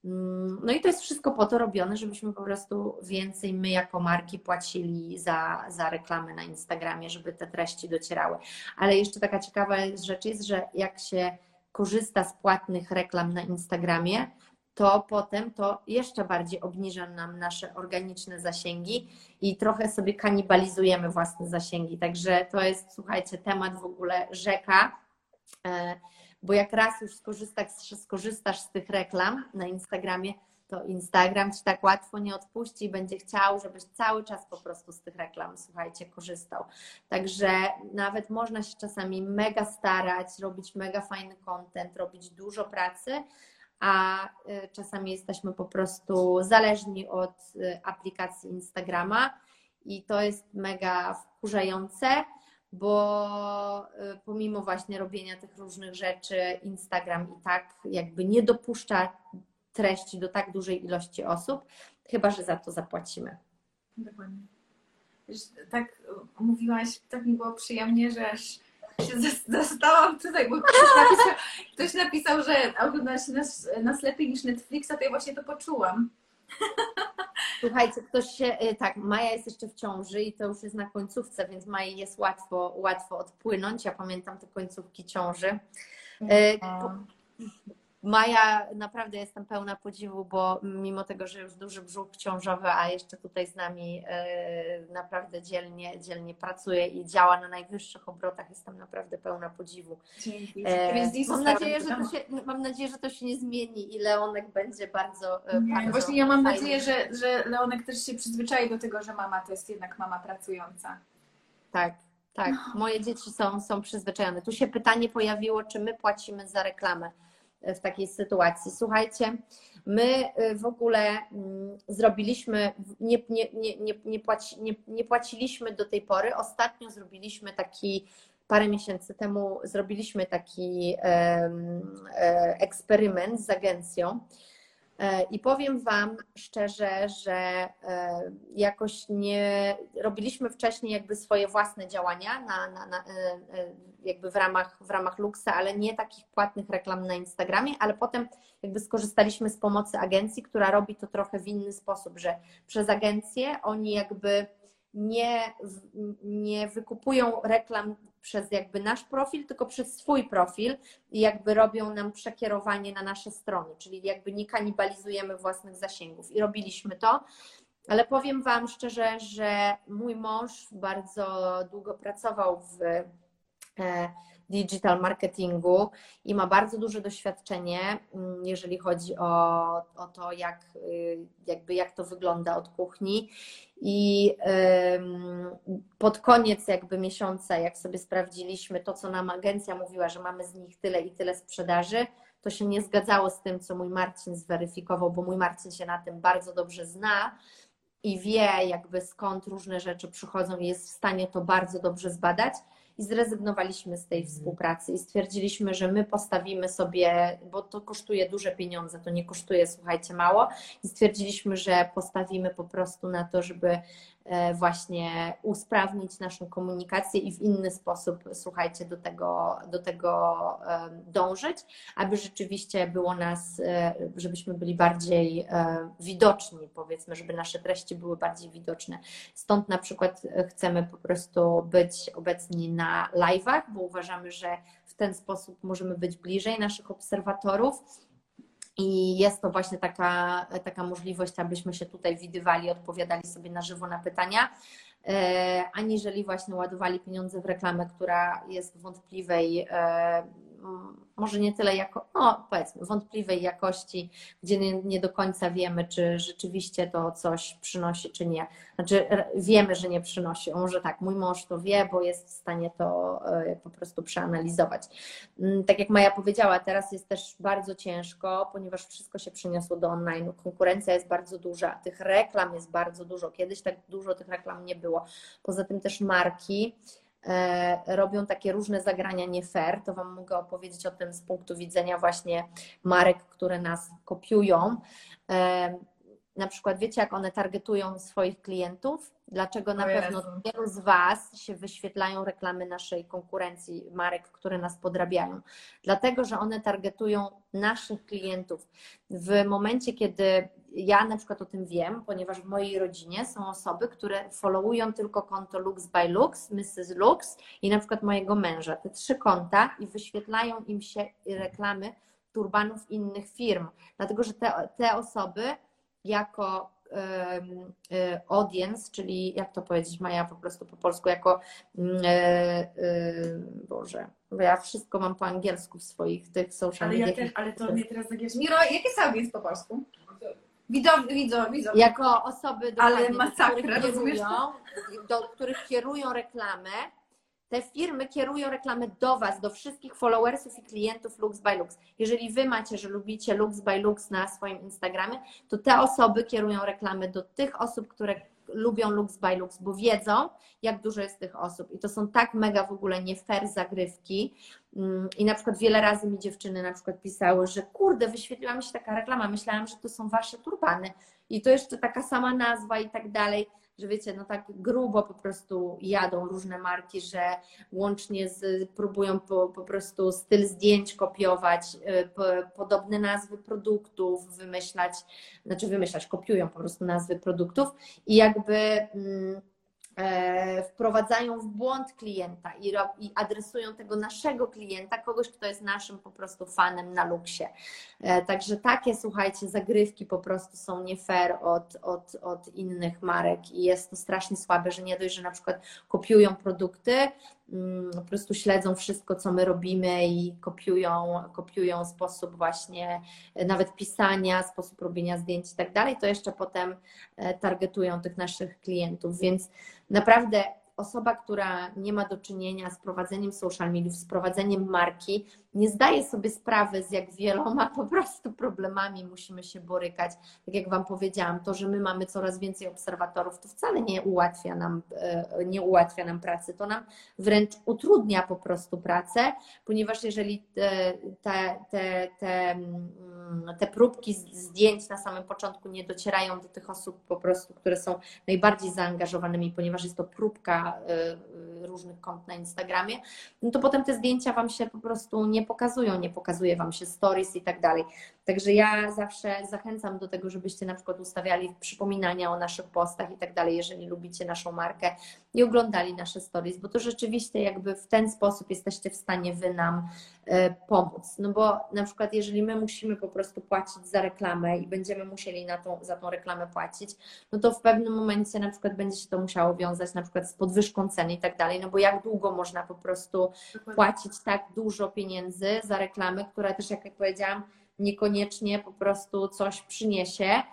No i to jest wszystko po to robione, żebyśmy po prostu więcej my jako marki płacili za reklamę na Instagramie, żeby te treści docierały. Ale jeszcze taka ciekawa rzecz jest, że jak się korzysta z płatnych reklam na Instagramie, to potem to jeszcze bardziej obniża nam nasze organiczne zasięgi i trochę sobie kanibalizujemy własne zasięgi. Także to jest, słuchajcie, temat w ogóle rzeka, bo jak raz już skorzystasz z tych reklam na Instagramie, to Instagram Ci tak łatwo nie odpuści i będzie chciał, żebyś cały czas po prostu z tych reklam, słuchajcie, korzystał. Także nawet można się czasami mega starać, robić mega fajny content, robić dużo pracy, a czasami jesteśmy po prostu zależni od aplikacji Instagrama i to jest mega wkurzające, bo pomimo właśnie robienia tych różnych rzeczy, Instagram i tak jakby nie dopuszcza treści do tak dużej ilości osób, chyba że za to zapłacimy. Dokładnie. Wiesz, tak mówiłaś, tak mi było przyjemnie, że aż się zastałam tutaj, bo ktoś napisał, że oglądasz nas lepiej niż Netflixa, to ja właśnie to poczułam. Słuchajcie, tak, Maja jest jeszcze w ciąży i to już jest na końcówce, więc Maji jest łatwo odpłynąć. Ja pamiętam te końcówki ciąży. Maja, naprawdę jestem pełna podziwu, bo mimo tego, że już duży brzuch ciążowy, a jeszcze tutaj z nami naprawdę dzielnie pracuje i działa na najwyższych obrotach, jestem naprawdę pełna podziwu. Dzięki. Mam nadzieję, że to się nie zmieni i Leonek będzie bardzo właśnie ja mam fajny. nadzieję, że Leonek też się przyzwyczai do tego, że mama to jest jednak mama pracująca. Tak. Moje dzieci są przyzwyczajone. Tu się pytanie pojawiło, czy my płacimy za reklamę w takiej sytuacji. Słuchajcie, my w ogóle zrobiliśmy, nie płaciliśmy do tej pory. Ostatnio zrobiliśmy parę miesięcy temu zrobiliśmy taki eksperyment z agencją i powiem Wam szczerze, że jakoś nie robiliśmy wcześniej jakby swoje własne działania jakby w ramach Luxa, ale nie takich płatnych reklam na Instagramie, ale potem jakby skorzystaliśmy z pomocy agencji, która robi to trochę w inny sposób, że przez agencję oni jakby nie wykupują reklam przez jakby nasz profil, tylko przez swój profil i jakby robią nam przekierowanie na nasze strony, czyli jakby nie kanibalizujemy własnych zasięgów i robiliśmy to, ale powiem Wam szczerze, że mój mąż bardzo długo pracował w digital marketingu i ma bardzo duże doświadczenie, jeżeli chodzi o to, jak to wygląda od kuchni. I pod koniec jakby miesiąca, jak sobie sprawdziliśmy to, co nam agencja mówiła, że mamy z nich tyle i tyle sprzedaży, to się nie zgadzało z tym, co mój Marcin zweryfikował, bo mój Marcin się na tym bardzo dobrze zna i wie jakby skąd różne rzeczy przychodzą i jest w stanie to bardzo dobrze zbadać. I zrezygnowaliśmy z tej współpracy i stwierdziliśmy, że my postawimy sobie, bo to kosztuje duże pieniądze, to nie kosztuje, słuchajcie, mało, i stwierdziliśmy, że postawimy po prostu na to, żeby właśnie usprawnić naszą komunikację i w inny sposób, słuchajcie, do tego dążyć, aby rzeczywiście było nas, żebyśmy byli bardziej widoczni, powiedzmy, żeby nasze treści były bardziej widoczne. Stąd na przykład chcemy po prostu być obecni na live'ach, bo uważamy, że w ten sposób możemy być bliżej naszych obserwatorów. I jest to właśnie taka możliwość, abyśmy się tutaj widywali, odpowiadali sobie na żywo na pytania, aniżeli właśnie ładowali pieniądze w reklamę, która jest wątpliwej, może nie tyle powiedzmy, wątpliwej jakości, gdzie nie do końca wiemy, czy rzeczywiście to coś przynosi, czy nie. Znaczy wiemy, że nie przynosi. Może tak, mój mąż to wie, bo jest w stanie to po prostu przeanalizować. Tak jak Maja powiedziała, teraz jest też bardzo ciężko, ponieważ wszystko się przeniosło do online. Konkurencja jest bardzo duża, tych reklam jest bardzo dużo. Kiedyś tak dużo tych reklam nie było. Poza tym też marki robią takie różne zagrania nie fair, to Wam mogę opowiedzieć o tym z punktu widzenia właśnie marek, które nas kopiują. na przykład wiecie, jak one targetują swoich klientów? Dlaczego na O pewno Jezu. wielu z Was się wyświetlają reklamy naszej konkurencji, marek, które nas podrabiają? Dlatego, że one targetują naszych klientów. W momencie, kiedy ja na przykład o tym wiem, ponieważ w mojej rodzinie są osoby, które followują tylko konto Lux by Lux, Mrs. Lux i na przykład mojego męża. Te 3 konta i wyświetlają im się reklamy turbanów innych firm. Dlatego, że te osoby jako audience, czyli jak to powiedzieć, Maja, po prostu po polsku, jako Boże, bo ja wszystko mam po angielsku w swoich tych social Ale ja mediach. też, ale to mnie teraz zagiesz. Miro, jaki jest audience po polsku? Widzowie. Jako osoby, Ale dokładnie, masakra, rozumiesz? do których kierują reklamę, te firmy kierują reklamę do Was, do wszystkich followersów i klientów Lux by Lux. Jeżeli Wy macie, że lubicie Lux by Lux na swoim Instagramie, to te osoby kierują reklamę do tych osób, które lubią Lux by Lux, bo wiedzą, jak dużo jest tych osób. I to są tak mega w ogóle nie fair zagrywki. I na przykład wiele razy mi dziewczyny na przykład pisały, że kurde, wyświetliła mi się taka reklama, myślałam, że to są Wasze turbany. I to jeszcze taka sama nazwa i tak dalej. Że wiecie, no tak grubo po prostu jadą różne marki, że łącznie próbują po prostu styl zdjęć kopiować, podobne nazwy produktów wymyślać, kopiują po prostu nazwy produktów i jakby wprowadzają w błąd klienta i adresują tego naszego klienta, kogoś, kto jest naszym po prostu fanem na Luxie. Także takie, słuchajcie, zagrywki po prostu są nie fair od innych marek i jest to strasznie słabe, że nie dość, że na przykład kopiują produkty, po prostu śledzą wszystko, co my robimy i kopiują sposób właśnie nawet pisania, sposób robienia zdjęć i tak dalej, to jeszcze potem targetują tych naszych klientów, więc naprawdę osoba, która nie ma do czynienia z prowadzeniem social mediów, z prowadzeniem marki, nie zdaje sobie sprawy, z jak wieloma po prostu problemami musimy się borykać. Tak jak Wam powiedziałam, to, że my mamy coraz więcej obserwatorów, to wcale nie ułatwia nam pracy, to nam wręcz utrudnia po prostu pracę, ponieważ jeżeli te próbki zdjęć na samym początku nie docierają do tych osób po prostu, które są najbardziej zaangażowanymi, ponieważ jest to próbka różnych kont na Instagramie, no to potem te zdjęcia Wam się po prostu nie pokazuje Wam się stories i tak dalej. Także ja zawsze zachęcam do tego, żebyście na przykład ustawiali przypominania o naszych postach i tak dalej, jeżeli lubicie naszą markę i oglądali nasze stories, bo to rzeczywiście jakby w ten sposób jesteście w stanie Wy nam pomóc. No bo na przykład jeżeli my musimy po prostu płacić za reklamę i będziemy musieli za tą reklamę płacić, no to w pewnym momencie na przykład będzie się to musiało wiązać na przykład z podwyżką ceny i tak dalej, no bo jak długo można po prostu płacić tak dużo pieniędzy za reklamę, która też, jak powiedziałam, niekoniecznie po prostu coś przyniesie,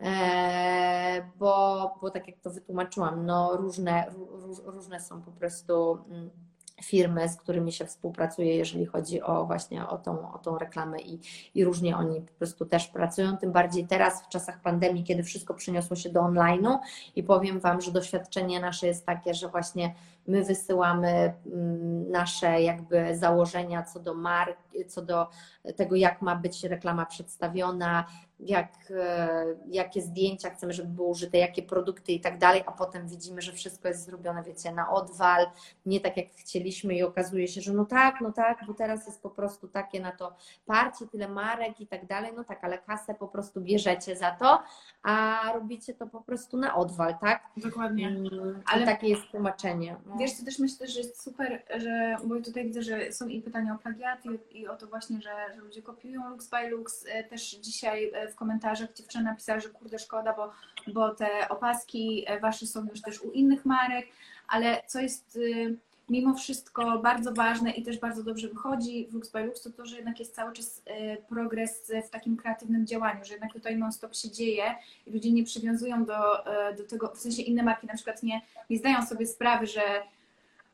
bo tak jak to wytłumaczyłam, no różne są po prostu firmy, z którymi się współpracuje, jeżeli chodzi o właśnie o tą reklamę i różnie oni po prostu też pracują, tym bardziej teraz w czasach pandemii, kiedy wszystko przeniosło się do online'u i powiem Wam, że doświadczenie nasze jest takie, że właśnie my wysyłamy nasze jakby założenia co do mark, co do tego, jak ma być reklama przedstawiona, jakie zdjęcia chcemy, żeby były użyte, jakie produkty i tak dalej, a potem widzimy, że wszystko jest zrobione, wiecie, na odwal, nie tak jak chcieliśmy i okazuje się, że no tak, bo teraz jest po prostu takie na to parcie, tyle marek i tak dalej, no tak, ale kasę po prostu bierzecie za to, a robicie to po prostu na odwal, tak? Dokładnie. Ale takie jest tłumaczenie. No. Wiesz, co też myślę, że jest super, bo tutaj widzę, że są i pytania o plagiat i o to właśnie, że ludzie kopiują Lux by Lux. Też dzisiaj w komentarzach dziewczyna napisała, że kurde szkoda, bo te opaski Wasze są już też u innych marek, ale co jest mimo wszystko bardzo ważne i też bardzo dobrze wychodzi w Lux by Lux, to że jednak jest cały czas progres w takim kreatywnym działaniu, że jednak tutaj non-stop się dzieje i ludzie nie przywiązują do tego, w sensie inne marki na przykład nie zdają sobie sprawy, że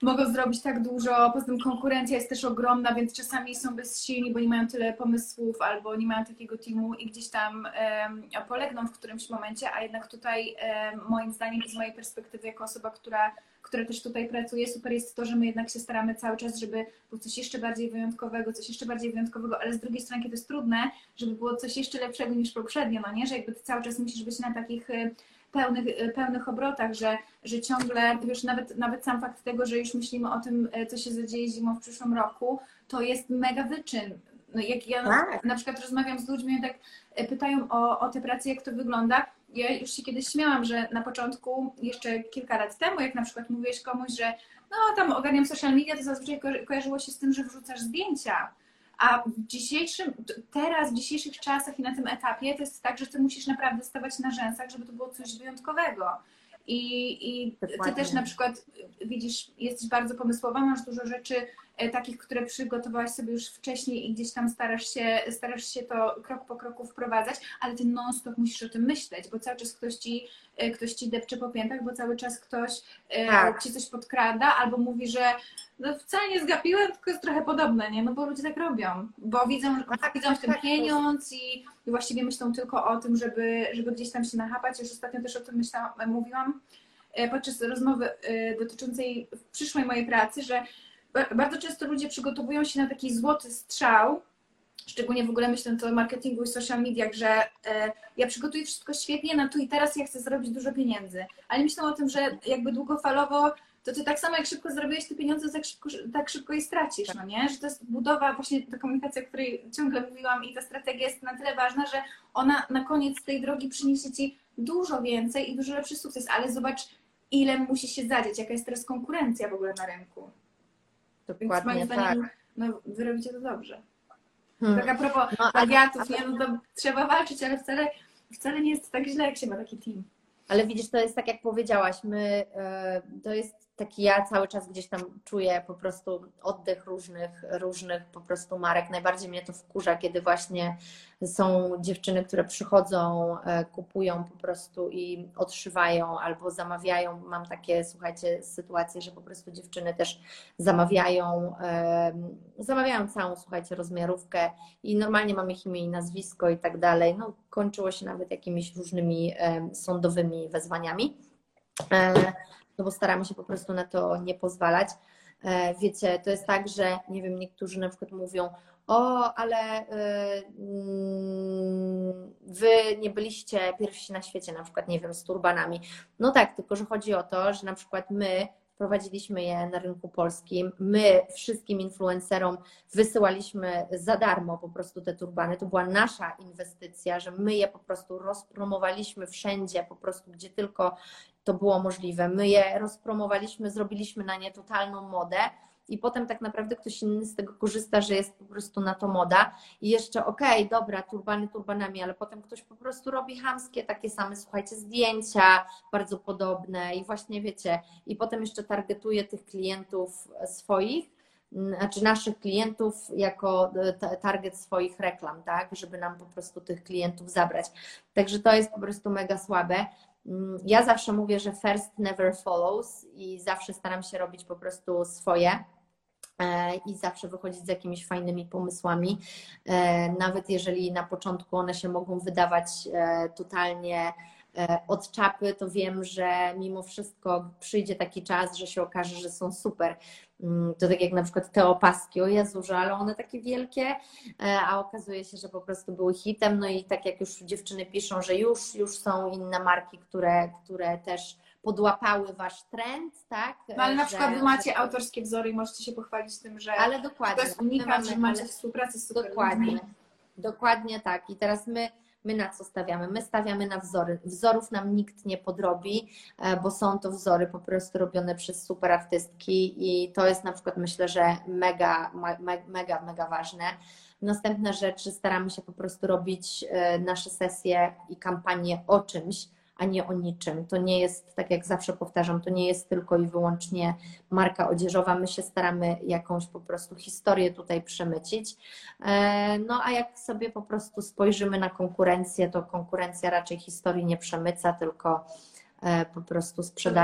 mogą zrobić tak dużo, poza tym konkurencja jest też ogromna, więc czasami są bezsilni, bo nie mają tyle pomysłów albo nie mają takiego teamu i gdzieś tam polegną w którymś momencie, a jednak tutaj moim zdaniem z mojej perspektywy jako osoba, która też tutaj pracuje, super jest to, że my jednak się staramy cały czas, żeby było coś jeszcze bardziej wyjątkowego, ale z drugiej strony to jest trudne, żeby było coś jeszcze lepszego niż poprzednio, no nie, że jakby ty cały czas musisz być na takich pełnych obrotach, że ciągle, wiesz, nawet sam fakt tego, że już myślimy o tym, co się zadzieje zimą w przyszłym roku, to jest mega wyczyn. No jak ja na przykład rozmawiam z ludźmi, tak pytają o te prace, jak to wygląda. Ja już się kiedyś śmiałam, że na początku, jeszcze kilka lat temu, jak na przykład mówiłeś komuś, że no tam ogarniam social media, to zazwyczaj kojarzyło się z tym, że wrzucasz zdjęcia. A w dzisiejszych czasach i na tym etapie to jest tak, że ty musisz naprawdę stawać na rzęsach, żeby to było coś wyjątkowego. I ty też na przykład widzisz, jesteś bardzo pomysłowa, masz dużo rzeczy takich, które przygotowałaś sobie już wcześniej i gdzieś tam starasz się to krok po kroku wprowadzać, ale ty non-stop musisz o tym myśleć, bo cały czas ktoś ci depcze po piętach, bo cały czas ktoś ci coś podkrada albo mówi, że no wcale nie zgapiłem, tylko jest trochę podobne, nie? No bo ludzie tak robią, bo widzą w tym pieniądz i właściwie myślą tylko o tym, żeby gdzieś tam się nachapać. Już ostatnio też o tym mówiłam podczas rozmowy dotyczącej przyszłej mojej pracy, że bardzo często ludzie przygotowują się na taki złoty strzał, szczególnie w ogóle myślę o marketingu i social mediach, że ja przygotuję wszystko świetnie, na tu i teraz ja chcę zrobić dużo pieniędzy, ale myślę o tym, że jakby długofalowo to ty tak samo jak szybko zarobiłeś te pieniądze, tak szybko je stracisz, no nie? Że to jest budowa, właśnie ta komunikacja, o której ciągle mówiłam i ta strategia jest na tyle ważna, że ona na koniec tej drogi przyniesie ci dużo więcej i dużo lepszy sukces, ale zobacz, ile musi się zadzieć, jaka jest teraz konkurencja w ogóle na rynku. Dokładnie, więc moim zdaniem, tak. no, wy robicie to dobrze. Tak a propos plagiatów, no to trzeba walczyć, ale wcale nie jest tak źle, jak się ma taki team. Ale widzisz, to jest tak, jak powiedziałaś, to jest taki, ja cały czas gdzieś tam czuję po prostu oddech różnych po prostu marek. Najbardziej mnie to wkurza, kiedy właśnie są dziewczyny, które przychodzą, kupują po prostu i odszywają albo zamawiają. Mam takie, słuchajcie, sytuacje, że po prostu dziewczyny też zamawiają całą, słuchajcie, rozmiarówkę i normalnie mam ich imię i nazwisko i tak dalej. No, kończyło się nawet jakimiś różnymi sądowymi wezwaniami. No bo staramy się po prostu na to nie pozwalać. Wiecie, to jest tak, że nie wiem, niektórzy na przykład mówią, ale wy nie byliście pierwsi na świecie, na przykład, nie wiem, z turbanami. No tak, tylko że chodzi o to, że na przykład my wprowadziliśmy je na rynku polskim, my wszystkim influencerom wysyłaliśmy za darmo po prostu te turbany, to była nasza inwestycja, że my je po prostu rozpromowaliśmy wszędzie, po prostu gdzie tylko to było możliwe. My je rozpromowaliśmy, zrobiliśmy na nie totalną modę i potem tak naprawdę ktoś inny z tego korzysta, że jest po prostu na to moda i jeszcze okej, dobra, turbany turbanami, ale potem ktoś po prostu robi chamskie takie same, słuchajcie, zdjęcia bardzo podobne i właśnie wiecie, i potem jeszcze targetuje tych klientów swoich, znaczy naszych klientów jako target swoich reklam, tak, żeby nam po prostu tych klientów zabrać. Także to jest po prostu mega słabe. Ja zawsze mówię, że first never follows i zawsze staram się robić po prostu swoje i zawsze wychodzić z jakimiś fajnymi pomysłami, nawet jeżeli na początku one się mogą wydawać totalnie od czapy, to wiem, że mimo wszystko przyjdzie taki czas, że się okaże, że są super. To tak jak na przykład te opaski, o Jezu, ale one takie wielkie, a okazuje się, że po prostu były hitem. No i tak jak już dziewczyny piszą, że już są inne marki, które też podłapały wasz trend, tak? No ale na przykład wy macie autorskie wzory i możecie się pochwalić tym, że ale dokładnie, to jest unikat, że macie współpracę z super ludźmi. Dokładnie tak. I teraz my na co stawiamy? My stawiamy na wzory. Wzorów nam nikt nie podrobi, bo są to wzory po prostu robione przez super artystki i to jest na przykład, myślę, że mega ważne. Następna rzecz, że staramy się po prostu robić nasze sesje i kampanie o czymś, a nie o niczym. To nie jest, tak jak zawsze powtarzam, to nie jest tylko i wyłącznie marka odzieżowa. My się staramy jakąś po prostu historię tutaj przemycić. No a jak sobie po prostu spojrzymy na konkurencję, to konkurencja raczej historii nie przemyca, tylko po prostu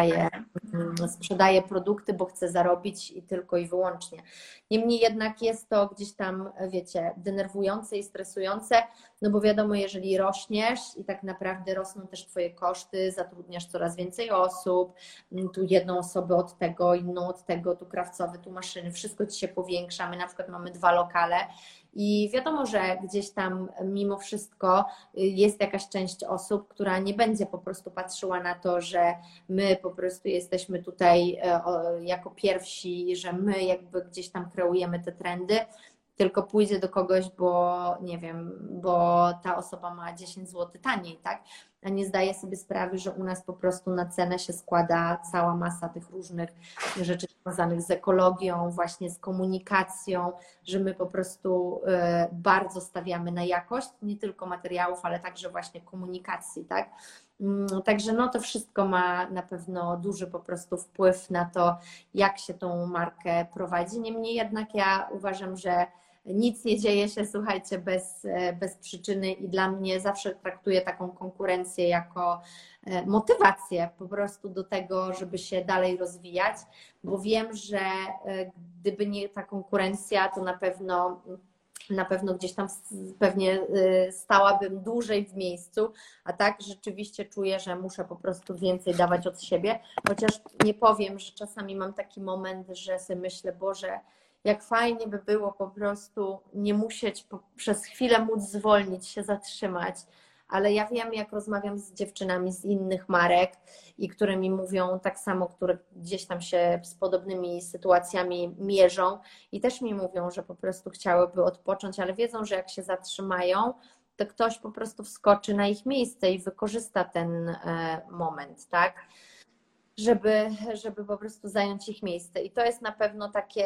sprzedaje produkty, bo chce zarobić i tylko i wyłącznie. Niemniej jednak jest to gdzieś tam, wiecie, denerwujące i stresujące, no bo wiadomo, jeżeli rośniesz i tak naprawdę rosną też Twoje koszty, zatrudniasz coraz więcej osób, tu jedną osobę od tego, inną od tego, tu krawcowy, tu maszyny, wszystko Ci się powiększa, my na przykład mamy 2 lokale i wiadomo, że gdzieś tam mimo wszystko jest jakaś część osób, która nie będzie po prostu patrzyła na to, że my po prostu jesteśmy tutaj jako pierwsi, że my jakby gdzieś tam kreujemy te trendy, tylko pójdzie do kogoś, bo nie wiem, bo ta osoba ma 10 zł taniej, tak? A nie zdaje sobie sprawy, że u nas po prostu na cenę się składa cała masa tych różnych rzeczy związanych z ekologią, właśnie z komunikacją, że my po prostu bardzo stawiamy na jakość, nie tylko materiałów, ale także właśnie komunikacji, tak? Także no to wszystko ma na pewno duży po prostu wpływ na to, jak się tą markę prowadzi. Niemniej jednak ja uważam, że nic nie dzieje się, słuchajcie, bez przyczyny i dla mnie zawsze traktuję taką konkurencję jako motywację po prostu do tego, żeby się dalej rozwijać, bo wiem, że gdyby nie ta konkurencja, to na pewno gdzieś tam pewnie stałabym dłużej w miejscu, a tak rzeczywiście czuję, że muszę po prostu więcej dawać od siebie, chociaż nie powiem, że czasami mam taki moment, że sobie myślę, Boże, jak fajnie by było po prostu nie musieć przez chwilę móc zwolnić się, zatrzymać, ale ja wiem, jak rozmawiam z dziewczynami z innych marek i które mi mówią tak samo, które gdzieś tam się z podobnymi sytuacjami mierzą i też mi mówią, że po prostu chciałyby odpocząć, ale wiedzą, że jak się zatrzymają, to ktoś po prostu wskoczy na ich miejsce i wykorzysta ten moment, tak? Żeby po prostu zająć ich miejsce. I to jest na pewno takie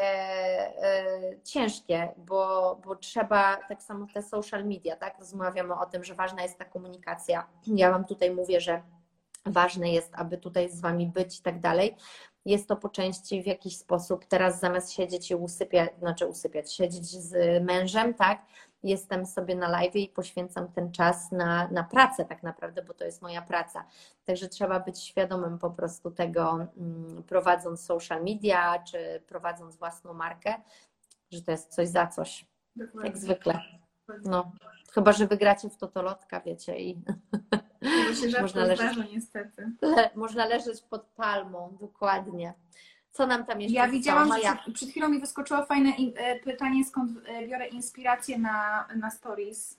ciężkie, bo trzeba, tak samo te social media, tak? Rozmawiamy o tym, że ważna jest ta komunikacja. Ja Wam tutaj mówię, że ważne jest, aby tutaj z Wami być i tak dalej. Jest to po części w jakiś sposób, teraz zamiast siedzieć i siedzieć z mężem, tak? Jestem sobie na live i poświęcam ten czas na pracę tak naprawdę, bo to jest moja praca. Także trzeba być świadomym po prostu tego, prowadząc social media, czy prowadząc własną markę, że to jest coś za coś. Dokładnie. Jak zwykle. No, chyba że wygracie w totolotka, wiecie, i to się rzadko zdarza niestety. Można leżeć pod palmą, dokładnie. Co nam tam jeszcze Ja widziałam, że przed chwilą mi wyskoczyło fajne pytanie, skąd biorę inspirację na stories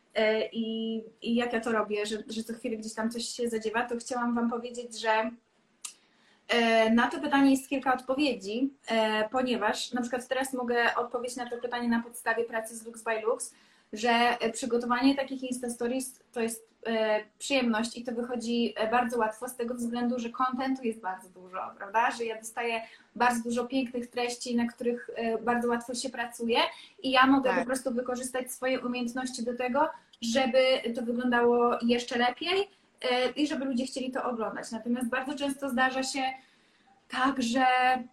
i jak ja to robię, że co chwilę gdzieś tam coś się zadziewa, to chciałam Wam powiedzieć, że na to pytanie jest kilka odpowiedzi, ponieważ na przykład teraz mogę odpowiedzieć na to pytanie na podstawie pracy z Lux by Lux, że przygotowanie takich Insta Stories to jest przyjemność i to wychodzi bardzo łatwo z tego względu, że kontentu jest bardzo dużo, prawda? Że ja dostaję bardzo dużo pięknych treści, na których bardzo łatwo się pracuje i ja mogę po prostu wykorzystać swoje umiejętności do tego, żeby to wyglądało jeszcze lepiej i żeby ludzie chcieli to oglądać. Natomiast bardzo często zdarza się tak, że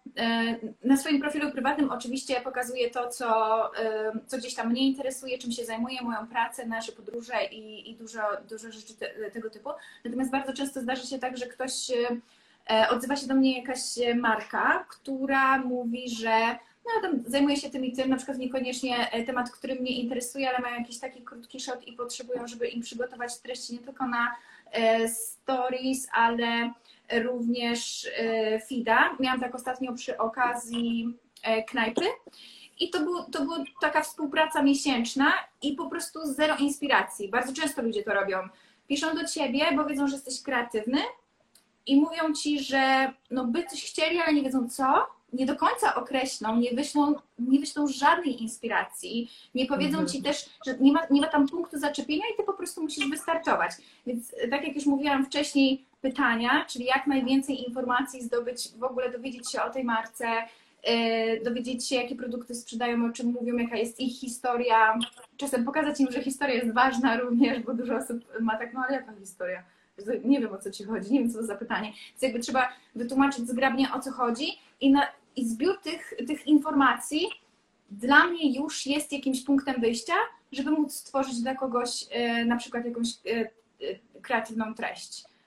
na swoim profilu prywatnym oczywiście pokazuję to, co gdzieś tam mnie interesuje, czym się zajmuję, moją pracę, nasze podróże i dużo rzeczy tego typu. Natomiast bardzo często zdarza się tak, że ktoś odzywa się do mnie jakaś marka, która mówi, że no, tam zajmuje się tym i tym, na przykład niekoniecznie temat, który mnie interesuje, ale mają jakiś taki krótki shot i potrzebują, żeby im przygotować treści nie tylko na stories, ale również feeda. Miałam tak ostatnio przy okazji knajpy i to była taka współpraca miesięczna i po prostu zero inspiracji. Bardzo często ludzie to robią. Piszą do Ciebie, bo wiedzą, że jesteś kreatywny i mówią Ci, że no by coś chcieli, ale nie wiedzą co. Nie do końca określą, nie wyślą żadnej inspiracji, nie powiedzą Ci też, że nie ma tam punktu zaczepienia i Ty po prostu musisz wystartować. Więc tak jak już mówiłam wcześniej, pytania, czyli jak najwięcej informacji zdobyć, w ogóle dowiedzieć się o tej marce, dowiedzieć się, jakie produkty sprzedają, o czym mówią, jaka jest ich historia. Czasem pokazać im, że historia jest ważna również, bo dużo osób ma tak, no ale jaka historia? Nie wiem, o co Ci chodzi, nie wiem, co to za pytanie. Więc jakby trzeba wytłumaczyć zgrabnie, o co chodzi i zbiór tych informacji dla mnie już jest jakimś punktem wyjścia, żeby móc stworzyć dla kogoś na przykład jakąś kreatywną treść.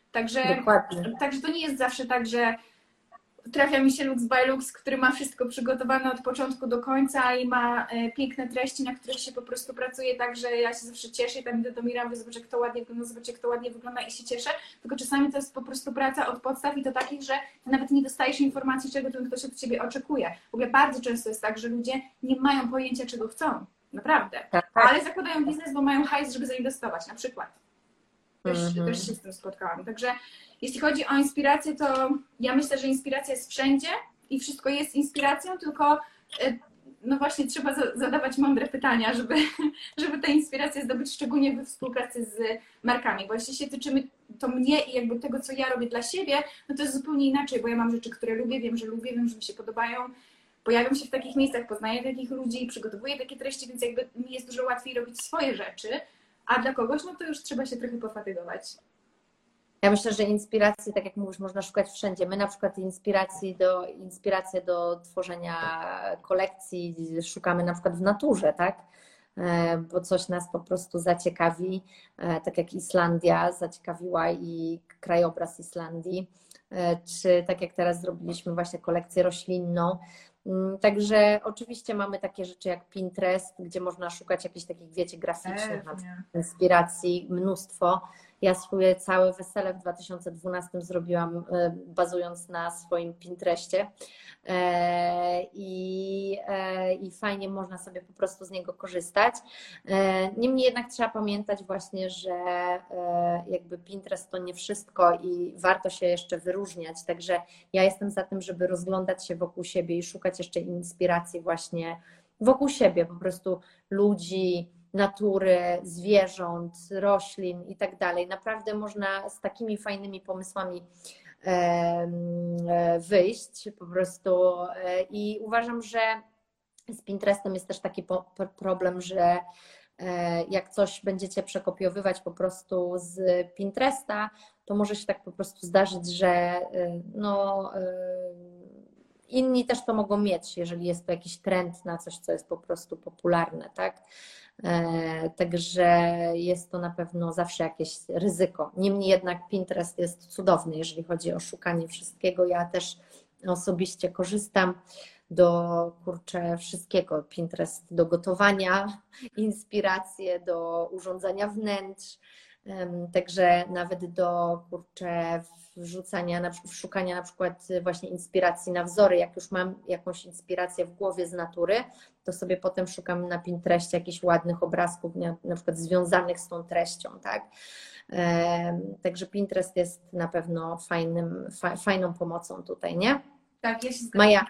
Dokładnie. Także to nie jest zawsze tak, że trafia mi się Lux by Lux, który ma wszystko przygotowane od początku do końca i ma piękne treści, na których się po prostu pracuje tak, że ja się zawsze cieszę i tam idę do Miram, zobacz jak to ładnie wygląda, zobacz jak to ładnie wygląda i się cieszę, tylko czasami to jest po prostu praca od podstaw i to takich, że ty nawet nie dostajesz informacji, czego ten ktoś od ciebie oczekuje. W ogóle bardzo często jest tak, że ludzie nie mają pojęcia, czego chcą. Naprawdę. Tak. Ale zakładają biznes, bo mają hajs, żeby zainwestować na przykład. Też się z tym spotkałam. Także jeśli chodzi o inspirację, to ja myślę, że inspiracja jest wszędzie i wszystko jest inspiracją, tylko no właśnie trzeba zadawać mądre pytania, żeby tę inspirację zdobyć, szczególnie we współpracy z markami, bo jeśli się tyczymy to mnie i jakby tego, co ja robię dla siebie, no to jest zupełnie inaczej, bo ja mam rzeczy, które lubię, wiem, że mi się podobają, pojawiam się w takich miejscach, poznaję takich ludzi, przygotowuję takie treści, więc jakby mi jest dużo łatwiej robić swoje rzeczy, a dla kogoś, no to już trzeba się trochę pofatygować. Ja myślę, że inspiracji, tak jak mówisz, można szukać wszędzie. My na przykład inspiracje do tworzenia kolekcji szukamy na przykład w naturze, tak? Bo coś nas po prostu zaciekawi, tak jak Islandia zaciekawiła i krajobraz Islandii, czy tak jak teraz zrobiliśmy właśnie kolekcję roślinną. Także oczywiście mamy takie rzeczy jak Pinterest, gdzie można szukać jakichś takich, wiecie, graficznych na przykład inspiracji, mnóstwo. Ja swoje całe wesele w 2012 zrobiłam bazując na swoim Pinterestie i fajnie można sobie po prostu z niego korzystać. Niemniej jednak trzeba pamiętać właśnie, że jakby Pinterest to nie wszystko i warto się jeszcze wyróżniać, także ja jestem za tym, żeby rozglądać się wokół siebie i szukać jeszcze inspiracji właśnie wokół siebie, po prostu ludzi, natury, zwierząt, roślin i tak dalej. Naprawdę można z takimi fajnymi pomysłami wyjść po prostu i uważam, że z Pinterestem jest też taki problem, że jak coś będziecie przekopiowywać po prostu z Pinteresta, to może się tak po prostu zdarzyć, że no, inni też to mogą mieć, jeżeli jest to jakiś trend na coś, co jest po prostu popularne, tak? Także jest to na pewno zawsze jakieś ryzyko. Niemniej jednak Pinterest jest cudowny, jeżeli chodzi o szukanie wszystkiego. Ja też osobiście korzystam do wszystkiego. Pinterest do gotowania, inspiracje do urządzania wnętrz, także nawet do szukania na przykład właśnie inspiracji na wzory. Jak już mam jakąś inspirację w głowie z natury, to sobie potem szukam na Pinterestie jakichś ładnych obrazków, na przykład związanych z tą treścią, tak? Także Pinterest jest na pewno fajną pomocą tutaj, nie? Tak, ja się zgadzam. Maja,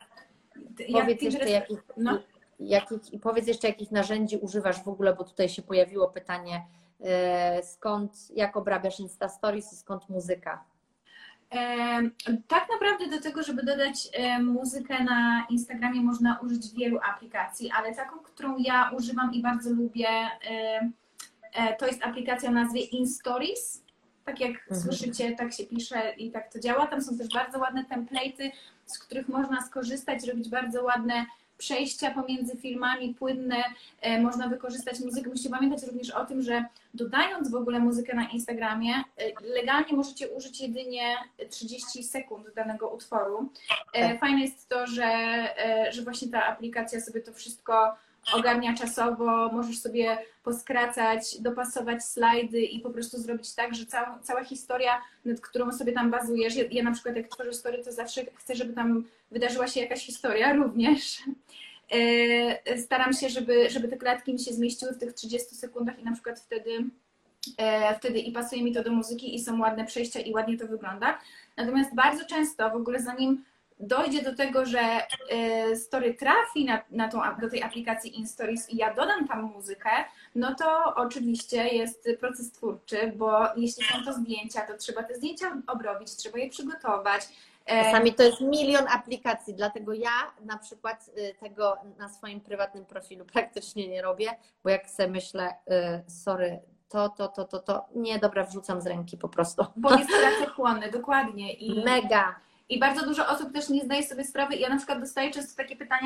powiedz jeszcze, jakich narzędzi używasz w ogóle, bo tutaj się pojawiło pytanie, jak obrabiasz Insta Stories i skąd muzyka? Tak naprawdę do tego, żeby dodać muzykę na Instagramie, można użyć wielu aplikacji, ale taką, którą ja używam i bardzo lubię, to jest aplikacja o nazwie InStories. Tak jak słyszycie, tak się pisze i tak to działa. Tam są też bardzo ładne template'y, z których można skorzystać, zrobić bardzo ładne przejścia pomiędzy filmami, płynne, można wykorzystać muzykę. Musicie pamiętać również o tym, że dodając w ogóle muzykę na Instagramie, legalnie możecie użyć jedynie 30 sekund danego utworu. Fajne jest to, że właśnie ta aplikacja sobie to wszystko ogarnia czasowo, możesz sobie poskracać, dopasować slajdy i po prostu zrobić tak, że cała historia, nad którą sobie tam bazujesz, ja na przykład jak tworzę story, to zawsze chcę, żeby tam wydarzyła się jakaś historia również. Staram się, żeby te klatki mi się zmieściły w tych 30 sekundach i na przykład wtedy i pasuje mi to do muzyki i są ładne przejścia i ładnie to wygląda. Natomiast bardzo często w ogóle zanim dojdzie do tego, że story trafi do tej aplikacji InStories i ja dodam tam muzykę, no to oczywiście jest proces twórczy, bo jeśli są to zdjęcia, to trzeba te zdjęcia obrobić, trzeba je przygotować. Czasami to jest milion aplikacji, dlatego ja na przykład tego na swoim prywatnym profilu praktycznie nie robię, bo jak sobie myślę, sorry, to, nie, dobra, wrzucam z ręki po prostu. Bo jest pracochłonny, dokładnie. Mega. I bardzo dużo osób też nie zdaje sobie sprawy. Ja na przykład dostaję często takie pytania,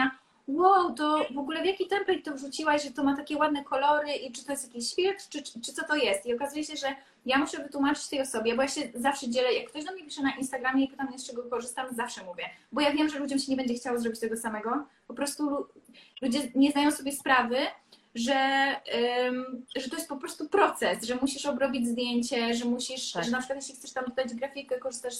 wow, to w ogóle w jaki template to wrzuciłaś, że to ma takie ładne kolory i czy to jest jakiś filtr, czy co to jest? I okazuje się, że ja muszę wytłumaczyć tej osobie, bo ja się zawsze dzielę, jak ktoś do mnie pisze na Instagramie i pyta mnie, z czego korzystam, zawsze mówię, bo ja wiem, że ludziom się nie będzie chciało zrobić tego samego, po prostu ludzie nie zdają sobie sprawy, że to jest po prostu proces, że musisz obrobić zdjęcie, że musisz, Tak. że na przykład jeśli chcesz tam dodać grafikę, korzystasz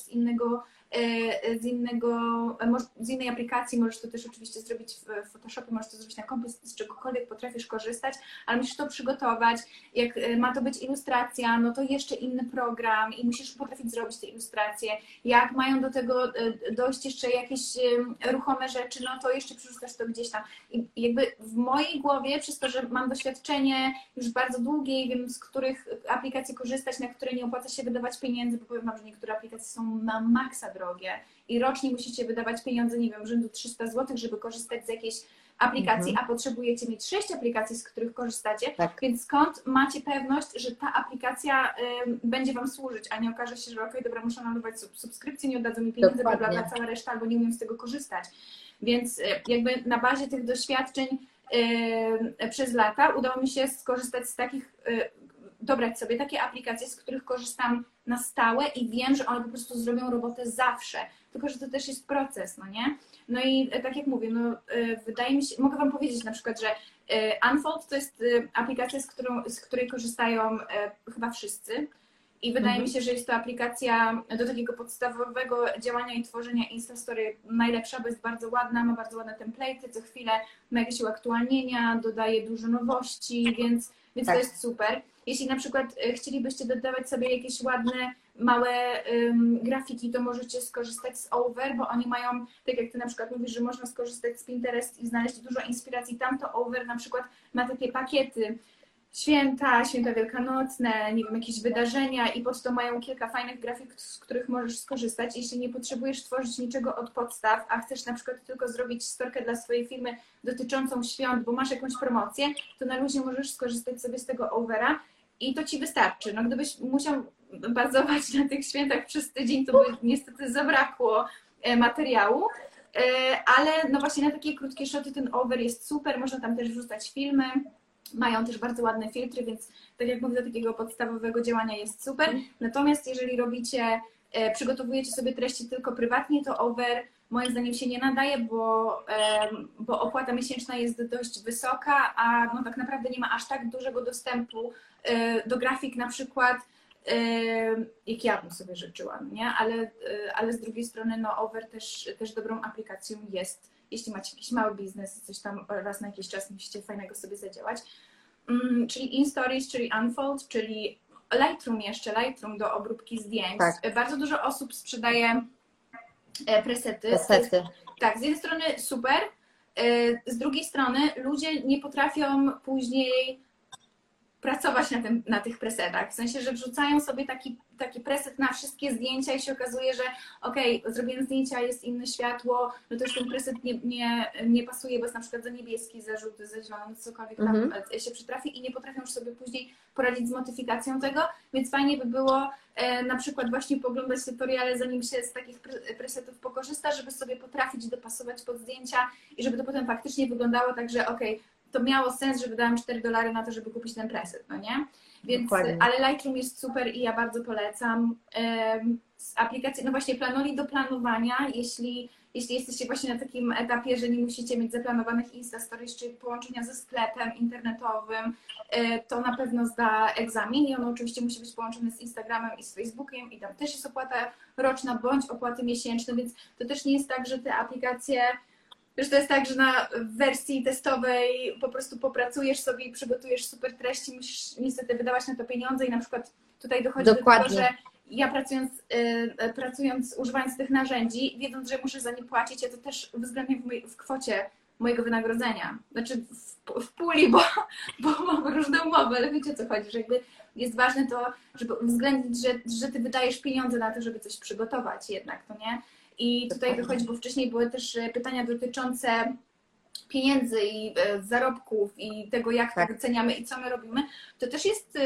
z innej aplikacji, możesz to też oczywiście zrobić w Photoshopie, możesz to zrobić na kompie, z czegokolwiek potrafisz korzystać, ale musisz to przygotować, jak ma to być ilustracja, no to jeszcze inny program i musisz potrafić zrobić te ilustracje, jak mają do tego dojść jeszcze jakieś ruchome rzeczy, no to jeszcze przerzucasz to gdzieś tam i jakby w mojej głowie, przez to, że mam doświadczenie już bardzo długie i wiem, z których aplikacji korzystać, na które nie opłaca się wydawać pieniędzy, bo powiem wam, że niektóre aplikacje są na maksa drogie i rocznie musicie wydawać pieniądze, nie wiem, rzędu 300 zł, żeby korzystać z jakiejś aplikacji, a potrzebujecie mieć 6 aplikacji, z których korzystacie, Tak. więc skąd macie pewność, że ta aplikacja będzie wam służyć, a nie okaże się, że okej, dobra, muszę anulować subskrypcję, nie oddadzą mi pieniędzy, bla, bla, bla, cała reszta, albo nie umiem z tego korzystać. Więc jakby na bazie tych doświadczeń przez lata udało mi się skorzystać z takich, dobrać sobie takie aplikacje, z których korzystam na stałe i wiem, że one po prostu zrobią robotę zawsze. Tylko że to też jest proces, no nie? No i tak jak mówię, no wydaje mi się, mogę wam powiedzieć na przykład, że Unfold to jest aplikacja, z której korzystają chyba wszyscy. I wydaje mi się, że jest to aplikacja do takiego podstawowego działania i tworzenia Instastory najlepsza, bo jest bardzo ładna, ma bardzo ładne template'y, co chwilę ma jakieś uaktualnienia, dodaje dużo nowości, więc Tak. to jest super. Jeśli na przykład chcielibyście dodawać sobie jakieś ładne, małe grafiki, to możecie skorzystać z Over, bo oni mają, tak jak ty na przykład mówisz, że można skorzystać z Pinterest i znaleźć dużo inspiracji tam, to Over na przykład ma takie pakiety, święta wielkanocne, nie wiem, jakieś wydarzenia i pod to mają kilka fajnych grafik, z których możesz skorzystać. Jeśli nie potrzebujesz tworzyć niczego od podstaw, a chcesz na przykład tylko zrobić storkę dla swojej firmy dotyczącą świąt, bo masz jakąś promocję, to na luzie możesz skorzystać sobie z tego Overa i to ci wystarczy. No gdybyś musiał bazować na tych świętach przez tydzień, to by niestety zabrakło materiału. Ale no właśnie na takie krótkie szoty ten Over jest super, można tam też wrzucać filmy. Mają też bardzo ładne filtry, więc tak jak mówię, do takiego podstawowego działania jest super. Natomiast jeżeli przygotowujecie sobie treści tylko prywatnie, to Over moim zdaniem się nie nadaje, bo opłata miesięczna jest dość wysoka, a no tak naprawdę nie ma aż tak dużego dostępu do grafik na przykład, jak ja bym sobie życzyła, nie? Ale z drugiej strony no Over też dobrą aplikacją jest. Jeśli macie jakiś mały biznes, coś tam raz na jakiś czas musicie fajnego sobie zadziałać. Czyli InStories, czyli Unfold, czyli Lightroom do obróbki zdjęć. Tak. Bardzo dużo osób sprzedaje presety. Tak, z jednej strony super, z drugiej strony ludzie nie potrafią później pracować na tych presetach. W sensie, że wrzucają sobie taki preset na wszystkie zdjęcia i się okazuje, że zrobiłem zdjęcia, jest inne światło, no to już ten preset nie pasuje, bo jest na przykład za niebieski, za żółty, za zielony, cokolwiek tam się przytrafi i nie potrafią już sobie później poradzić z modyfikacją tego, więc fajnie by było na przykład właśnie poglądać tutoriale, zanim się z takich presetów pokorzysta, żeby sobie potrafić dopasować pod zdjęcia i żeby to potem faktycznie wyglądało tak, że to miało sens, że wydałam $4 na to, żeby kupić ten preset, no nie? Więc, Dokładnie. ale Lightroom jest super i ja bardzo polecam. Z aplikacji, no właśnie Planoly do planowania, jeśli jesteście właśnie na takim etapie, że nie musicie mieć zaplanowanych Insta Stories, czy połączenia ze sklepem internetowym, to na pewno zda egzamin i on oczywiście musi być połączony z Instagramem i z Facebookiem i tam też jest opłata roczna bądź opłaty miesięczne, więc to też nie jest tak, że te aplikacje... Wiesz, to jest tak, że na wersji testowej po prostu popracujesz sobie i przygotujesz super treści, musisz niestety wydawać na to pieniądze i na przykład tutaj dochodzi do tego, że ja pracując, używając tych narzędzi, wiedząc, że muszę za nie płacić, ja to też uwzględniam w kwocie mojego wynagrodzenia. Znaczy w puli, bo mam różne umowy, ale wiecie o co chodzi, że jakby jest ważne to, żeby uwzględnić, że ty wydajesz pieniądze na to, żeby coś przygotować jednak, to nie? I tutaj dochodzi, bo wcześniej były też pytania dotyczące pieniędzy i zarobków i tego, jak to wyceniamy i co my robimy. To też jest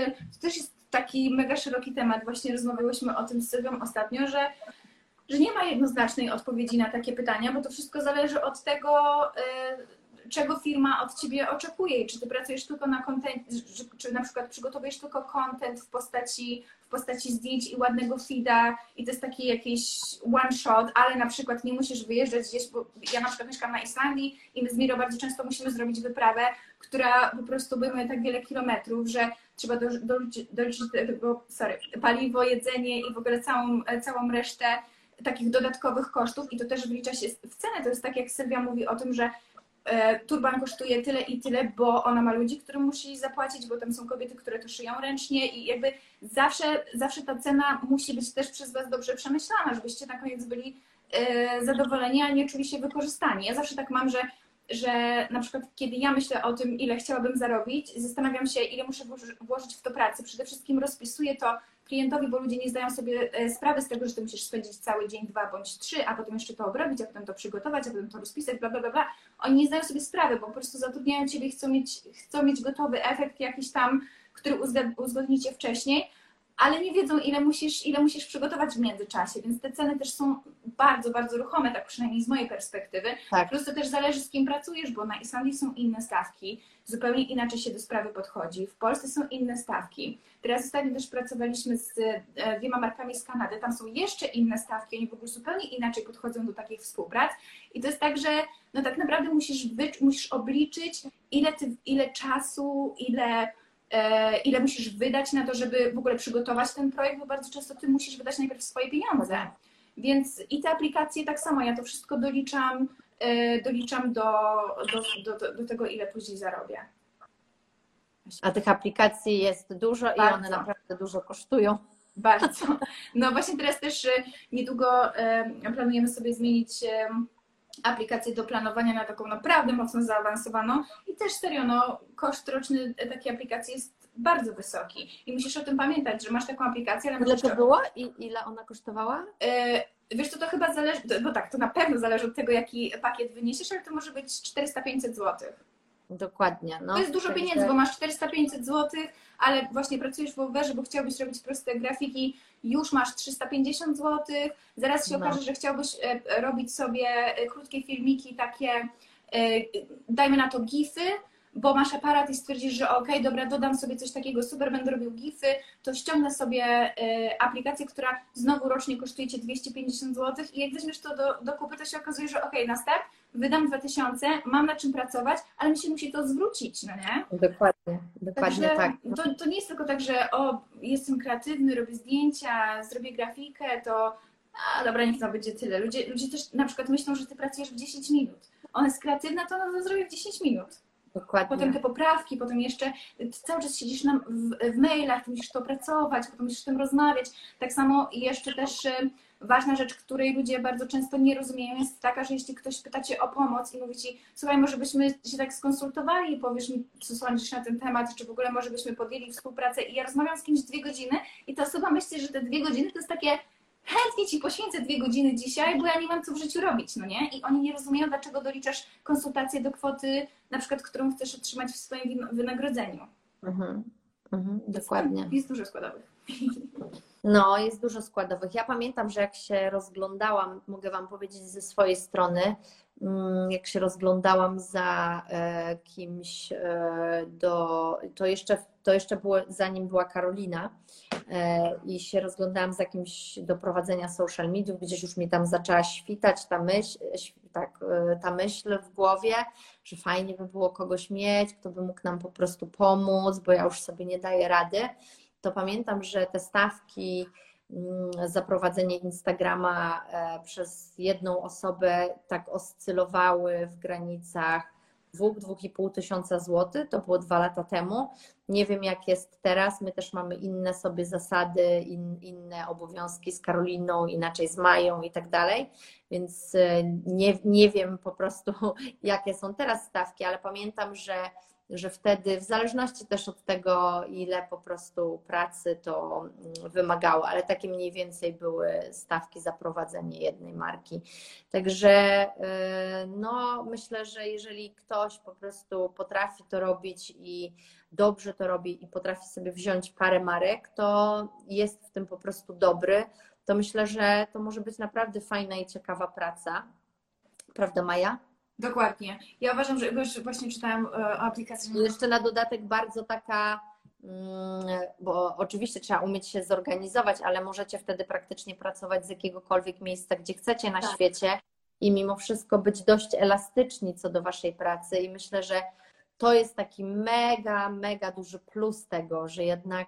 taki mega szeroki temat. Właśnie rozmawiałyśmy o tym z Sylwią ostatnio, że nie ma jednoznacznej odpowiedzi na takie pytania, bo to wszystko zależy od tego, czego firma od ciebie oczekuje. Czy ty pracujesz tylko na content, czy na przykład przygotowujesz tylko content w postaci zdjęć i ładnego feeda i to jest taki jakiś one shot, ale na przykład nie musisz wyjeżdżać gdzieś, bo ja na przykład mieszkam na Islandii i my z Miro bardzo często musimy zrobić wyprawę, która po prostu obejmuje tak wiele kilometrów, że trzeba doliczyć paliwo, jedzenie i w ogóle całą resztę takich dodatkowych kosztów i to też wlicza się w cenę. To jest tak, jak Sylwia mówi o tym, że turban kosztuje tyle i tyle, bo ona ma ludzi, którym musi zapłacić, bo tam są kobiety, które to szyją ręcznie i jakby zawsze ta cena musi być też przez Was dobrze przemyślana, żebyście na koniec byli zadowoleni, a nie czuli się wykorzystani. Ja zawsze tak mam, że na przykład kiedy ja myślę o tym, ile chciałabym zarobić, zastanawiam się, ile muszę włożyć w to pracy. Przede wszystkim rozpisuję to klientowi, bo ludzie nie zdają sobie sprawy z tego, że ty musisz spędzić cały dzień, 2 bądź 3, a potem jeszcze to obrobić, a potem to przygotować, a potem to rozpisać, bla, bla, bla, bla. Oni nie zdają sobie sprawy, bo po prostu zatrudniają ciebie i chcą mieć gotowy efekt jakiś tam, który uzgodnicie wcześniej, ale nie wiedzą, ile musisz przygotować w międzyczasie, więc te ceny też są bardzo, bardzo ruchome, tak przynajmniej z mojej perspektywy. Tak. Plus to też zależy, z kim pracujesz, bo na Islandii są inne stawki, zupełnie inaczej się do sprawy podchodzi. W Polsce są inne stawki. Teraz ostatnio też pracowaliśmy z 2 markami z Kanady, tam są jeszcze inne stawki, oni w ogóle zupełnie inaczej podchodzą do takich współprac i to jest tak, że no tak naprawdę musisz obliczyć, ile czasu, ile musisz wydać na to, żeby w ogóle przygotować ten projekt, bo bardzo często ty musisz wydać najpierw swoje pieniądze. Więc i te aplikacje tak samo, ja to wszystko doliczam do tego, ile później zarobię. A tych aplikacji jest dużo i Bardzo. one naprawdę dużo kosztują. Bardzo. No właśnie teraz też niedługo planujemy sobie zmienić aplikację do planowania na taką naprawdę mocno zaawansowaną i też serio, no koszt roczny takiej aplikacji jest bardzo wysoki i musisz o tym pamiętać, że masz taką aplikację, ale Ile musisz to było i ile ona kosztowała? Wiesz co, to chyba zależy, bo tak, to na pewno zależy od tego, jaki pakiet wyniesiesz, ale to może być 400-500 zł. Dokładnie. No, To jest dużo także- pieniędzy, bo masz 400-500 zł, ale właśnie pracujesz w Overze, bo chciałbyś robić proste grafiki, już masz 350 zł, zaraz się No. okaże, że chciałbyś robić sobie krótkie filmiki takie, dajmy na to gify, bo masz aparat i stwierdzisz, że okej, dobra, dodam sobie coś takiego, super, będę robił gify, to ściągnę sobie aplikację, która znowu rocznie kosztuje Cię 250 zł i jak weźmiesz to do kupy, to się okazuje, że okej, na start wydam 2000, mam na czym pracować, ale mi się musi to zwrócić, no nie? Dokładnie Także tak. to nie jest tylko tak, że o, jestem kreatywny, robię zdjęcia, zrobię grafikę, to dobra, niech to będzie tyle. Ludzie też na przykład myślą, że Ty pracujesz w 10 minut. Ona jest kreatywna, to ona to zrobi w 10 minut. Dokładnie. Potem te poprawki, potem jeszcze cały czas siedzisz w mailach, ty musisz to opracować, potem musisz o tym rozmawiać. Tak samo jeszcze też ważna rzecz, której ludzie bardzo często nie rozumieją, jest taka, że jeśli ktoś pyta Cię o pomoc i mówi Ci, słuchaj, może byśmy się tak skonsultowali i powiesz mi, co sądzisz na ten temat, czy w ogóle może byśmy podjęli współpracę i ja rozmawiam z kimś 2 godziny i ta osoba myśli, że te 2 godziny to jest takie chętnie Ci poświęcę 2 godziny dzisiaj, bo ja nie mam co w życiu robić, no nie? I oni nie rozumieją, dlaczego doliczasz konsultację do kwoty, na przykład, którą chcesz otrzymać w swoim wynagrodzeniu. Dokładnie. Jest dużo składowych. No, jest dużo składowych. Ja pamiętam, że jak się rozglądałam, mogę Wam powiedzieć ze swojej strony, jak się rozglądałam za kimś, to jeszcze było zanim była Karolina i się rozglądałam za kimś do prowadzenia social mediów, gdzieś już mi tam zaczęła świtać ta myśl w głowie, że fajnie by było kogoś mieć, kto by mógł nam po prostu pomóc, bo ja już sobie nie daję rady. To pamiętam, że te stawki za prowadzenie Instagrama przez jedną osobę tak oscylowały w granicach 2-2,5 tysiąca złotych. To było 2 lata temu. Nie wiem, jak jest teraz. My też mamy inne sobie zasady, inne obowiązki z Karoliną, inaczej z Mają i tak dalej. Więc nie wiem po prostu, jakie są teraz stawki, ale pamiętam, że wtedy, w zależności też od tego, ile po prostu pracy to wymagało, ale takie mniej więcej były stawki za prowadzenie jednej marki. Także no, myślę, że jeżeli ktoś po prostu potrafi to robić i dobrze to robi i potrafi sobie wziąć parę marek, to jest w tym po prostu dobry, to myślę, że to może być naprawdę fajna i ciekawa praca. Prawda, Maja? Dokładnie. Ja uważam, że już właśnie czytałam o aplikacji. I jeszcze na dodatek bardzo taka, bo oczywiście trzeba umieć się zorganizować, ale możecie wtedy praktycznie pracować z jakiegokolwiek miejsca, gdzie chcecie na świecie i mimo wszystko być dość elastyczni co do waszej pracy i myślę, że to jest taki mega, mega duży plus tego, że jednak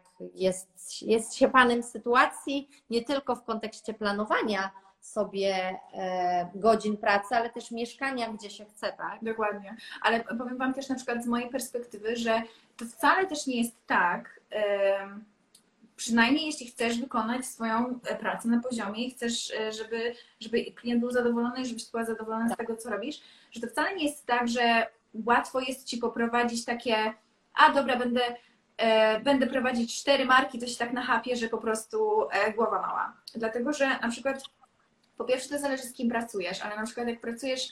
jest się panem sytuacji nie tylko w kontekście planowania sobie godzin pracy, ale też mieszkania, gdzie się chce, tak? Dokładnie. Ale powiem Wam też na przykład z mojej perspektywy, że to wcale też nie jest tak, przynajmniej jeśli chcesz wykonać swoją pracę na poziomie i chcesz, żeby klient był zadowolony i żebyś była zadowolona z tego, co robisz, że to wcale nie jest tak, że łatwo jest Ci poprowadzić takie, a dobra, będę prowadzić 4 marki, to się tak nachapie, że po prostu głowa mała. Dlatego, że na przykład po pierwsze to zależy z kim pracujesz, ale na przykład jak pracujesz,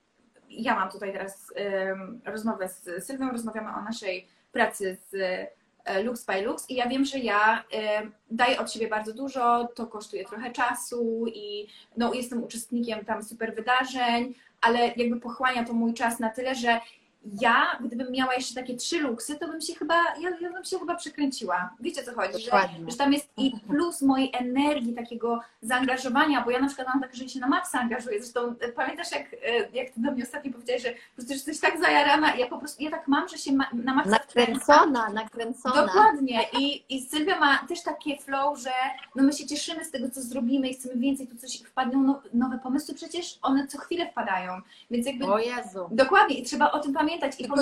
ja mam tutaj teraz rozmowę z Sylwią, rozmawiamy o naszej pracy z Lux by Lux i ja wiem, że ja daję od siebie bardzo dużo, to kosztuje trochę czasu i no, jestem uczestnikiem tam super wydarzeń, ale jakby pochłania to mój czas na tyle, że ja, gdybym miała jeszcze takie 3 luksy, to bym się chyba, ja bym się chyba przekręciła. Wiecie, co chodzi? Że tam jest i plus mojej energii, takiego zaangażowania, bo ja na przykład mam tak, że się na maksa angażuję. Zresztą pamiętasz, jak ty do mnie ostatnio powiedziałeś, że po prostu jesteś tak zajarana, ja tak mam, że się na maksa nakręcona. Dokładnie. I Sylwia ma też takie flow, że no my się cieszymy z tego, co zrobimy i chcemy więcej, tu coś wpadną nowe pomysły, przecież one co chwilę wpadają. Więc jakby... O Jezu. Dokładnie. I trzeba o tym pamiętać.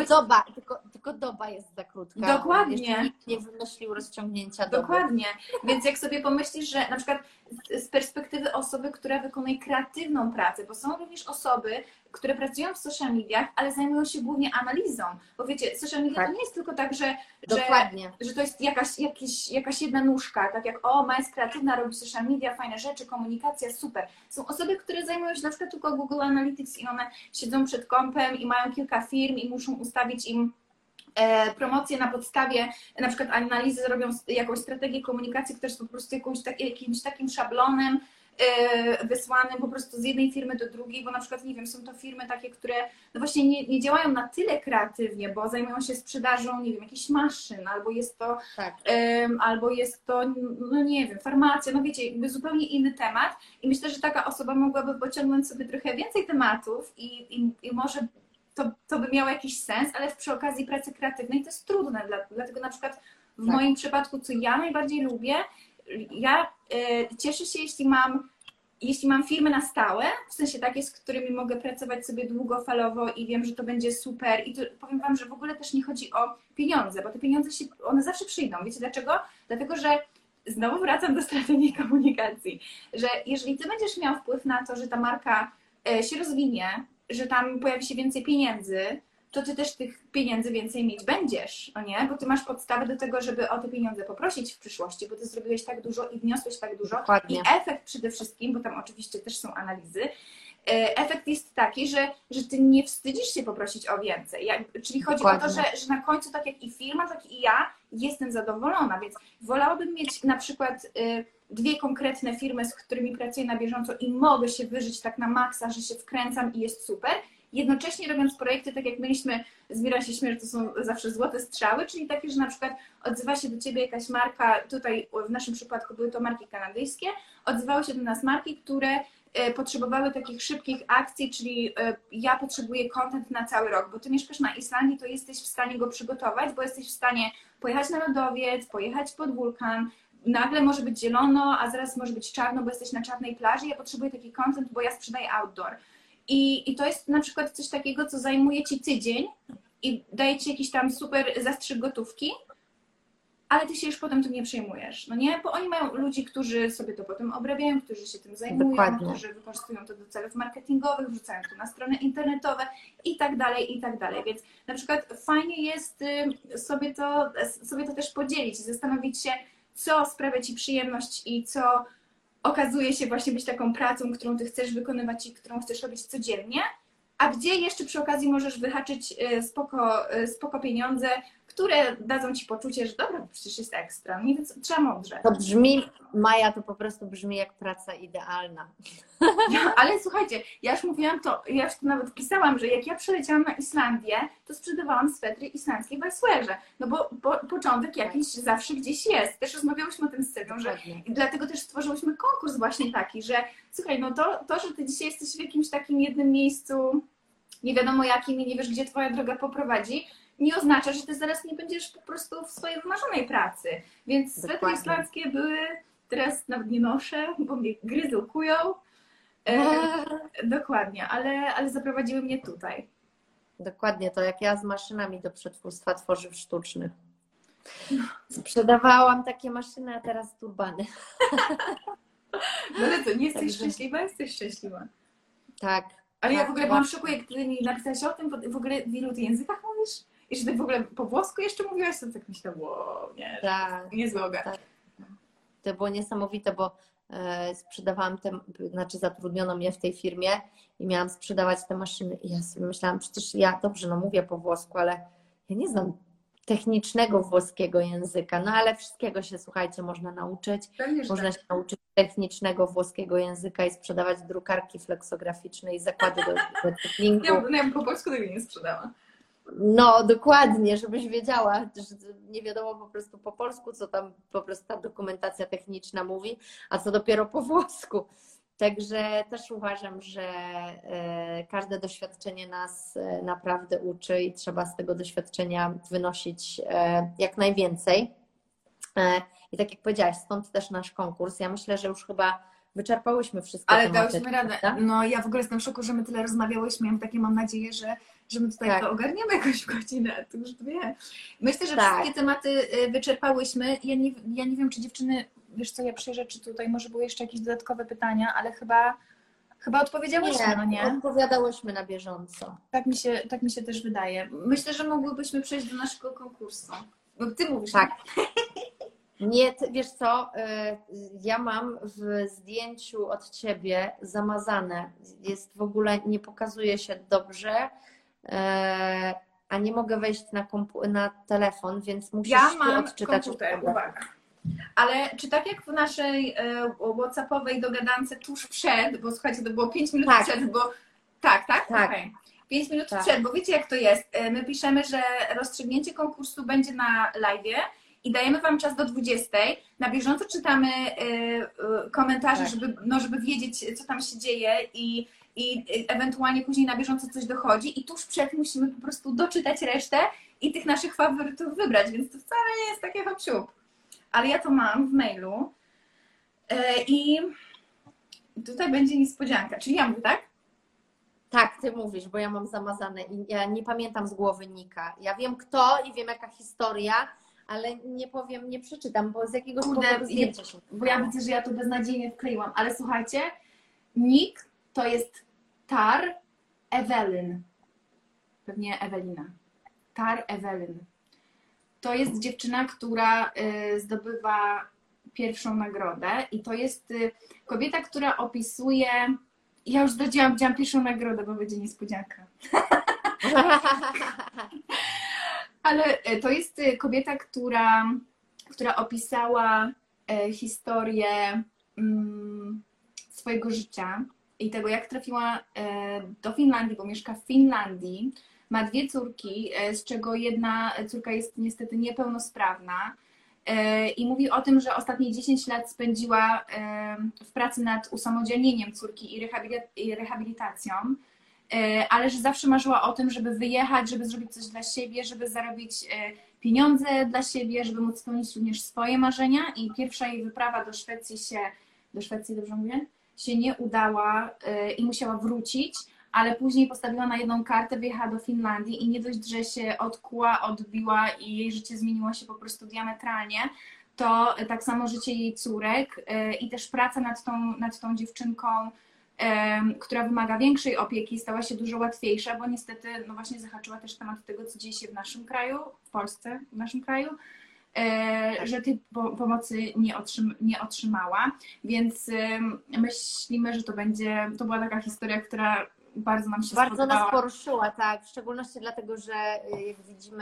Tylko doba jest za krótka. Dokładnie. Jeszcze nikt nie wymyślił rozciągnięcia doby. Dokładnie. Więc jak sobie pomyślisz, że na przykład z perspektywy osoby, która wykonuje kreatywną pracę, bo są również osoby, które pracują w social mediach, ale zajmują się głównie analizą. Bo wiecie, social media to nie jest tylko tak, że to jest jakaś jedna nóżka, tak jak Maja jest kreatywna, robi social media, fajne rzeczy, komunikacja, super. Są osoby, które zajmują się na przykład tylko Google Analytics i one siedzą przed kompem i mają kilka firm i muszą ustawić im promocje na podstawie na przykład analizy, robią jakąś strategię komunikacji, która jest po prostu jakimś takim szablonem wysłanym po prostu z jednej firmy do drugiej, bo na przykład, nie wiem, są to firmy takie, które no właśnie nie działają na tyle kreatywnie, bo zajmują się sprzedażą, nie wiem, jakichś maszyn, albo jest to, no nie wiem, farmacja, no wiecie, jakby zupełnie inny temat i myślę, że taka osoba mogłaby pociągnąć sobie trochę więcej tematów i może to by miało jakiś sens, ale przy okazji pracy kreatywnej to jest trudne, dlatego na przykład w moim przypadku, co ja najbardziej lubię, ja cieszę się, jeśli mam firmy na stałe, w sensie takie, z którymi mogę pracować sobie długofalowo i wiem, że to będzie super. I to powiem Wam, że w ogóle też nie chodzi o pieniądze, bo te pieniądze one zawsze przyjdą. Wiecie dlaczego? Dlatego, że znowu wracam do strategii komunikacji, że jeżeli Ty będziesz miał wpływ na to, że ta marka się rozwinie, że tam pojawi się więcej pieniędzy, to Ty też tych pieniędzy więcej mieć będziesz, o nie? Bo Ty masz podstawy do tego, żeby o te pieniądze poprosić w przyszłości, bo Ty zrobiłeś tak dużo i wniosłeś tak dużo. Dokładnie. I efekt przede wszystkim, bo tam oczywiście też są analizy, efekt jest taki, że Ty nie wstydzisz się poprosić o więcej. Czyli chodzi o to, że na końcu tak jak i firma, tak i ja jestem zadowolona, więc wolałabym mieć na przykład 2 konkretne firmy, z którymi pracuję na bieżąco i mogę się wyżyć tak na maksa, że się wkręcam i jest super, jednocześnie robiąc projekty, tak jak mieliśmy z Mira się śmieje, że to są zawsze złote strzały, czyli takie, że na przykład odzywa się do Ciebie jakaś marka, tutaj w naszym przypadku były to marki kanadyjskie, odzywały się do nas marki, które potrzebowały takich szybkich akcji, czyli ja potrzebuję content na cały rok, bo Ty mieszkasz na Islandii, to jesteś w stanie go przygotować, bo jesteś w stanie pojechać na lodowiec, pojechać pod wulkan, nagle może być zielono, a zaraz może być czarno, bo jesteś na czarnej plaży, ja potrzebuję taki content, bo ja sprzedaję outdoor. I to jest na przykład coś takiego, co zajmuje Ci tydzień i daje Ci jakiś tam super zastrzyk gotówki, ale Ty się już potem tym nie przejmujesz, no nie? Bo oni mają ludzi, którzy sobie to potem obrabiają, którzy się tym zajmują, Dokładnie. Którzy wykorzystują to do celów marketingowych, wrzucają to na strony internetowe i tak dalej, i tak dalej. Więc na przykład fajnie jest sobie to też podzielić, zastanowić się, co sprawia Ci przyjemność i co okazuje się właśnie być taką pracą, którą Ty chcesz wykonywać i którą chcesz robić codziennie, a gdzie jeszcze przy okazji możesz wyhaczyć spoko pieniądze, które dadzą Ci poczucie, że dobra, przecież jest ekstra, nie wiem, trzeba mądrze. To brzmi, Maja, to po prostu brzmi jak praca idealna. Ale słuchajcie, ja już mówiłam to, ja już to nawet pisałam, że jak ja przyleciałam na Islandię, to sprzedawałam swetry islandzkie w Icewearze, no bo początek jakiś zawsze gdzieś jest. Też rozmawiałyśmy o tym z Sylwią, że i dlatego też stworzyłyśmy konkurs właśnie taki, że słuchaj, no to, że Ty dzisiaj jesteś w jakimś takim jednym miejscu, nie wiadomo jakim i nie wiesz, gdzie Twoja droga poprowadzi, nie oznacza, że Ty zaraz nie będziesz po prostu w swojej wymarzonej pracy. Więc swetry islandzkie były, teraz nawet nie noszę, bo mnie gryzą, kują. Dokładnie, ale zaprowadziły mnie tutaj. Dokładnie, to jak ja z maszynami do przetwórstwa tworzyw sztucznych. Sprzedawałam takie maszyny, a teraz turbany. No ale co, nie jesteś szczęśliwa? Jesteś szczęśliwa. Tak. Ale tak, ja w ogóle byłam w szoku, jak Ty mi napisałaś o tym, w ogóle w ilu Ty językach mówisz? I że Ty w ogóle po włosku jeszcze mówiłaś, to tak myślę, wow, nie, tak, niezły ogar. tak. To było niesamowite, bo sprzedawałam znaczy zatrudniono mnie w tej firmie i miałam sprzedawać te maszyny i ja sobie myślałam, przecież ja dobrze, no mówię po włosku, ale ja nie znam technicznego włoskiego języka, no ale wszystkiego się, słuchajcie, można nauczyć. Pewnie, że Można tak. się nauczyć technicznego włoskiego języka i sprzedawać drukarki fleksograficzne i zakłady do recyklingu. Ja po polsku tego nie sprzedała. No, dokładnie, żebyś wiedziała, że nie wiadomo po prostu po polsku, co tam po prostu ta dokumentacja techniczna mówi, a co dopiero po włosku. Także też uważam, że każde doświadczenie nas naprawdę uczy i trzeba z tego doświadczenia wynosić jak najwięcej. I tak jak powiedziałaś, stąd też nasz konkurs. Ja myślę, że już chyba wyczerpałyśmy wszystkie Ale tematy. dałyśmy radę. Tak? No ja w ogóle jestem w szoku, że my tyle rozmawiałyśmy. Ja mam nadzieję, że my tutaj Tak. to ogarniemy jakoś w godzinę. To już wie. Myślę, że Tak. wszystkie tematy wyczerpałyśmy. Ja nie wiem, czy dziewczyny, wiesz co, ja przejrzę, czy tutaj może były jeszcze jakieś dodatkowe pytania, ale chyba odpowiedziałyśmy, no nie? Odpowiadałyśmy na bieżąco. Tak mi się też wydaje. Myślę, że mogłybyśmy przejść do naszego konkursu. Bo Ty mówisz. Tak. Nie, wiesz co, ja mam w zdjęciu od Ciebie zamazane. Jest w ogóle, nie pokazuje się dobrze, a nie mogę wejść na telefon, więc musisz Ja Ty mam odczytać. komputer, uwaga. Ale czy tak jak w naszej WhatsAppowej dogadance tuż przed, bo słuchajcie, to było 5 minut Tak. przed, bo tak? Tak. Okay. 5 minut Tak. przed, bo wiecie jak to jest. My piszemy, że rozstrzygnięcie konkursu będzie na live'ie i dajemy Wam czas do 20. Na bieżąco czytamy komentarze, Tak. żeby wiedzieć, co tam się dzieje i ewentualnie później na bieżąco coś dochodzi i tuż przed musimy po prostu doczytać resztę i tych naszych faworytów wybrać, więc to wcale nie jest takie hop-siup. Ale ja to mam w mailu i tutaj będzie niespodzianka. Czyli ja mówię, tak? Tak, Ty mówisz, bo ja mam zamazane i ja nie pamiętam z głowy nika. Ja wiem kto i wiem jaka historia, ale nie powiem, nie przeczytam, bo z jakiegoś powodu zdjęcia się. Bo ja widzę, że ja to beznadziejnie wkleiłam, ale słuchajcie, nick to jest Tar Ewelyn. Pewnie Ewelina. Tar Ewelyn. To jest dziewczyna, która zdobywa pierwszą nagrodę i to jest kobieta, która opisuje... Ja już zdradziłam pierwszą nagrodę, bo będzie niespodzianka. Ale to jest kobieta, która opisała historię swojego życia i tego, jak trafiła do Finlandii, bo mieszka w Finlandii. Ma 2 córki, z czego jedna córka jest niestety niepełnosprawna. I mówi o tym, że ostatnie 10 lat spędziła w pracy nad usamodzielnieniem córki i rehabilitacją, ale że zawsze marzyła o tym, żeby wyjechać, żeby zrobić coś dla siebie, żeby zarobić pieniądze dla siebie, żeby móc spełnić również swoje marzenia. I pierwsza jej wyprawa do Szwecji, dobrze mówię, się nie udała i musiała wrócić, ale później postawiła na jedną kartę, wyjechała do Finlandii i nie dość, że się odkuła, odbiła i jej życie zmieniło się po prostu diametralnie, to tak samo życie jej córek i też praca nad tą dziewczynką, która wymaga większej opieki, stała się dużo łatwiejsza, bo niestety no właśnie zahaczyła też temat tego, co dzieje się w naszym kraju, w Polsce, w naszym kraju, że tej pomocy nie otrzymała, więc myślimy, że to była taka historia, która bardzo nam się Bardzo spodobała. nas poruszyła, tak, w szczególności dlatego, że jak widzimy,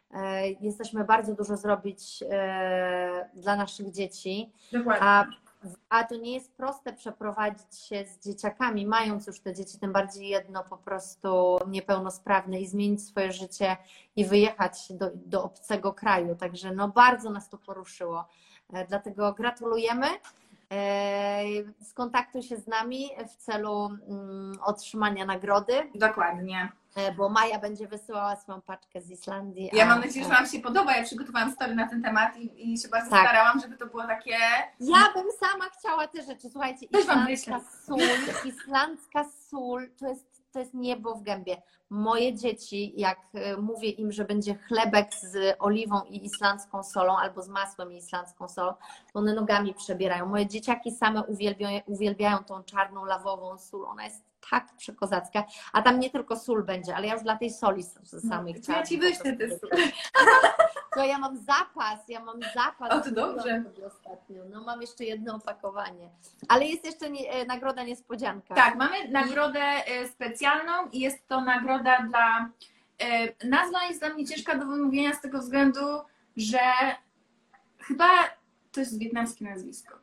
jesteśmy bardzo dużo zrobić dla naszych dzieci. Dokładnie. A to nie jest proste przeprowadzić się z dzieciakami, mając już te dzieci, tym bardziej jedno po prostu niepełnosprawne i zmienić swoje życie i wyjechać do obcego kraju. Także no bardzo nas to poruszyło. Dlatego gratulujemy. Skontaktuj się z nami w celu otrzymania nagrody. Dokładnie. Bo Maja będzie wysyłała swoją paczkę z Islandii. Ja mam nadzieję, że Wam się podoba. Ja przygotowałam story na ten temat i się bardzo starałam, żeby to było takie... Ja bym sama chciała te rzeczy. Słuchajcie, islandzka sól to jest niebo w gębie. Moje dzieci, jak mówię im, że będzie chlebek z oliwą i islandzką solą, albo z masłem i islandzką solą, to one nogami przebierają. Moje dzieciaki same uwielbiają tą czarną, lawową sól. Ona jest tak przekozacka. A tam nie tylko sól będzie, ale ja już dla tej soli samej chciałam. Ja Ci wyślę te sól. To ja mam zapas. O, to dobrze. Ostatnio. No mam jeszcze jedno opakowanie. Ale jest jeszcze nagroda niespodzianka. Tak, mamy nagrodę specjalną i jest to nagroda dla... Nazwa jest dla mnie ciężka do wymówienia z tego względu, że chyba to jest wietnamskie nazwisko.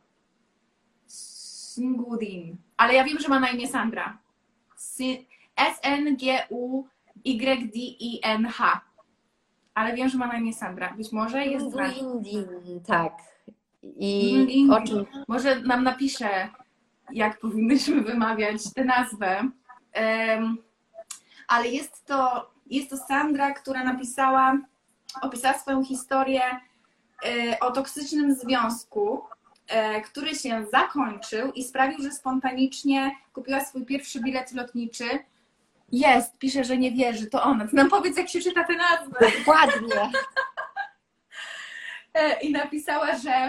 Sngudin. Ale ja wiem, że ma na imię Sandra. Sngudin. Ale wiem, że ma na imię Sandra. Być może jest tak. I o czym? Może nam napisze, jak powinnyśmy wymawiać tę nazwę. Ale jest to Sandra, która opisała swoją historię o toksycznym związku, który się zakończył i sprawił, że spontanicznie kupiła swój pierwszy bilet lotniczy. Pisze, że nie wierzy, to ona. Ty nam powiedz, jak się czyta tę nazwę. Dokładnie. I napisała,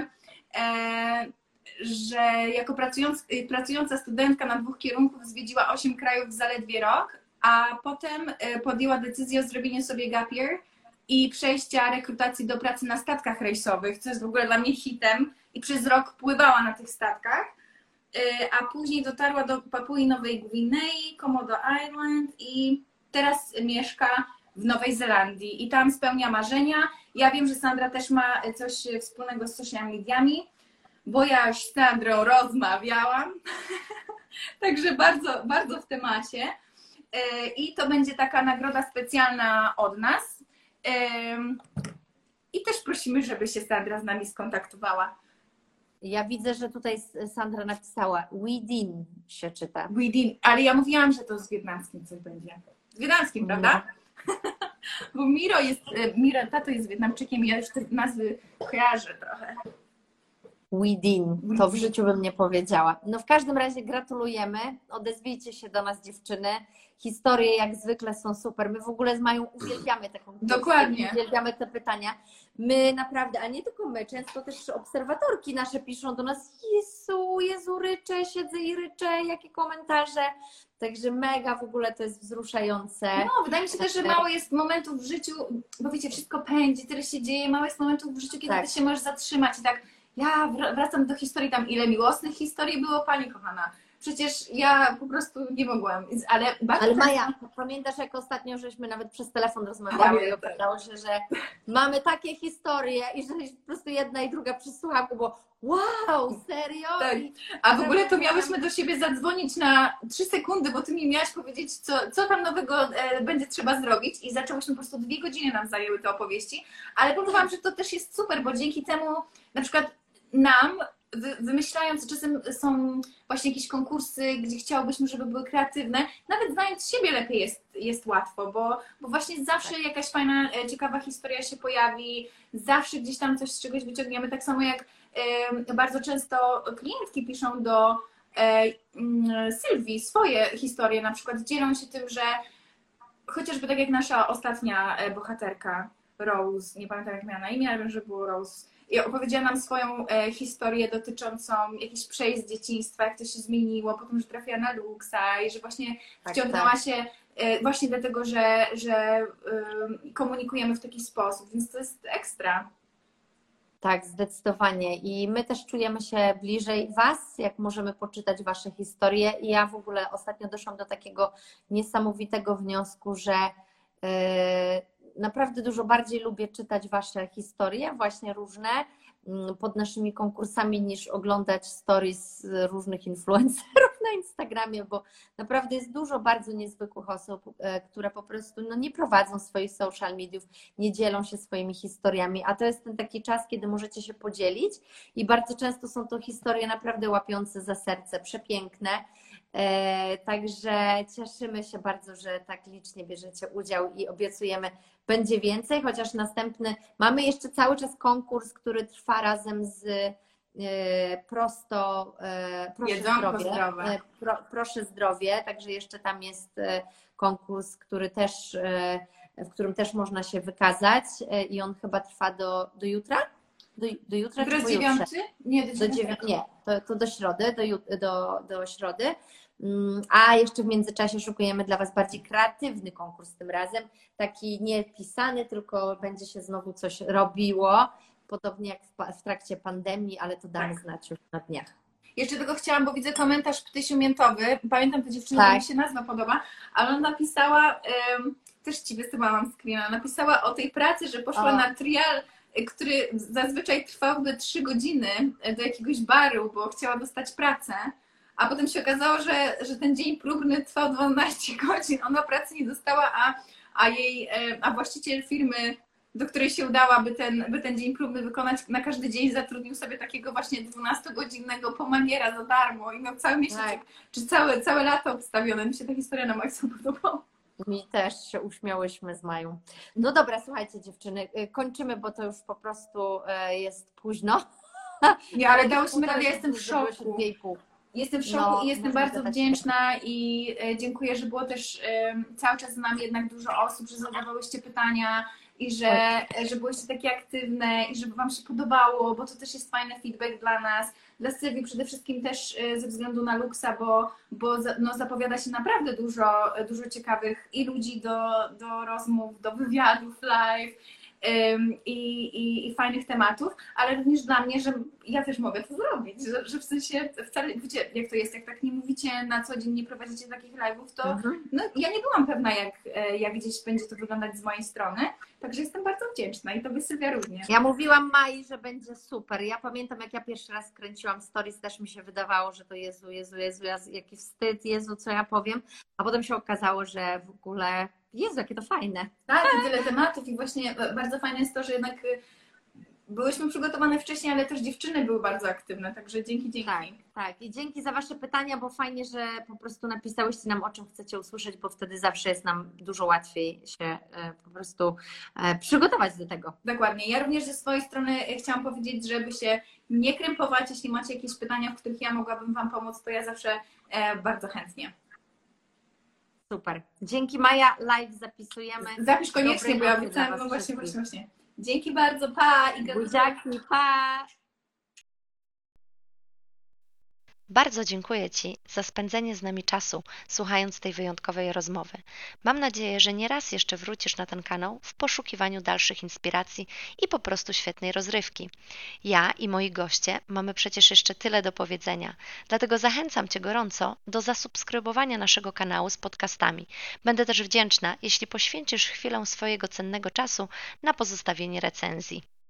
że jako pracująca studentka na 2 kierunkach zwiedziła 8 krajów w zaledwie rok, a potem podjęła decyzję o zrobieniu sobie gap year i przejścia rekrutacji do pracy na statkach rejsowych, co jest w ogóle dla mnie hitem. I przez rok pływała na tych statkach, a później dotarła do Papui Nowej Gwinei, Komodo Island i teraz mieszka w Nowej Zelandii i tam spełnia marzenia. Ja wiem, że Sandra też ma coś wspólnego z social mediami, bo ja już z Sandrą rozmawiałam, także bardzo, bardzo w temacie. I to będzie taka nagroda specjalna od nas. I też prosimy, żeby się Sandra z nami skontaktowała. Ja widzę, że tutaj Sandra napisała Widin się czyta. Widin, ale ja mówiłam, że to z wietnamskim coś będzie. Z wietnamskim, prawda? Bo tato jest Wietnamczykiem i ja już te nazwy kojarzę trochę. Widin, to w życiu bym nie powiedziała. No w każdym razie gratulujemy. Odezwijcie się do nas, dziewczyny. Historie jak zwykle są super. My w ogóle z Mają uwielbiamy te konkursy. Dokładnie. Uwielbiamy te pytania. My naprawdę, a nie tylko my, często też obserwatorki nasze piszą do nas: Jezu, ryczę, siedzę i ryczę, jakie komentarze. Także mega w ogóle to jest wzruszające. No, wydaje mi się też, że mało jest momentów w życiu, bo wiecie, wszystko pędzi, tyle się dzieje, mało jest momentów w życiu, kiedy ty się możesz zatrzymać i tak, ja wracam do historii, tam ile miłosnych historii było, Pani kochana. Przecież ja po prostu nie mogłam, ale Maja, pamiętasz, jak ostatnio żeśmy nawet przez telefon rozmawiały i okazało się, że mamy takie historie i że po prostu jedna i druga przy słuchawku było wow, serio? Tak. A w ogóle to miałyśmy do siebie zadzwonić na 3 sekundy, bo ty mi miałaś powiedzieć, co tam nowego będzie trzeba zrobić i zaczęłyśmy po prostu 2 godziny nam zajęły te opowieści, ale powiem wam, że to też jest super, bo dzięki temu na przykład nam wymyślając, czasem są właśnie jakieś konkursy, gdzie chciałobyśmy, żeby były kreatywne, nawet znając siebie lepiej jest łatwo, bo właśnie zawsze jakaś fajna, ciekawa historia się pojawi, zawsze gdzieś tam coś z czegoś wyciągniemy, tak samo jak bardzo często klientki piszą do Sylwii swoje historie, na przykład dzielą się tym, że chociażby tak jak nasza ostatnia bohaterka Rose, nie pamiętam jak miała na imię, ale wiem, że było Rose, i opowiedziała nam swoją historię dotyczącą jakichś przejść z dzieciństwa, jak to się zmieniło, potem, że trafiła na Luxa i że właśnie wciągnęła się właśnie dlatego, że komunikujemy w taki sposób, więc to jest ekstra. Tak, zdecydowanie. I my też czujemy się bliżej Was, jak możemy poczytać Wasze historie. I ja w ogóle ostatnio doszłam do takiego niesamowitego wniosku, że naprawdę dużo bardziej lubię czytać Wasze historie, właśnie różne, pod naszymi konkursami, niż oglądać stories różnych influencerów na Instagramie, bo naprawdę jest dużo bardzo niezwykłych osób, które po prostu nie prowadzą swoich social mediów, nie dzielą się swoimi historiami, a to jest ten taki czas, kiedy możecie się podzielić i bardzo często są to historie naprawdę łapiące za serce, przepiękne. Także cieszymy się bardzo, że tak licznie bierzecie udział i obiecujemy, będzie więcej, chociaż następny, mamy jeszcze cały czas konkurs, który trwa razem z Proszę Jedzonko Zdrowie. zdrowe. Proszę Zdrowie, także jeszcze tam jest konkurs, w którym też można się wykazać i on chyba trwa do jutra? Do jutra Jutro czy jest pojutrze? 9? Nie, do 9. Nie, to do środy, do środy. A jeszcze w międzyczasie szukujemy dla Was bardziej kreatywny konkurs tym razem. Taki nie pisany, tylko będzie się znowu coś robiło, podobnie jak w trakcie pandemii, ale to damy znać już na dniach. Jeszcze tylko chciałam, bo widzę komentarz Ptysiu Miętowy. Pamiętam tę dziewczynę, Tak. mi się nazwa podoba, ale ona napisała, też Ci wysyłałam screena, napisała o tej pracy, że poszła na trial, który zazwyczaj trwałby 3 godziny do jakiegoś baru, bo chciała dostać pracę, a potem się okazało, że ten dzień próbny trwał 12 godzin. Ona pracy nie dostała, a właściciel firmy, do której się udała, by ten dzień próbny wykonać, na każdy dzień zatrudnił sobie takiego właśnie 12-godzinnego pomagiera za darmo i miał cały miesiąc, Tak. czy całe lato obstawione. Mi się ta historia na maksa podobała. Mi też się uśmiałyśmy z Mają. No dobra, słuchajcie dziewczyny, kończymy, bo to już po prostu jest późno. Nie, ale dałyśmy radę, ja jestem w Zrobiło się szoku. 2,5. Jestem w szoku i jestem można bardzo gadać. wdzięczna i dziękuję, że było też cały czas z nami jednak dużo osób, że zadawałyście pytania i że byłyście takie aktywne i żeby Wam się podobało, bo to też jest fajny feedback dla nas. Dla Sylwii przede wszystkim też ze względu na Luxa, bo zapowiada się naprawdę dużo ciekawych i ludzi do rozmów, do wywiadów live. I fajnych tematów, ale również dla mnie, że ja też mogę to zrobić, że w sensie wcale, wiecie, jak to jest, jak tak nie mówicie na co dzień, nie prowadzicie takich live'ów, to no, ja nie byłam pewna, jak gdzieś będzie to wyglądać z mojej strony, także jestem bardzo wdzięczna i tobie, Sylwia, również. Ja mówiłam Mai, że będzie super. Ja pamiętam, jak ja pierwszy raz kręciłam stories, też mi się wydawało, że to Jezu, jaki wstyd, Jezu, co ja powiem, a potem się okazało, że w ogóle Jezu, jakie to fajne. Tak, i tyle tematów i właśnie bardzo fajne jest to, że jednak byłyśmy przygotowane wcześniej, ale też dziewczyny były bardzo aktywne, także dzięki. Tak. I dzięki za Wasze pytania, bo fajnie, że po prostu napisałyście nam, o czym chcecie usłyszeć, bo wtedy zawsze jest nam dużo łatwiej się po prostu przygotować do tego. Dokładnie. Ja również ze swojej strony chciałam powiedzieć, żeby się nie krępować. Jeśli macie jakieś pytania, w których ja mogłabym Wam pomóc, to ja zawsze bardzo chętnie. Super. Dzięki, Maja. Live zapisujemy. Zapisz koniecznie, bo ja Dobrej nocy dla obiecałam, was no właśnie. wszystkich. Dzięki bardzo, pa! I Buziaki, pa! Bardzo dziękuję Ci za spędzenie z nami czasu, słuchając tej wyjątkowej rozmowy. Mam nadzieję, że nie raz jeszcze wrócisz na ten kanał w poszukiwaniu dalszych inspiracji i po prostu świetnej rozrywki. Ja i moi goście mamy przecież jeszcze tyle do powiedzenia, dlatego zachęcam Cię gorąco do zasubskrybowania naszego kanału z podcastami. Będę też wdzięczna, jeśli poświęcisz chwilę swojego cennego czasu na pozostawienie recenzji.